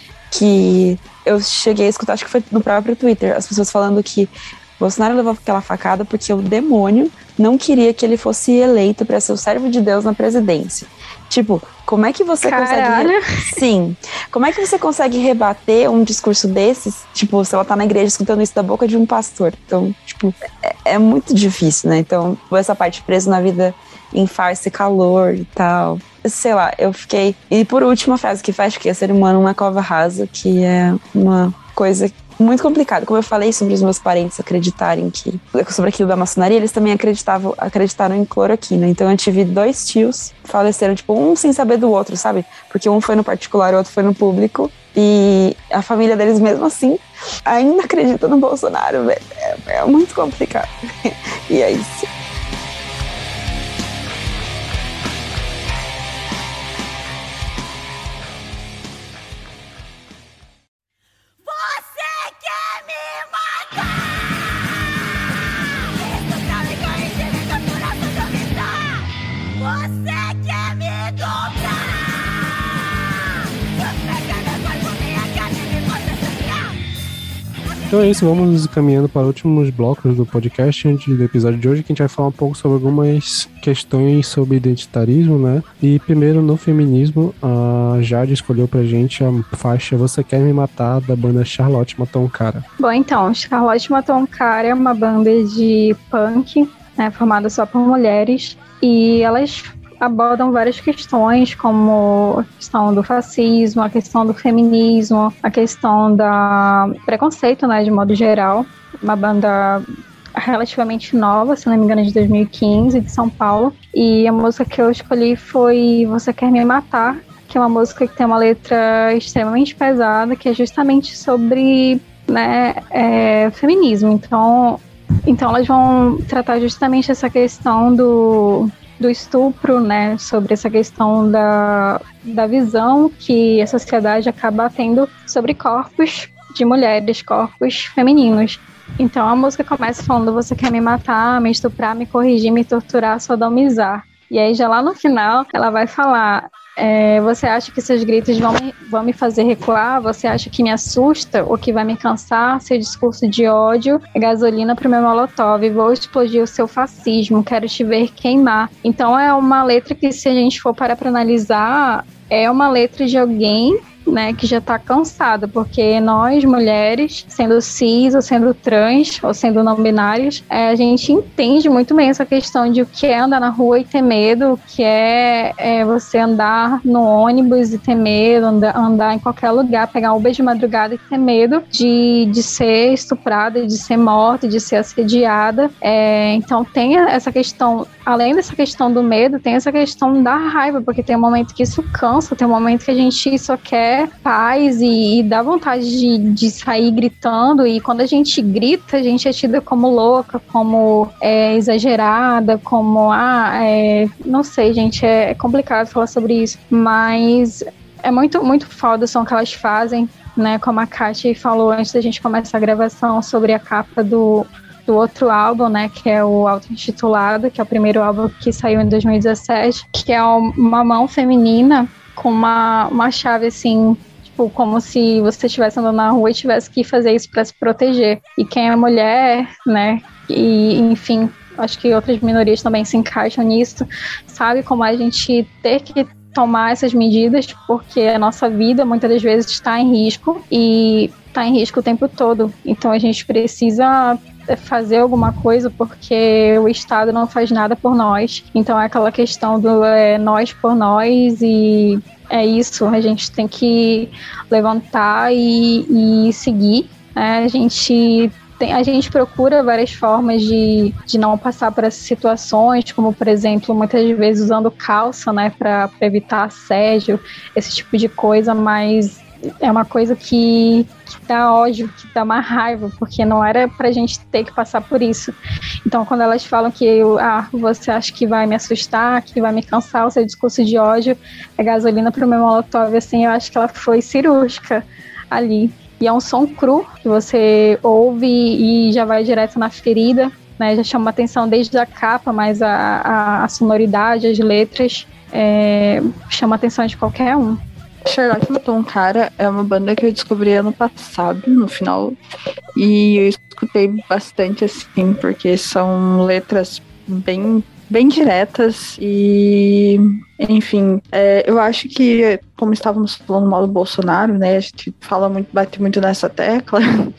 que eu cheguei a escutar, acho que foi no próprio Twitter, as pessoas falando que Bolsonaro levou aquela facada porque o demônio não queria que ele fosse eleito para ser o servo de Deus na presidência. Tipo, como é que você Caralho. consegue... Sim. Como é que você consegue rebater um discurso desses? Tipo, se ela tá na igreja escutando isso da boca de um pastor. Então, tipo, é, é muito difícil, né? Então, essa parte preso na vida em farsa e calor e tal. Sei lá, eu fiquei... E por último, a frase que faz que é ser humano uma cova rasa, que é uma coisa muito complicada. Como eu falei sobre os meus parentes acreditarem que... Sobre aquilo da maçonaria, eles também acreditavam, acreditaram em cloroquina. Então eu tive dois tios que faleceram, tipo, um sem saber do outro, sabe? Porque um foi no particular e o outro foi no público. E a família deles, mesmo assim, ainda acredita no Bolsonaro, velho. É, é muito complicado. E é isso. Então é isso, vamos caminhando para últimos blocos do podcast do episódio de hoje, que a gente vai falar um pouco sobre algumas questões sobre identitarismo, né? E primeiro, no feminismo, a Jade escolheu pra gente a faixa Você Quer Me Matar, da banda Charlotte Matou um Cara. Bom, então, Charlotte Matou um Cara é uma banda de punk, né, formada só por mulheres, e elas abordam várias questões, como a questão do fascismo, a questão do feminismo, a questão da preconceito, né, de modo geral. Uma banda relativamente nova, se não me engano, de dois mil e quinze, de São Paulo. E a música que eu escolhi foi Você Quer Me Matar, que é uma música que tem uma letra extremamente pesada, que é justamente sobre, né, é, feminismo. Então, então elas vão tratar justamente essa questão do... do estupro, né, sobre essa questão da, da visão que a sociedade acaba tendo sobre corpos de mulheres, corpos femininos. Então a música começa falando: você quer me matar, me estuprar, me corrigir, me torturar, sodomizar. E aí já lá no final ela vai falar: é, você acha que seus gritos vão me, vão me fazer recuar? Você acha que me assusta ou que vai me cansar? Seu discurso de ódio é gasolina pro meu molotov. Vou explodir o seu fascismo, quero te ver queimar. Então é uma letra que, se a gente for parar para analisar, é uma letra de alguém, né, que já tá cansada, porque nós, mulheres, sendo cis ou sendo trans ou sendo não binárias, é, a gente entende muito bem essa questão de o que é andar na rua e ter medo, o que é, é você andar no ônibus e ter medo, andar, andar em qualquer lugar, pegar um Uber de madrugada e ter medo de, de ser estuprada, de ser morta, de ser assediada. É, então tem essa questão, além dessa questão do medo, tem essa questão da raiva, porque tem um momento que isso cansa, tem um momento que a gente só quer paz e, e dá vontade de, de sair gritando, e quando a gente grita, a gente é tida como louca, como é, exagerada, como, ah, é, não sei, gente, é, é complicado falar sobre isso, mas é muito, muito foda o som que elas fazem, né, como a Kátia falou antes da gente começar a gravação sobre a capa do do outro álbum, né, que é o Auto-Intitulado, que é o primeiro álbum que saiu em dois mil e dezessete, que é uma mão feminina com uma, uma chave, assim, tipo, como se você estivesse andando na rua e tivesse que fazer isso para se proteger. E quem é mulher, né, e enfim, acho que outras minorias também se encaixam nisso, sabe como a gente ter que tomar essas medidas, porque a nossa vida muitas das vezes está em risco, e está em risco o tempo todo. Então a gente precisa fazer alguma coisa, porque o Estado não faz nada por nós. Então é aquela questão do é, nós por nós, e é isso, a gente tem que levantar e, e seguir. Né? A gente tem, a gente procura várias formas de, de não passar por essas situações, como, por exemplo, muitas vezes usando calça, né, para evitar assédio, esse tipo de coisa, mas é uma coisa que, que dá ódio, que dá uma raiva, porque não era pra gente ter que passar por isso. Então, quando elas falam que eu, ah, você acha que vai me assustar, que vai me cansar, o seu discurso de ódio é gasolina pro meu molotov, assim, eu acho que ela foi cirúrgica ali. E é um som cru, que você ouve e já vai direto na ferida, né, já chama atenção desde a capa, mas a, a, a sonoridade, as letras, é, chama atenção de qualquer um. Charlotte Matou um Cara é uma banda que eu descobri ano passado, no final, e eu escutei bastante, assim, porque são letras bem, bem diretas e, enfim, é, eu acho que, como estávamos falando mal do Bolsonaro, né, a gente fala muito, bate muito nessa tecla,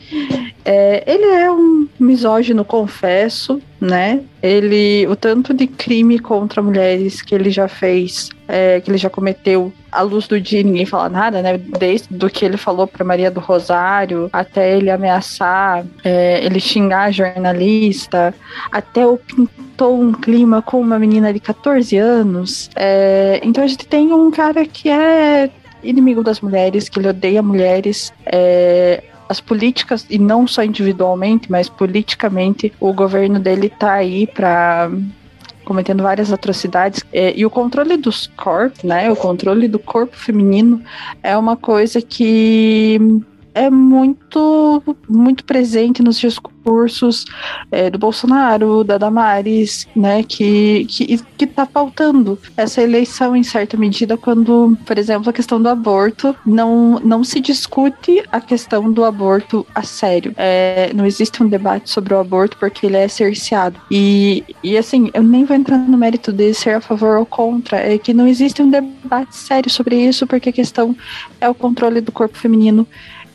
é, ele é um misógino, confesso, né, ele, o tanto de crime contra mulheres que ele já fez, é, que ele já cometeu à luz do dia, ninguém fala nada, né, desde do que ele falou para Maria do Rosário, até ele ameaçar, é, ele xingar a jornalista, até o pintou um clima com uma menina de catorze anos, é, então a gente tem um cara que é inimigo das mulheres, que ele odeia mulheres, é, as políticas, e não só individualmente, mas politicamente, o governo dele tá aí para cometendo várias atrocidades, é, e o controle dos corpos, né, o controle do corpo feminino é uma coisa que é muito, muito presente nos discursos é, do Bolsonaro, da Damares, né, que, que, que tá faltando essa eleição em certa medida quando, por exemplo, a questão do aborto, não, não se discute a questão do aborto a sério. É, não existe um debate sobre o aborto porque ele é cerceado. E, e assim, eu nem vou entrar no mérito de ser a favor ou contra, é que não existe um debate sério sobre isso porque a questão é o controle do corpo feminino.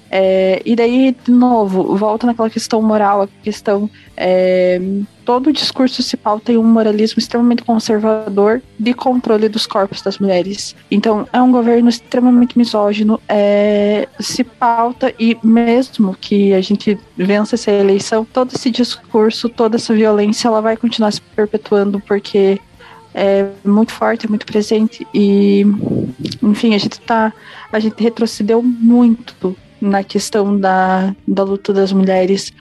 É, e daí, de novo, volta naquela questão moral, a questão... É, todo o discurso se pauta em um moralismo extremamente conservador de controle dos corpos das mulheres. Então, é um governo extremamente misógino, é, se pauta, e mesmo que a gente vença essa eleição, todo esse discurso, toda essa violência, ela vai continuar se perpetuando, porque é muito forte, é muito presente, e, enfim, a gente tá, a gente retrocedeu muito na questão da, da luta das mulheres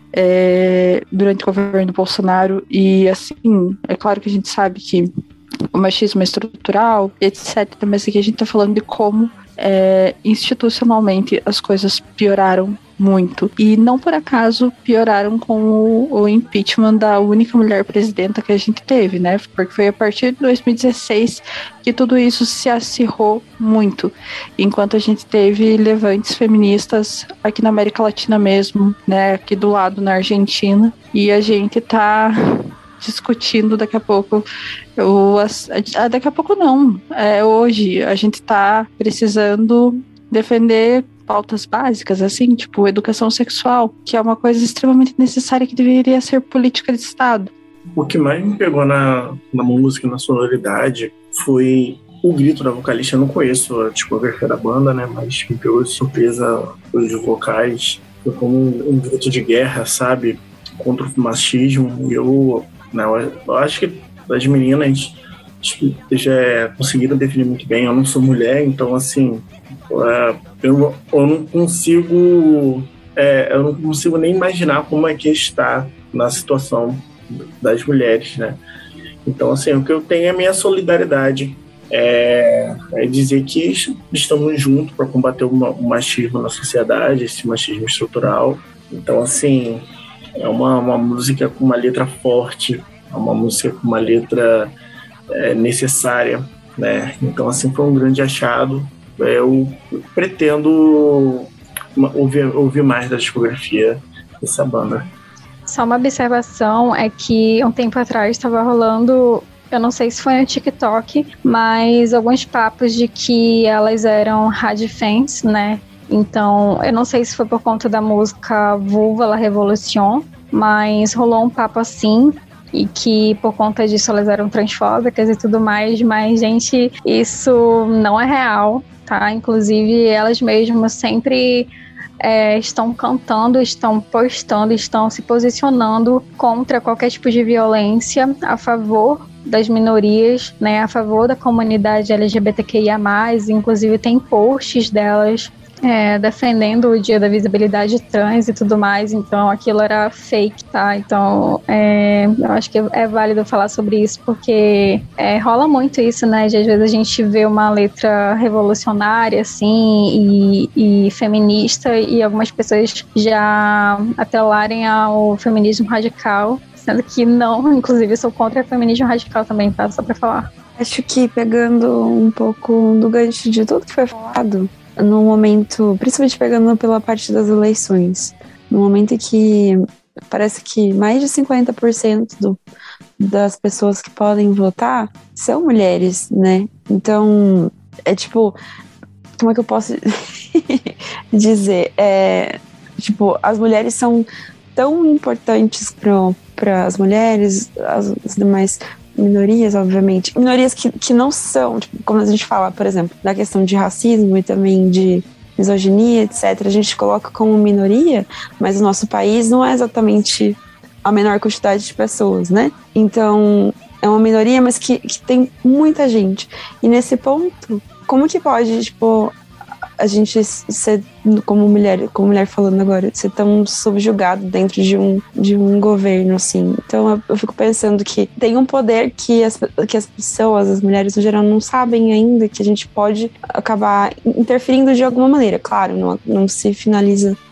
é, durante o governo Bolsonaro. E assim, é claro que a gente sabe que o machismo é estrutural, etcétera, mas aqui a gente tá falando de como é, institucionalmente as coisas pioraram muito. E não por acaso pioraram com o, o impeachment da única mulher presidenta que a gente teve, né? Porque foi a partir de dois mil e dezesseis que tudo isso se acirrou muito. Enquanto a gente teve levantes feministas aqui na América Latina mesmo, né? Aqui do lado na Argentina. E a gente tá discutindo daqui a pouco. O, a, daqui a pouco não. É, hoje a gente tá precisando defender pautas básicas, assim, tipo educação sexual, que é uma coisa extremamente necessária que deveria ser política de Estado. O que mais me pegou na, na música, na sonoridade, foi o grito da vocalista. Eu não conheço a discografia da banda, né, mas me pegou de surpresa os vocais. Foi como um, um grito de guerra, sabe, contra o machismo. E eu, não, eu acho que as meninas já conseguiram definir muito bem. Eu não sou mulher, então, assim, eu, eu não consigo é, eu não consigo nem imaginar como é que está na situação das mulheres, né? Então, assim, o que eu tenho é a minha solidariedade, é, é dizer que estamos juntos para combater o, o machismo na sociedade, esse machismo estrutural. Então, assim, é uma, uma música com uma letra forte, é uma música com uma letra é, necessária, né? Então, assim, foi um grande achado. Eu pretendo ouvir, ouvir mais da discografia dessa banda. Só uma observação é que um tempo atrás estava rolando, eu não sei se foi no TikTok, mas alguns papos de que elas eram rádio fans, né? Então, eu não sei se foi por conta da música Vulva La Revolution, mas rolou um papo assim, e que por conta disso elas eram transfóbicas e tudo mais, mas, gente, isso não é real. Tá? Inclusive, elas mesmas sempre é, estão cantando, estão postando, estão se posicionando contra qualquer tipo de violência, a favor das minorias, né, a favor da comunidade L G B T Q I A mais, inclusive tem posts delas É, defendendo o dia da visibilidade trans e tudo mais, então aquilo era fake, tá? Então é, eu acho que é válido falar sobre isso, porque é, rola muito isso, né? De às vezes a gente vê uma letra revolucionária, assim, e, e feminista, e algumas pessoas já atrelarem ao feminismo radical, sendo que não, inclusive eu sou contra o feminismo radical também, tá? Só pra falar. Acho que pegando um pouco do gancho de tudo que foi falado, no momento, principalmente pegando pela parte das eleições, no momento em que parece que mais de cinquenta por cento do, das pessoas que podem votar são mulheres, né? Então, é tipo, como é que eu posso dizer? É, tipo, as mulheres são tão importantes para as mulheres, as, as demais minorias, obviamente. Minorias que, que não são, tipo, como a gente fala, por exemplo, da questão de racismo e também de misoginia, etcétera. A gente coloca como minoria, mas o nosso país não é exatamente a menor quantidade de pessoas, né? Então, é uma minoria, mas que, que tem muita gente. E nesse ponto, como que pode, tipo, a gente ser, como mulher, como mulher falando agora, ser tão subjugado dentro de um, de um governo, assim. Então eu, eu fico pensando que tem um poder que as, que as pessoas, as mulheres no geral, não sabem ainda, que a gente pode acabar interferindo de alguma maneira. Claro, não, não se finaliza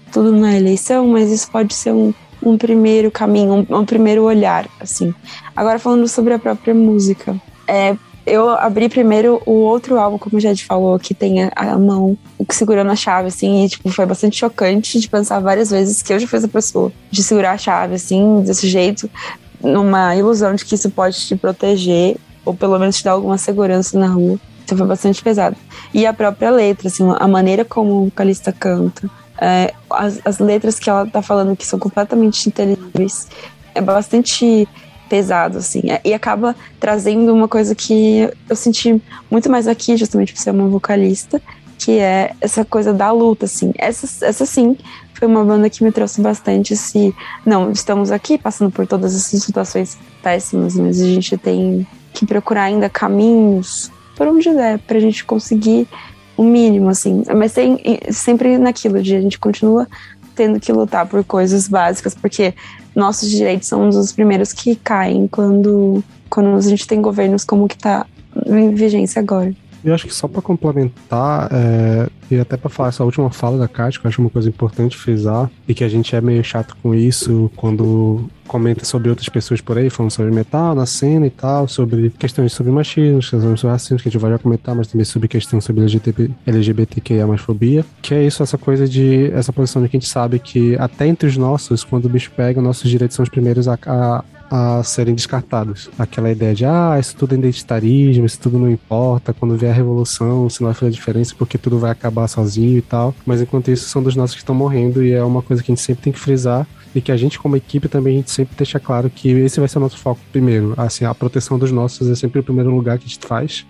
tudo na eleição, mas isso pode ser um, um primeiro caminho, um, um primeiro olhar, assim. Agora, falando sobre a própria música, é, eu abri primeiro o outro álbum, como o Jade falou, que tem a, a mão segurando a chave, assim, e tipo, foi bastante chocante de pensar várias vezes que eu já fui essa pessoa, de segurar a chave, assim, desse jeito, numa ilusão de que isso pode te proteger, ou pelo menos te dar alguma segurança na rua. Isso foi bastante pesado. E a própria letra, assim, a maneira como o vocalista canta, é, as, as letras que ela tá falando que são completamente inteligíveis, é bastante pesado, assim, e acaba trazendo uma coisa que eu senti muito mais aqui, justamente por ser uma vocalista, que é essa coisa da luta, assim. Essa, essa sim, foi uma banda que me trouxe bastante esse... Não, estamos aqui passando por todas essas situações péssimas, mas a gente tem que procurar ainda caminhos por onde der, pra gente conseguir o mínimo, assim. Mas tem, sempre naquilo de a gente continua tendo que lutar por coisas básicas, porque nossos direitos são um dos primeiros que caem quando, quando a gente tem governos como que tá em vigência agora. Eu acho que só para complementar, é, e até para falar essa última fala da Kátia, que eu acho uma coisa importante frisar, e que a gente é meio chato com isso quando comenta sobre outras pessoas por aí, falando sobre metal na cena e tal, sobre questões sobre machismo, questões sobre racismo, que a gente vai já comentar, mas também sobre questões sobre L G B T Q I A mais fobia, que é isso, essa coisa de, essa posição de que a gente sabe que até entre os nossos, quando o bicho pega, nossos direitos são os primeiros a, a a serem descartados. Aquela ideia de, ah, isso tudo é identitarismo, isso tudo não importa, quando vier a revolução, isso não vai fazer diferença porque tudo vai acabar sozinho e tal. Mas enquanto isso, são dos nossos que estão morrendo e é uma coisa que a gente sempre tem que frisar e que a gente, como equipe, também a gente sempre deixa claro que esse vai ser o nosso foco primeiro. Assim, a proteção dos nossos é sempre o primeiro lugar que a gente faz.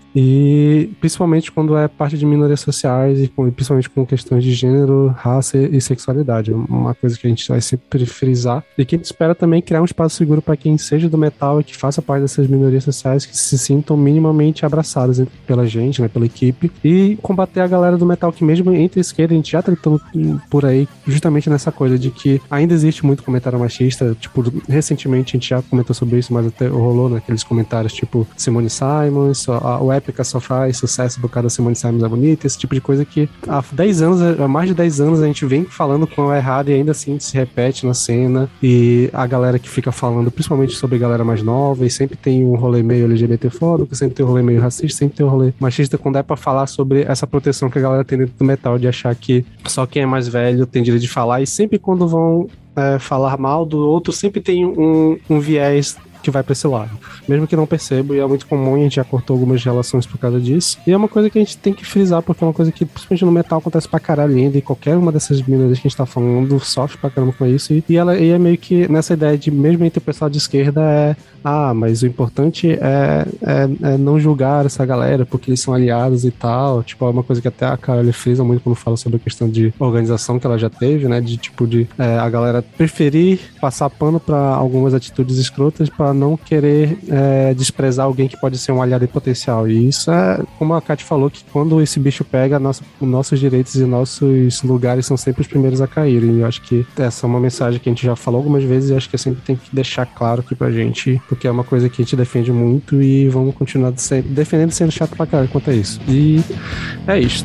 E principalmente quando é parte de minorias sociais e com, principalmente com questões de gênero, raça e sexualidade. Uma coisa que a gente vai sempre frisar e que a gente espera também criar um espaço seguro para quem seja do metal e que faça parte dessas minorias sociais, que se sintam minimamente abraçadas pela gente, né, pela equipe, e combater a galera do metal que mesmo entre a esquerda a gente já tratando por aí justamente nessa coisa de que ainda existe muito comentário machista. Tipo, recentemente a gente já comentou sobre isso, mas até rolou naqueles comentários tipo Simone Simons, a, o Épica só faz sucesso por causa da Simone Simons é bonita, esse tipo de coisa que há dez anos, há mais de dez anos a gente vem falando com o errado e ainda assim se repete na cena, e a galera que fica falando principalmente sobre a galera mais nova, e sempre tem um rolê meio L G B T fóbico, sempre tem um rolê meio racista, sempre tem um rolê machista, quando é pra falar sobre essa proteção que a galera tem dentro do metal, de achar que só quem é mais velho tem direito de falar, e sempre quando vão É, falar mal do outro, sempre tem um, um viés que vai pra esse lado, mesmo que não perceba, e é muito comum, a gente já cortou algumas relações por causa disso, e é uma coisa que a gente tem que frisar, porque é uma coisa que, principalmente no metal, acontece pra caralho ainda, e qualquer uma dessas minorias que a gente tá falando sofre pra caramba com isso, e, e ela e é meio que nessa ideia de, mesmo entre o pessoal de esquerda, é ah, mas o importante é, é, é não julgar essa galera, porque eles são aliados e tal, tipo, é uma coisa que até a Carol frisa muito quando fala sobre a questão de organização que ela já teve, né, de tipo, de é, a galera preferir passar pano pra algumas atitudes escrotas pra não querer é, desprezar alguém que pode ser um aliado em potencial. E isso é, como a Kátia falou, que quando esse bicho pega, nosso, nossos direitos e nossos lugares são sempre os primeiros a cair. E eu acho que essa é uma mensagem que a gente já falou algumas vezes e acho que sempre tem que deixar claro aqui pra gente, porque é uma coisa que a gente defende muito e vamos continuar defendendo, sendo chato pra caralho quanto a isso. E é isso.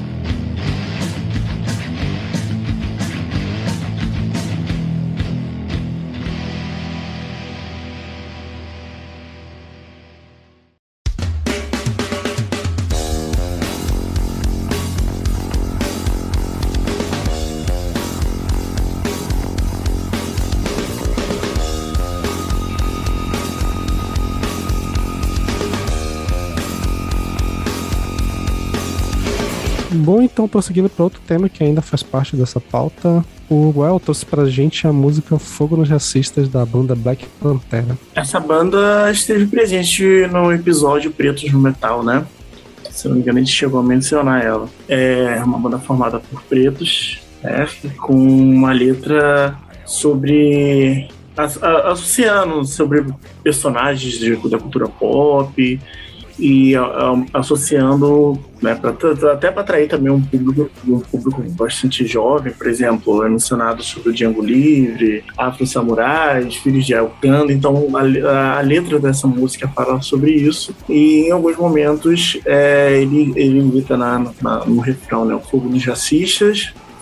Bom, então, prosseguindo para outro tema que ainda faz parte dessa pauta, o Well trouxe pra gente a música Fogo nos Racistas, da banda Black Pantera. Essa banda esteve presente no episódio Pretos no Metal, né? Se não me engano, a gente chegou a mencionar ela. É uma banda formada por pretos, né? Com uma letra sobre... associando sobre personagens de, da cultura pop e a, a, associando, né, pra, até para atrair também um público, um público bastante jovem. Por exemplo, é mencionado sobre o Django Livre, Afro Samurais, Filhos de Alcântara. Então a, a letra dessa música fala sobre isso, e em alguns momentos é, ele, ele grita na, na, no refrão, né, o fogo nos racistas,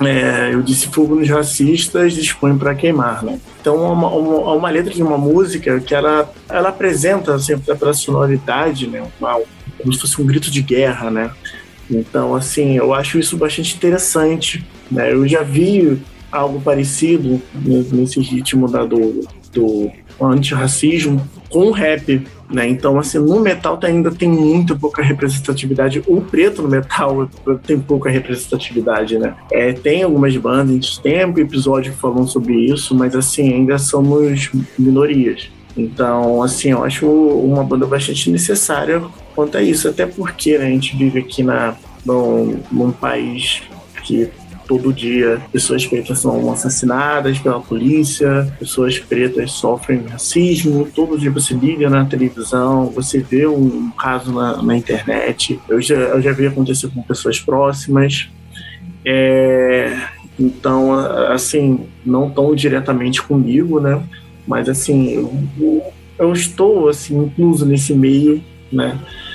É, eu disse fogo nos racistas, dispõe para queimar, né? Então, uma, uma, uma letra de uma música que ela, ela apresenta sempre pela sonoridade, né? Uma, como se fosse um grito de guerra, né? Então, assim, eu acho isso bastante interessante, né? Eu já vi algo parecido nesse ritmo da, do, do antirracismo com o rap, né? Então, assim, no metal ainda tem muito pouca representatividade. O preto no metal tem pouca representatividade, né? É, tem algumas bandas, a gente tem um episódio falando sobre isso, mas, assim, ainda somos minorias. Então, assim, eu acho uma banda bastante necessária quanto a isso, até porque, né, a gente vive aqui na, num, num país que todo dia pessoas pretas são assassinadas pela polícia, pessoas pretas sofrem racismo, todo dia você liga na televisão, você vê um caso na, na internet. Eu já, eu já vi acontecer com pessoas próximas. É, então, assim, não tão diretamente comigo, né? Mas, assim, eu, eu estou, assim, incluso nesse meio, né?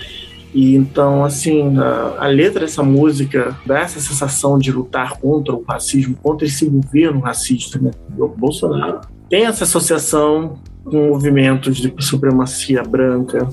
E então, assim, a, a letra dessa música dá essa sensação de lutar contra o racismo, contra esse governo racista, né, do Bolsonaro. Tem essa associação com movimentos de supremacia branca.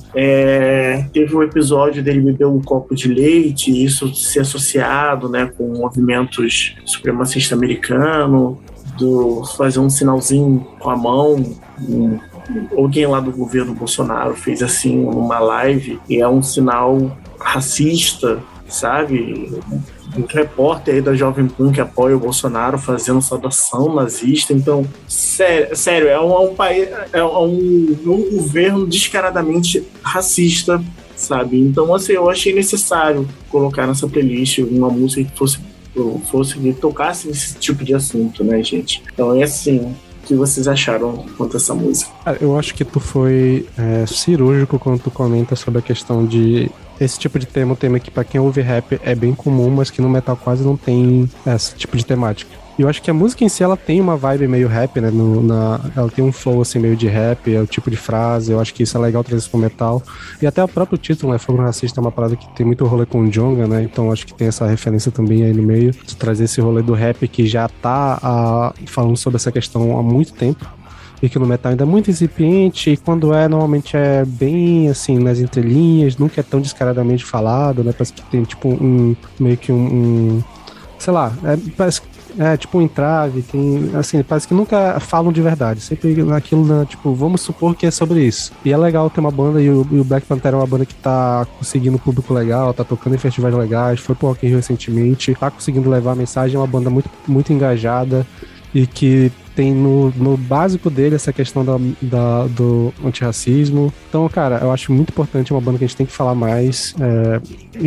É, teve um episódio dele beber um copo de leite, e isso ser associado, né, com movimentos supremacista americano, do fazer um sinalzinho com a mão. Um, alguém lá do governo Bolsonaro fez assim numa live e é um sinal racista, sabe? Um repórter aí da Jovem Pan que apoia o Bolsonaro fazendo saudação nazista. Então, sério, sério é um, é um país, é um, um governo descaradamente racista, sabe? Então, assim, eu achei necessário colocar nessa playlist uma música que fosse, fosse que tocasse nesse tipo de assunto, né, gente? Então, é assim. O que vocês acharam quanto a essa música? Eu acho que tu foi é, cirúrgico quando tu comenta sobre a questão de esse tipo de tema, um tema que pra quem ouve rap é bem comum, mas que no metal quase não tem esse tipo de temática. E eu acho que a música em si, ela tem uma vibe meio rap, né? No, na, ela tem um flow assim meio de rap, é o tipo de frase, eu acho que isso é legal trazer isso pro metal. E até o próprio título, né? Fogo Racista é uma parada que tem muito rolê com o Djonga, né? Então acho que tem essa referência também aí no meio, de trazer esse rolê do rap que já tá a, falando sobre essa questão há muito tempo. E que no metal ainda é muito incipiente, e quando é, normalmente é bem, assim, nas entrelinhas, nunca é tão descaradamente falado, né? Parece que tem, tipo, um, meio que um, um sei lá, é, parece é tipo um entrave, tem, assim, parece que nunca falam de verdade, sempre naquilo, né, tipo, vamos supor que é sobre isso. E é legal ter uma banda, e o, e o Black Panther é uma banda que tá conseguindo um público legal, tá tocando em festivais legais, foi pro Rock in Rio recentemente, tá conseguindo levar a mensagem, é uma banda muito, muito engajada, e que tem no, no básico dele essa questão da, da, do antirracismo. Então, cara, eu acho muito importante, uma banda que a gente tem que falar mais. É,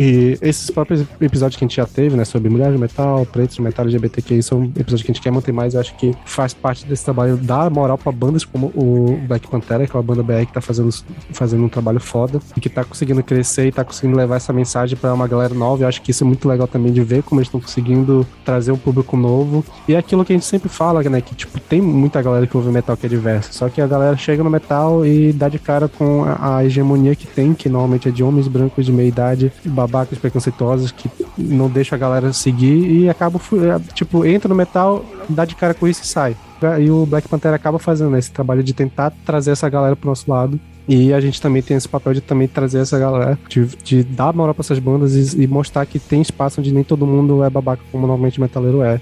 e esses próprios episódios que a gente já teve, né, sobre mulheres de metal, pretos de metal, L G B T Q I, são episódios que a gente quer manter mais. Eu acho que faz parte desse trabalho, dar moral pra bandas como o Black Panther, que é uma banda B R que tá fazendo, fazendo um trabalho foda e que tá conseguindo crescer e tá conseguindo levar essa mensagem pra uma galera nova. Eu acho que isso é muito legal também de ver como eles estão conseguindo trazer um público novo. E é aquilo que a gente sempre fala, né, que tipo, tem muita galera que ouve metal que é diversa, só que a galera chega no metal e dá de cara com a, a hegemonia que tem, que normalmente é de homens brancos de meia idade, babacas preconceituosos, que não deixa a galera seguir e acaba, tipo, entra no metal, dá de cara com isso e sai. E o Black Panther acaba fazendo esse trabalho de tentar trazer essa galera pro nosso lado. E a gente também tem esse papel de também trazer essa galera, de, de dar moral pra essas bandas e, e mostrar que tem espaço onde nem todo mundo é babaca como normalmente o metaleiro é.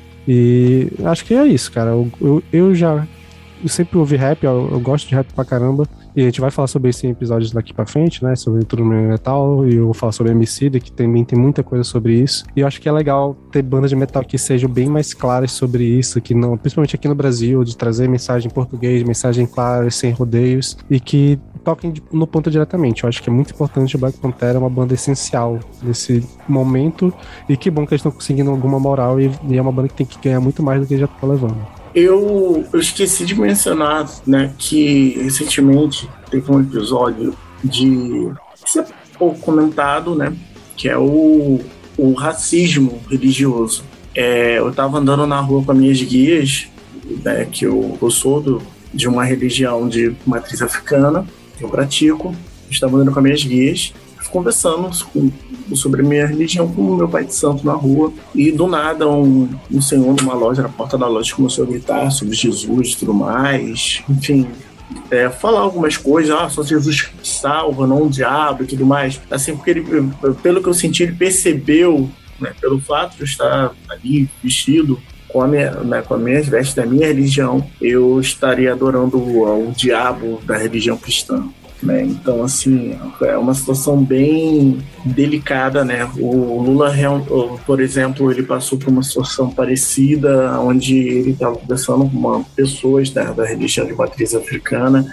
E acho que é isso, cara. Eu, eu, eu já eu sempre ouvi rap, eu, eu gosto de rap pra caramba. E a gente vai falar sobre isso em episódios daqui pra frente, né? Sobre tudo no metal. E eu vou falar sobre Emicida, que também tem muita coisa sobre isso. E eu acho que é legal ter bandas de metal que sejam bem mais claras sobre isso, que não, principalmente aqui no Brasil, de trazer mensagem em português, mensagem clara, sem rodeios, e que toquem no ponto diretamente. Eu acho que é muito importante. O Black Panther é uma banda essencial nesse momento. E que bom que eles estão conseguindo alguma moral. E, e é uma banda que tem que ganhar muito mais do que já tá levando. Eu, eu esqueci de mencionar, né, que recentemente teve um episódio de... Isso é pouco comentado, né? Que é o, o racismo religioso. É, eu tava andando na rua com as minhas guias, né, que eu, eu sou do, de uma religião de matriz africana, que eu pratico. Eu estava andando com as minhas guias, conversando com, sobre a minha religião com o meu pai de santo na rua. E do nada, um, um senhor numa loja, na porta da loja, começou a gritar sobre Jesus e tudo mais. Enfim, é, falar algumas coisas, ah, só Jesus que salva, não o diabo e tudo mais. Assim, porque ele, pelo que eu senti, ele percebeu, né, pelo fato de eu estar ali vestido com, a minha, né, com as minhas vestes da minha religião, eu estaria adorando o, o diabo da religião cristã. Né? Então, assim, é uma situação bem delicada, né? O Lula, por exemplo, ele passou por uma situação parecida, onde ele estava conversando com uma, pessoas da, da religião de matriz africana,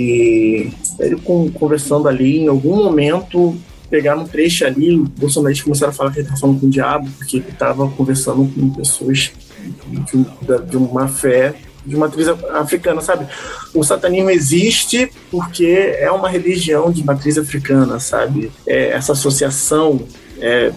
e ele conversando ali, em algum momento pegaram um trecho ali, os bolsonaristas começaram a falar que ele estava falando com o diabo, porque ele estava conversando com pessoas de, de uma fé de matriz africana, sabe? O satanismo existe porque é uma religião de matriz africana, sabe? É, essa associação é,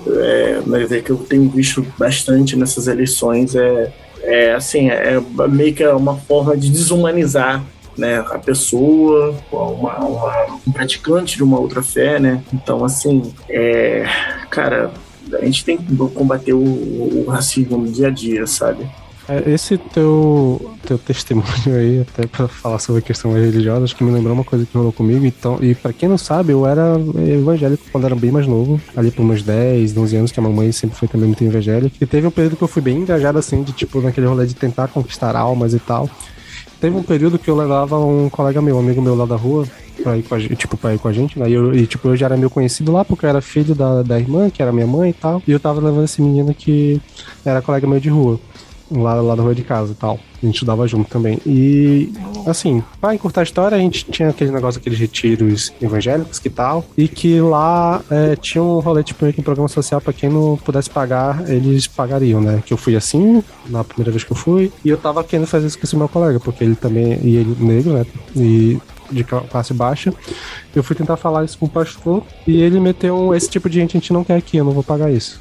é, que eu tenho visto bastante nessas eleições é, é assim, é meio que uma forma de desumanizar, né, a pessoa, uma, uma, um praticante de uma outra fé, né? Então, assim, é, cara, a gente tem que combater o, o racismo no dia a dia, sabe? Esse teu, teu testemunho aí, até pra falar sobre a questão religiosa, acho que me lembrou uma coisa que rolou comigo. Então, e pra quem não sabe, eu era evangélico quando era bem mais novo, ali por uns dez, doze anos, que a mamãe sempre foi também muito evangélica. E teve um período que eu fui bem engajado, assim, de tipo, naquele rolê de tentar conquistar almas e tal. Teve um período que eu levava um colega meu, um amigo meu lá da rua, pra ir com a gente, tipo, pra ir com a gente, né? E, eu, e tipo, eu já era meu conhecido lá, porque eu era filho da, da irmã, que era minha mãe e tal. E eu tava levando esse menino que era colega meu de rua. Lá, lá da rua de casa e tal. A gente estudava junto também. E, assim, pra encurtar a história, a gente tinha aquele negócio, aqueles retiros evangélicos que tal, e que lá é, tinha um rolê, tipo, um programa social pra quem não pudesse pagar, eles pagariam, né? Que eu fui assim, na primeira vez que eu fui, e eu tava querendo fazer isso com esse meu colega, porque ele também, e ele negro, né? E de classe baixa. Eu fui tentar falar isso com o pastor, e ele meteu um, esse tipo de gente a gente não quer aqui, eu não vou pagar isso.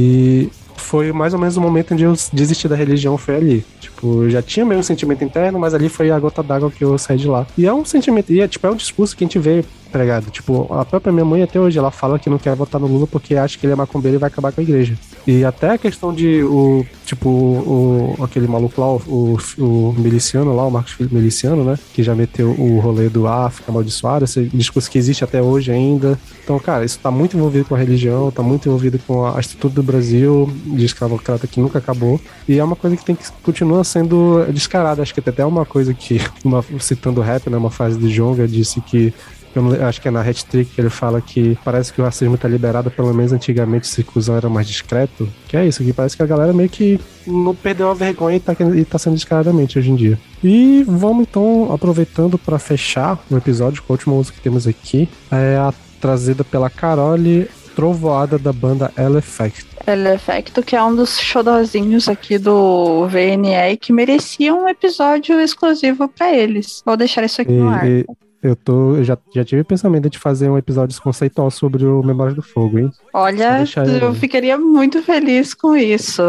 E foi mais ou menos o momento onde eu desisti da religião, foi ali. Tipo, eu já tinha meio um sentimento interno, mas ali foi a gota d'água que eu saí de lá. E é um sentimento, e é, tipo, é um discurso que a gente vê pregado. Tipo, a própria minha mãe até hoje, ela fala que não quer votar no Lula porque acha que ele é macumbeiro e vai acabar com a igreja. E até a questão de, o, tipo, o, aquele maluco lá, o, o miliciano lá, o Marcos Filho miliciano, né? Que já meteu o rolê do África amaldiçoada, esse discurso que existe até hoje ainda. Então, cara, isso tá muito envolvido com a religião, tá muito envolvido com a estrutura do Brasil, de escravocrata que nunca acabou. E é uma coisa que tem que continua sendo descarada. Acho que tem até uma coisa que, uma, citando o rap, né? Uma frase de Djonga, disse que eu não, acho que é na Hat Trick que ele fala que parece que o racismo tá liberado, pelo menos antigamente o circuncisão era mais discreto. Que é isso, que parece que a galera meio que não perdeu a vergonha e tá, e tá sendo descaradamente hoje em dia. E vamos então, aproveitando para fechar o episódio com a última música que temos aqui, é a trazida pela Carole, Trovoada, da banda El Effecto. El Effecto, que é um dos xodozinhos aqui do V N E que merecia um episódio exclusivo para eles. Vou deixar isso aqui e, no ar. E... Eu, tô, eu já, já tive o pensamento de fazer um episódio conceitual sobre o Memórias do Fogo, hein? Olha, eu ficaria muito feliz com isso.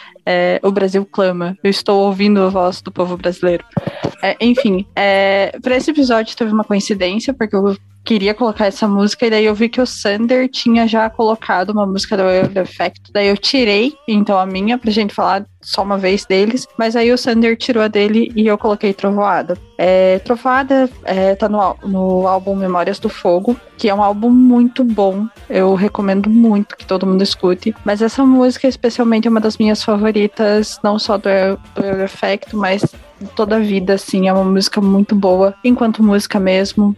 É, o Brasil clama. Eu estou ouvindo a voz do povo brasileiro. É, enfim, é, para esse episódio teve uma coincidência, porque eu queria colocar essa música, e daí eu vi que o Sander tinha já colocado uma música do El Effecto, daí eu tirei, então a minha, pra gente falar só uma vez deles, mas aí o Sander tirou a dele e eu coloquei Trovoada. É, Trovoada é, tá no, no álbum Memórias do Fogo, que é um álbum muito bom, eu recomendo muito que todo mundo escute, mas essa música especialmente é uma das minhas favoritas, não só do El, do El Effecto, mas toda a vida, assim, é uma música muito boa, enquanto música mesmo.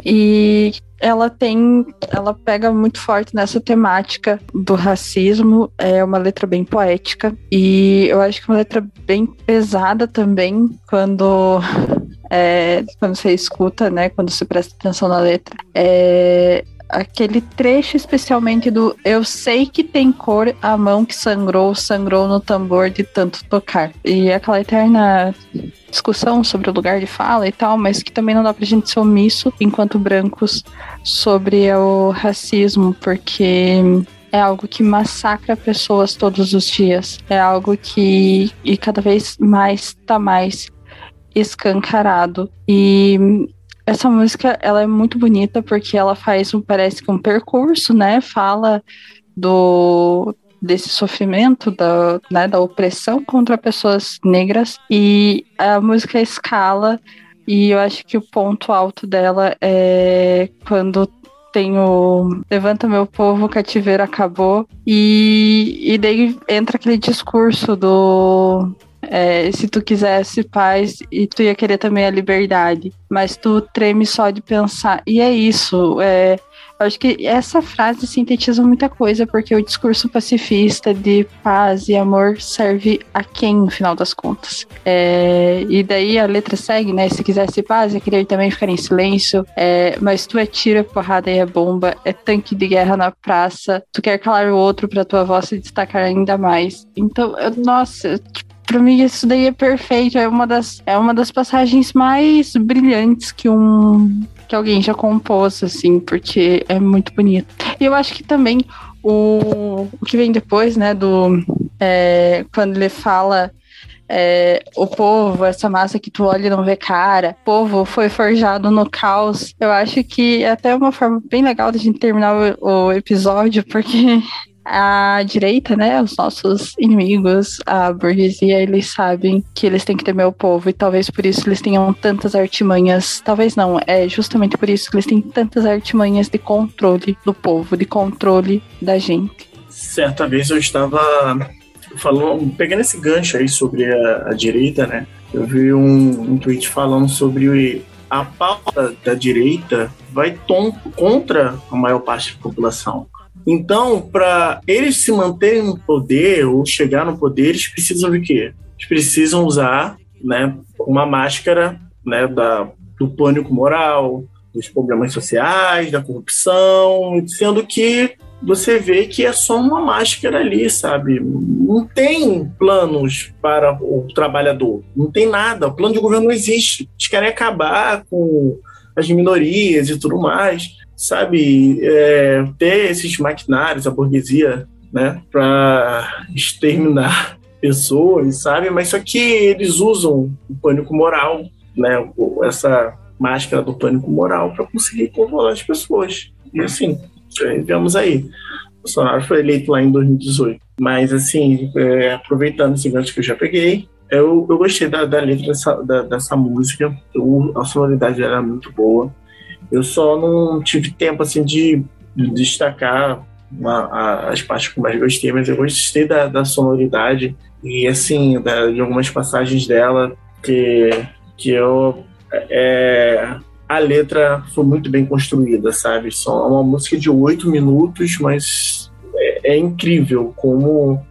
E ela tem, ela pega muito forte nessa temática do racismo, é uma letra bem poética e eu acho que é uma letra bem pesada também quando, é, quando você escuta, né, quando você presta atenção na letra. É, aquele trecho especialmente do eu sei que tem cor, a mão que sangrou, sangrou no tambor de tanto tocar. E aquela eterna discussão sobre o lugar de fala e tal, mas que também não dá pra gente ser omisso enquanto brancos sobre o racismo, porque é algo que massacra pessoas todos os dias. É algo que e cada vez mais tá mais escancarado. E essa música, ela é muito bonita porque ela faz, um, parece que um percurso, né? Fala do desse sofrimento, da, né, da opressão contra pessoas negras, e a música escala, e eu acho que o ponto alto dela é quando tem o Levanta Meu Povo, o cativeiro acabou, e, e daí entra aquele discurso do é, se tu quisesse paz, e tu ia querer também a liberdade, mas tu treme só de pensar, e é isso, é eu acho que essa frase sintetiza muita coisa, porque o discurso pacifista de paz e amor serve a quem, no final das contas? É, e daí a letra segue, né? Se quisesse paz, eu queria também ficar em silêncio, é, mas tu é tiro, é porrada e é bomba, é tanque de guerra na praça, tu quer calar o outro pra tua voz se destacar ainda mais. Então, eu, nossa... Tipo, pra mim isso daí é perfeito, é uma das, é uma das passagens mais brilhantes que um... que alguém já compôs, assim, porque é muito bonito. E eu acho que também o, o que vem depois, né, do... É, quando ele fala... É, o povo, essa massa que tu olha e não vê cara, o povo foi forjado no caos. Eu acho que é até uma forma bem legal de a gente terminar o, o episódio, porque... A direita, né, os nossos inimigos, a burguesia, eles sabem que eles têm que temer o povo, e talvez por isso eles tenham tantas artimanhas, talvez não, é justamente por isso que eles têm tantas artimanhas de controle do povo, de controle da gente. Certa vez eu estava falando, pegando esse gancho aí sobre a, a direita, né, eu vi um, um tweet falando sobre a pauta da direita vai tom, contra a maior parte da população. Então, para eles se manterem no poder ou chegar no poder, eles precisam de quê? Eles precisam usar, né, uma máscara, né, da, do pânico moral, dos problemas sociais, da corrupção, sendo que você vê que é só uma máscara ali, sabe? Não tem planos para o trabalhador, não tem nada, o plano de governo não existe. Eles querem acabar com as minorias e tudo mais. Sabe, é, ter esses maquinários, a burguesia, né, para exterminar pessoas, sabe, mas só que eles usam o pânico moral, né, essa máscara do pânico moral para conseguir controlar as pessoas. E assim, vemos aí, o Bolsonaro foi eleito lá em dois mil e dezoito, mas assim, é, aproveitando esse gancho que eu já peguei, eu, eu gostei da, da letra dessa, da, dessa música, eu, a sonoridade era muito boa. Eu só não tive tempo assim, de, de destacar uma, a, as partes que eu mais gostei, mas eu gostei da, da sonoridade e assim, da, de algumas passagens dela que, que eu... É, a letra foi muito bem construída, sabe? Só uma música de oito minutos, mas é, é incrível como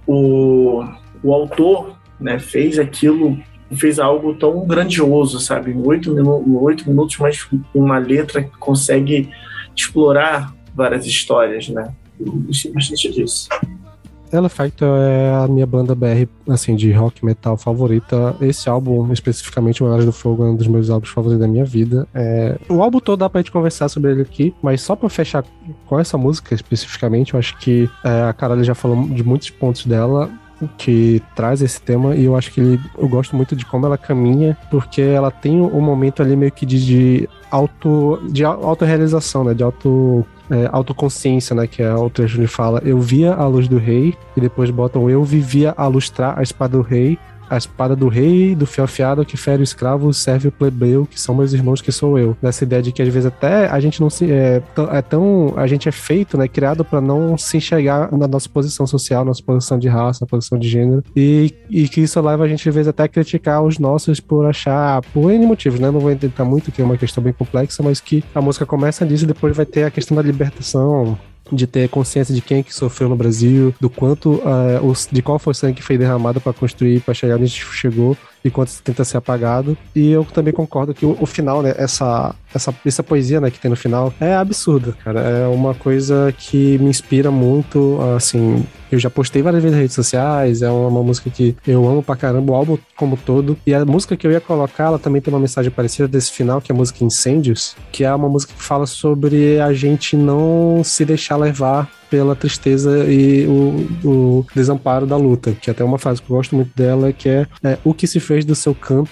o, o autor, né, fez aquilo... fez algo tão grandioso, sabe? Em oito minu- oito minutos, mas uma letra que consegue explorar várias histórias, né? Eu gostei bastante disso. Ela Facto é a minha banda B R, assim, de rock metal favorita. Esse álbum, especificamente, O Horário do Fogo, é um dos meus álbuns favoritos da minha vida. É... O álbum todo dá pra gente conversar sobre ele aqui, mas só pra fechar com essa música especificamente, eu acho que é, a Carolina já falou de muitos pontos dela que traz esse tema, e eu acho que ele, eu gosto muito de como ela caminha, porque ela tem um momento ali meio que de, de auto de autorrealização, né, de auto é, autoconsciência, né, que é o trecho onde fala: eu via a luz do rei, e depois botam: eu vivia a lustrar a espada do rei, a espada do rei, do fio afiado que fere o escravo, serve o plebeu, que são meus irmãos, que sou eu. Nessa ideia de que às vezes até a gente não se... É, é tão... A gente é feito, né, criado pra não se enxergar na nossa posição social, nossa posição de raça, posição de gênero, e, e que isso leva a gente às vezes até a criticar os nossos por achar... Por N motivos, né? Não vou entrar muito, que é uma questão bem complexa, mas que a música começa disso e depois vai ter a questão da libertação, de ter consciência de quem é que sofreu no Brasil, do quanto, uh, os, de qual foi o sangue que foi derramado para construir, para chegar onde a gente chegou, e quanto tenta ser apagado. E eu também concordo que o, o final, né, essa, essa, essa poesia, né, que tem no final, é absurda, cara. É uma coisa que me inspira muito, assim... Eu já postei várias vezes nas redes sociais, é uma, uma música que eu amo pra caramba, o álbum como todo. E a música que eu ia colocar, ela também tem uma mensagem parecida desse final, que é a música Incêndios, que é uma música que fala sobre a gente não se deixar levar pela tristeza e o, o desamparo da luta, que até uma frase que eu gosto muito dela, que é, é o que se fez do seu canto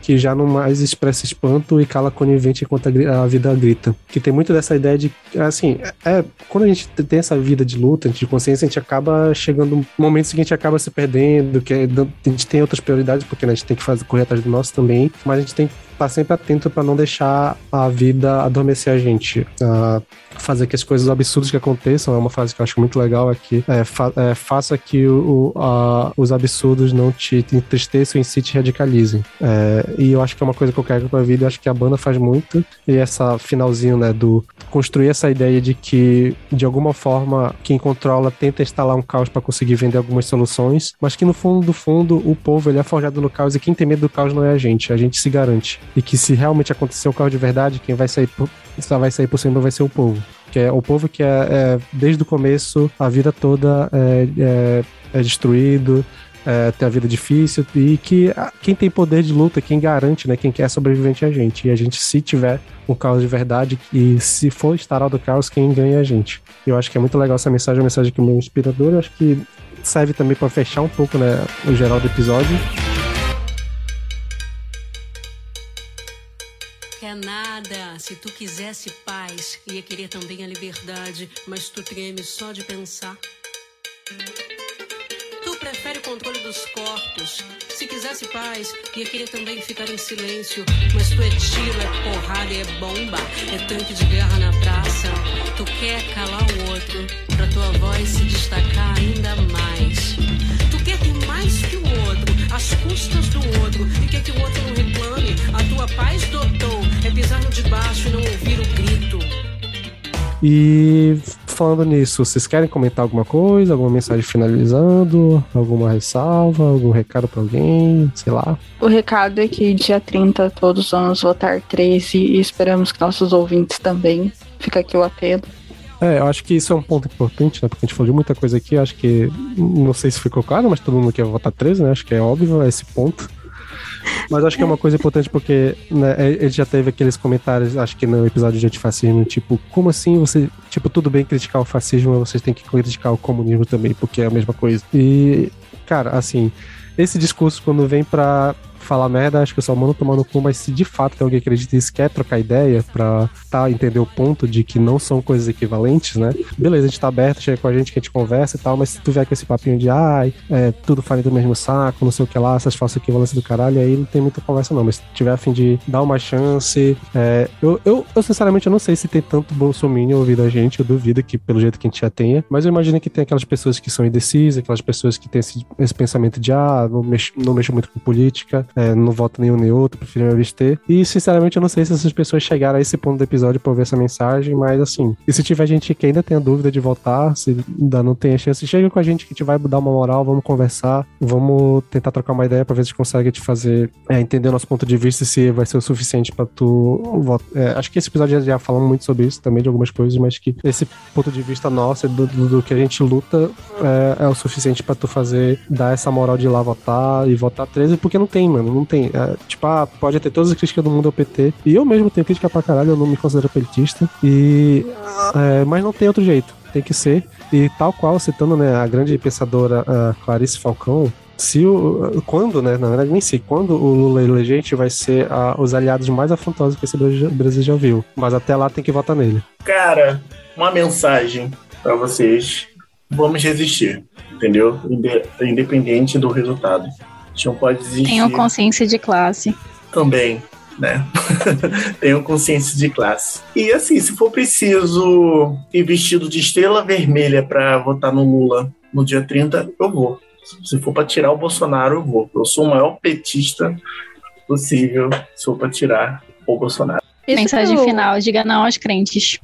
que já não mais expressa espanto e cala conivente enquanto a vida grita. Que tem muito dessa ideia de, assim, é, quando a gente tem essa vida de luta, de consciência, a gente acaba chegando momentos em que a gente acaba se perdendo, que a gente tem outras prioridades, porque, né, a gente tem que fazer, correr atrás do nosso também, mas a gente tem que estar sempre atento para não deixar a vida adormecer a gente, a fazer que as coisas absurdas que aconteçam. É uma frase que eu acho muito legal aqui, é, fa é, faça que o, o, a, os absurdos não te entristeçam e se te radicalizem. É, e eu acho que é uma coisa que eu quero pra vida, eu acho que a banda faz muito, e essa finalzinho, né, do construir essa ideia de que, de alguma forma, quem controla tenta instalar um caos para conseguir vender algumas soluções, mas que no fundo do fundo o povo, ele é forjado no caos, e quem tem medo do caos não é a gente, a gente se garante. E que se realmente acontecer o caos de verdade, quem vai sair por, só vai sair por cima vai ser o povo. Que é o povo que é, é desde o começo, a vida toda é, é, é destruído, é, tem a vida difícil, e que quem tem poder de luta, quem garante, né, quem quer sobrevivente é a gente. E a gente, se tiver um caos de verdade, e se for instalar do caos, quem ganha é a gente. Eu acho que é muito legal essa mensagem, uma mensagem que é meio inspiradora. Eu acho que serve também para fechar um pouco, né, o geral do episódio. É nada, se tu quisesse paz, ia querer também a liberdade, mas tu treme só de pensar. Tu prefere o controle dos corpos, se quisesse paz, ia querer também ficar em silêncio, mas tu é tiro, é porrada, é bomba, é tanque de guerra na praça. Tu quer calar o outro, pra tua voz se destacar ainda mais. Tu quer ter mais que o outro, às custas do outro, e quer que o outro não reclame. A tua paz, doutor, é pisar no de baixo e não ouvir o grito. E falando nisso, vocês querem comentar alguma coisa? Alguma mensagem finalizando? Alguma ressalva? Algum recado pra alguém? Sei lá. O recado é que dia trinta todos vamos votar treze e esperamos que nossos ouvintes também. Fica aqui o apelo. É, eu acho que isso é um ponto importante, né? Porque a gente falou de muita coisa aqui. Acho que, não sei se ficou claro, mas todo mundo quer votar treze, né? Acho que é óbvio esse ponto. Mas acho que é uma coisa importante porque, né, ele já teve aqueles comentários, acho que no episódio de antifascismo, tipo, como assim você, tipo, tudo bem criticar o fascismo, mas vocês têm que criticar o comunismo também, porque é a mesma coisa. E, cara, assim, esse discurso quando vem pra falar merda, acho que eu só mando tomar no cu, mas se de fato tem alguém que acredita nisso, quer trocar ideia pra tá, entender o ponto de que não são coisas equivalentes, né? Beleza, a gente tá aberto, chega com a gente que a gente conversa e tal, mas se tu vier com esse papinho de ai, é, tudo farinha do mesmo saco, não sei o que lá, essas falsas equivalências do caralho, aí não tem muita conversa não, mas se tiver a fim de dar uma chance, é, eu, eu, eu sinceramente eu não sei se tem tanto bolsominion ouvindo a gente, eu duvido que pelo jeito que a gente já tenha, mas eu imagino que tem aquelas pessoas que são indecisas, aquelas pessoas que têm esse, esse pensamento de ah, não mexo, não mexo muito com política, É, não voto nenhum nem outro, prefiro me abster. E, sinceramente, eu não sei se essas pessoas chegaram a esse ponto do episódio pra ouvir essa mensagem, mas, assim, e se tiver gente que ainda tem a dúvida de votar, se ainda não tem a chance, chega com a gente que a gente vai dar uma moral, vamos conversar, vamos tentar trocar uma ideia pra ver se a gente consegue te fazer é, entender o nosso ponto de vista e se vai ser o suficiente pra tu votar. É, acho que esse episódio já, já falamos muito sobre isso também, de algumas coisas, mas que esse ponto de vista nosso, do, do, do que a gente luta, é, é o suficiente pra tu fazer, dar essa moral de ir lá votar e votar treze, porque não tem, mano, não tem. É, tipo, ah, pode ter todas as críticas do mundo ao P T, e eu mesmo tenho crítica pra caralho, eu não me considero petista, e, é, mas não tem outro jeito, tem que ser. E tal qual, citando, né, a grande pensadora a Clarice Falcão, se o, quando, né, na verdade nem sei, quando o Lula eleger, a gente vai ser a, os aliados mais afrontosos que esse Brasil já viu, mas até lá tem que votar nele. Cara, uma mensagem pra vocês: vamos resistir, entendeu? Independente do resultado. A gente não pode desistir. Tenham consciência de classe. Também, né? Tenham consciência de classe. E assim, se for preciso ir vestido de estrela vermelha pra votar no Lula no dia trinta, eu vou. Se for pra tirar o Bolsonaro, eu vou. Eu sou o maior petista possível se for pra tirar o Bolsonaro. Isso Mensagem eu... final, diga não aos crentes.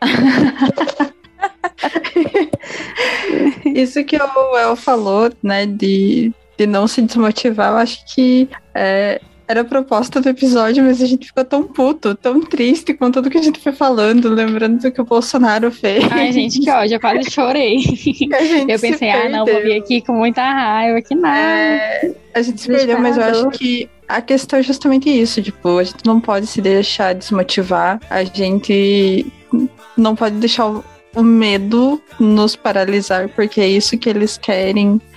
Isso que o El falou, né, de, de não se desmotivar, eu acho que é, era a proposta do episódio, mas a gente ficou tão puto, tão triste com tudo que a gente foi falando, lembrando do que o Bolsonaro fez. Ai, gente, que ódio, eu quase chorei. Eu pensei, ah, não, vou vir aqui com muita raiva, que nada. É, a gente se perdeu, mas eu acho que a questão é justamente isso, tipo, a gente não pode se deixar desmotivar, a gente não pode deixar o, o medo nos paralisar, porque é isso que eles querem.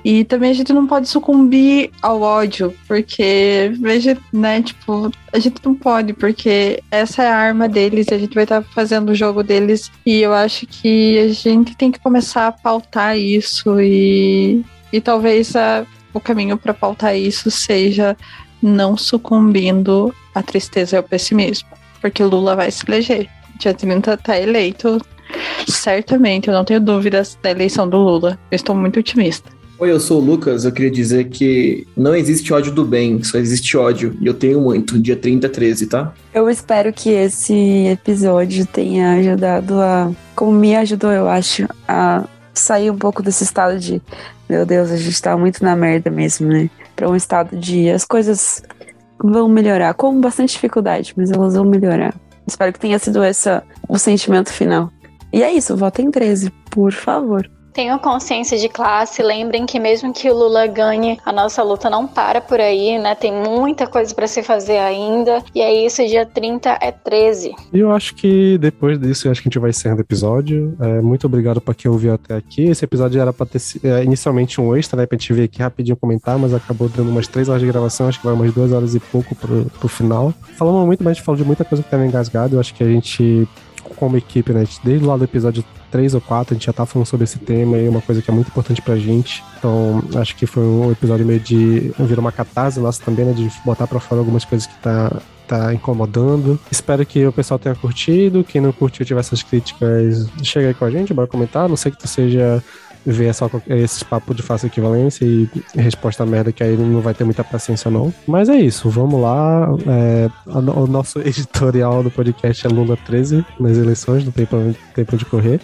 E também a gente não pode sucumbir ao ódio, porque, veja, né, tipo, a gente não pode, porque essa é a arma deles e a gente vai estar fazendo o jogo deles. E eu acho que a gente tem que começar a pautar isso e, e talvez a, o caminho para pautar isso seja não sucumbindo à tristeza e ao pessimismo, porque Lula vai se eleger. Dia trinta tá eleito, certamente, eu não tenho dúvidas da eleição do Lula. Eu estou muito otimista. Oi, eu sou o Lucas, eu queria dizer que não existe ódio do bem, só existe ódio, e eu tenho muito, dia trinta, treze, tá? Eu espero que esse episódio tenha ajudado a, como me ajudou, eu acho, a sair um pouco desse estado de, meu Deus, a gente tá muito na merda mesmo, né? Pra um estado de, as coisas vão melhorar, com bastante dificuldade, mas elas vão melhorar. Espero que tenha sido esse o sentimento final. E é isso, votem treze, por favor. Tenham consciência de classe, lembrem que mesmo que o Lula ganhe, a nossa luta não para por aí, né? Tem muita coisa para se fazer ainda. E é isso, dia trinta é treze. E eu acho que depois disso, eu acho que a gente vai encerrando o episódio. É, muito obrigado para quem ouviu até aqui. Esse episódio era para ter é, inicialmente um extra, né? Pra gente vir aqui rapidinho comentar, mas acabou dando umas três horas de gravação, acho que vai umas duas horas e pouco pro, pro final. Falamos muito, mas a gente falou de muita coisa que tava engasgado. Eu acho que a gente, como equipe, né? Desde lá do episódio três ou quatro, a gente já tá falando sobre esse tema e é uma coisa que é muito importante pra gente. Então, acho que foi um episódio meio de virar uma catarse nossa também, né? De botar pra fora algumas coisas que tá, tá incomodando. Espero que o pessoal tenha curtido. Quem não curtiu, tiver essas críticas, chega aí com a gente, bora comentar. Não sei que tu seja ver só esses papos de fácil equivalência e resposta merda, que aí não vai ter muita paciência não. Mas é isso, vamos lá. É, o nosso editorial do podcast é Lula treze nas eleições, não tem pra, tem pra onde correr.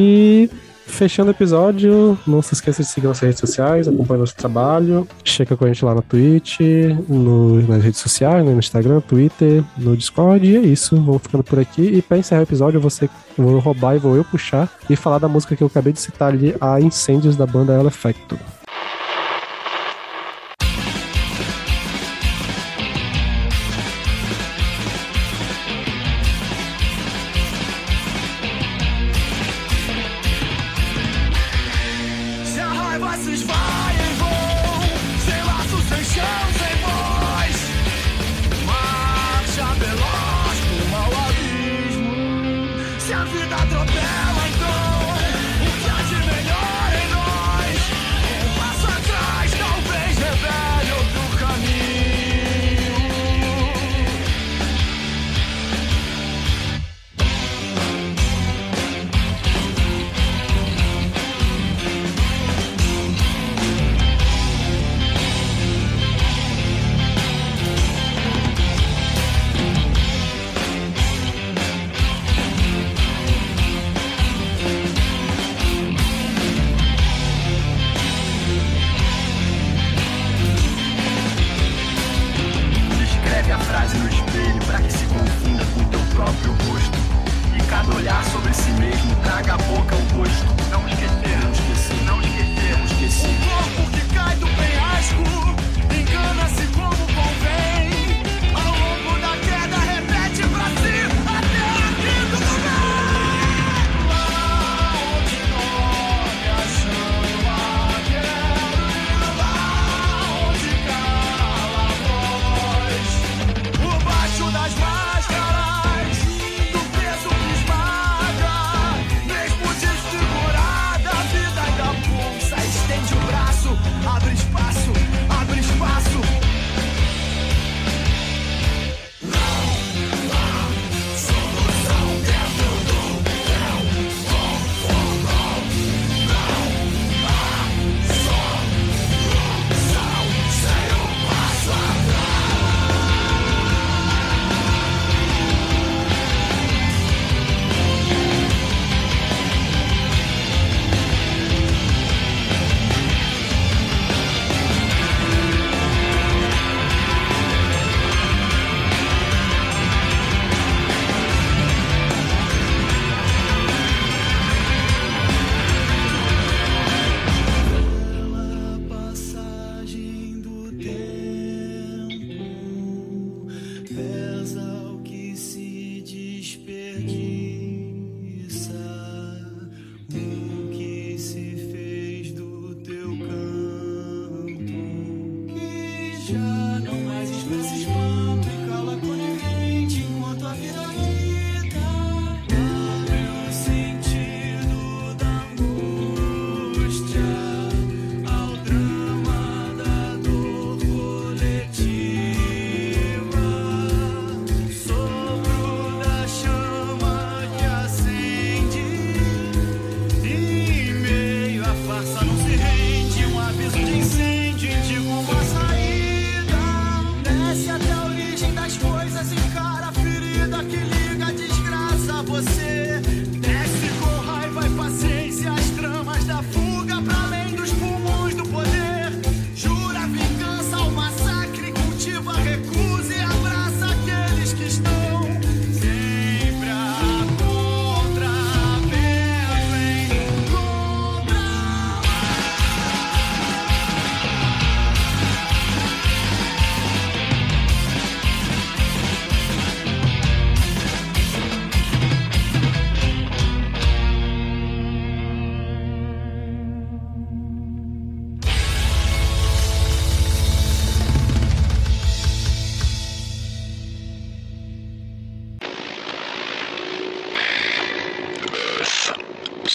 E fechando o episódio, não se esqueça de seguir nossas redes sociais, acompanhe nosso trabalho, chega com a gente lá na Twitch, no, nas redes sociais, no Instagram, Twitter, no Discord, e é isso, vamos ficando por aqui. E pra encerrar o episódio, eu vou, ser, vou roubar e vou eu puxar e falar da música que eu acabei de citar ali, a Incêndios, da banda El Effecto. Atropela então o que há de melhor em nós.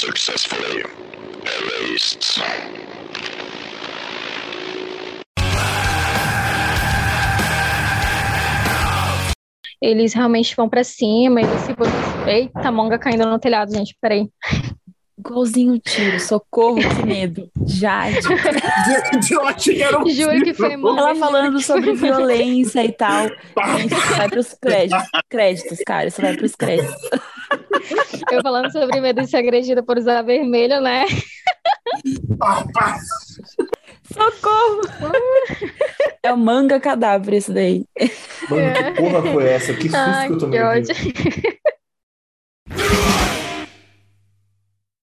Successfully erased. Eles realmente vão pra cima, eles se botam. Eita, Monga caindo no telhado, gente, peraí. Igualzinho o tiro, socorro, que medo. Jade. Juro que foi Monga. Ela falando sobre violência e tal. Gente, isso vai pros créditos. Créditos, cara, isso vai pros créditos. Eu falando sobre medo de ser agredida por usar vermelho, né? Socorro! É o manga cadáver isso daí. Mano, que porra foi essa? Que susto Ai, que eu que tomei. ódio.